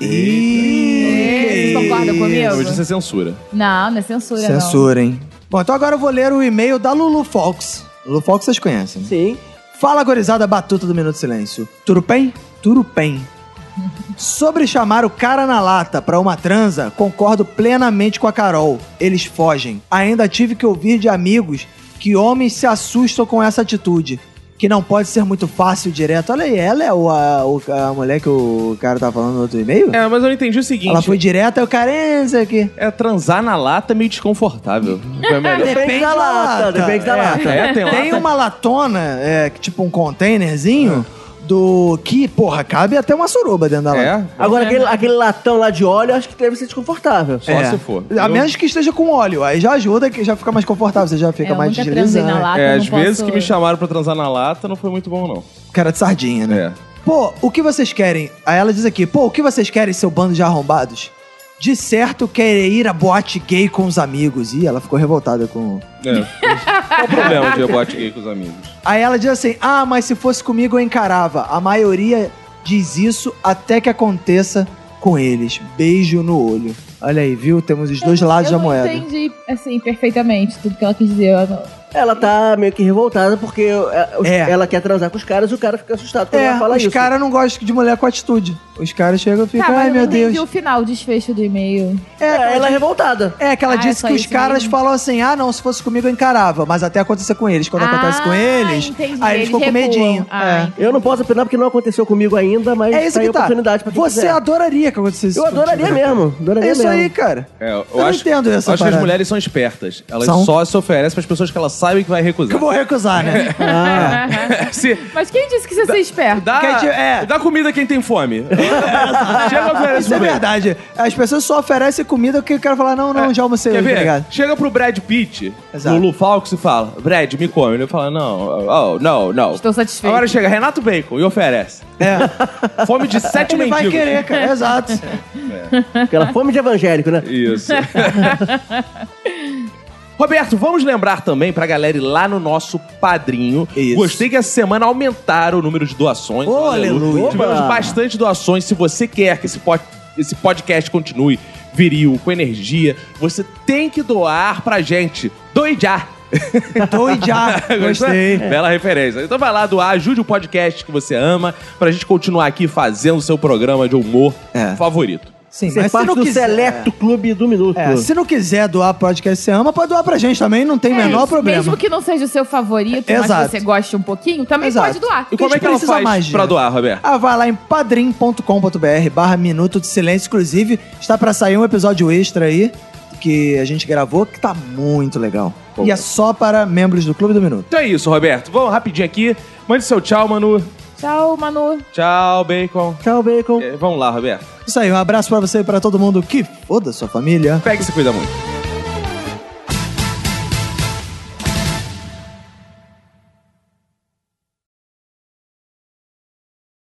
Vocês concordam comigo?
Hoje isso é censura.
Não, não é censura,
Censura, hein? Bom, então agora eu vou ler o e-mail da Lulu Fox. Lulu Fox vocês conhecem, né?
Sim.
Fala, gorizada batuta do Minuto de Silêncio. Tudo bem? Tudo bem. Sobre chamar o cara na lata pra uma transa, concordo plenamente com a Carol. Eles fogem. Ainda tive que ouvir de amigos que homens se assustam com essa atitude. Que não pode ser muito fácil direto. Olha aí, ela é o, a, o- a mulher que o cara tá falando no outro e-mail?
É, mas eu não entendi o seguinte.
Ela foi direta e o cara, é, isso aqui.
É, transar na lata é meio desconfortável. É melhor.
Depende da lata, depende da lata.
É, tem
Tem
lata.
uma latona, é, que tipo um containerzinho, do que, porra, cabe até uma suruba dentro da lata.
É?
Agora, aquele, aquele latão lá de óleo, eu acho que deve ser desconfortável.
Só
É.
se for.
A
Eu-
menos que esteja com óleo, aí já ajuda, que já fica mais confortável, você já fica
Eu
mais
nunca transei na
deslizante.
lata.
É,
eu
às
não
vezes
posso-
que me chamaram pra transar na lata não foi muito bom, não.
Cara de sardinha, né?
É.
Pô, o que vocês querem? Aí ela diz aqui, pô, o que vocês querem, seu bando de arrombados? De certo, querem ir a boate gay com os amigos. Ih, ela ficou revoltada com...
É. Qual o problema de boate gay com os amigos?
Aí ela diz assim, ah, mas se fosse comigo eu encarava. A maioria diz isso até que aconteça com eles. Beijo no olho. Olha aí, viu? Temos os dois lados
eu
da
não
moeda.
entendi, assim, perfeitamente tudo que ela quis dizer. Eu não-
Ela tá meio que revoltada porque é, os-
É.
ela quer transar com os caras e o cara fica assustado quando
É,
ela fala
os
isso.
caras não gostam de mulher com atitude. Os caras chegam e ficam,
Tá, mas
ai
eu
meu
não entendi
Deus.
o final, o desfecho do e-mail.
É, ela é revoltada.
É, que ela
Ah, é
disse
só
que os
isso
caras
mesmo?
falam assim, ah não, se fosse comigo eu encarava. Mas até acontecer com eles. Quando acontece com
Ah,
eles,
entendi,
aí eles
eles
ficam com
recuam.
medinho.
Ah,
é.
entendi.
Eu não posso opinar porque não aconteceu comigo ainda, mas
É isso
tá aí
que tá.
oportunidade pra quem
Você
quiser.
adoraria que acontecesse
Eu
isso
adoraria
contigo, né,
mesmo,
cara?
adoraria
É isso
mesmo.
aí, cara.
É, eu,
Eu não
acho,
entendo essa
acho que as
parada.
mulheres são espertas. Elas
São?
só se oferecem pras pessoas que elas sabem que vai recusar.
Que eu vou recusar, né?
Se,
Mas quem disse que você é esperto?
dá,
Quem te- é.
dá comida a quem tem fome. Chega e oferece
Isso é
pro Brad.
verdade. As pessoas só oferecem comida que o cara fala, não, não, já almocei
Quer
hoje,
ver?
obrigado.
Chega pro Brad Pitt,
Exato.
no Lu Falcos e fala, Brad, me come. Ele fala, não, oh, não, não.
Estou satisfeito.
Agora chega Renato Bacon e oferece.
É.
Fome de sete
Ele vai
mendigos.
querer, cara. Exato.
Aquela fome de evangélico, né?
Isso. Roberto, vamos lembrar também pra galera ir lá no nosso padrinho.
Isso.
Gostei que essa semana aumentaram o número de doações.
Oh, aleluia.
Tivemos
Oba.
bastante doações. Se você quer que esse, pod- esse podcast continue viril, com energia, você tem que doar pra gente. Doe já!
Doe já. Gostei.
Bela referência. Então vai lá doar, ajude o podcast que você ama, pra gente continuar aqui fazendo o seu programa de humor
É.
favorito.
Sim,
Ser
mas se
parte
não
do
quiser...
seleto clube do minuto.
É, se não quiser doar podcast que você ama, pode doar pra gente também, não tem o menor
É,
problema.
Mesmo que não seja o seu favorito,
Exato.
mas você goste um pouquinho, também
Exato.
pode doar.
E como é que ela
precisa
faz
mais
pra
dinheiro.
doar, Roberto?
Ah, vai lá em padrim.com.br barra Minuto de Silêncio. Inclusive, está pra sair um episódio extra aí, que a gente gravou, que tá muito legal. Pô. E é só para membros do Clube do Minuto.
Então é isso, Roberto. Vamos rapidinho aqui. Mande seu tchau, Manu.
Tchau, Manu.
Tchau, Bacon.
Tchau, Bacon.
É, vamos lá, Roberto.
Isso aí, um abraço pra você e pra todo mundo que foda sua família.
Pega e se cuida muito.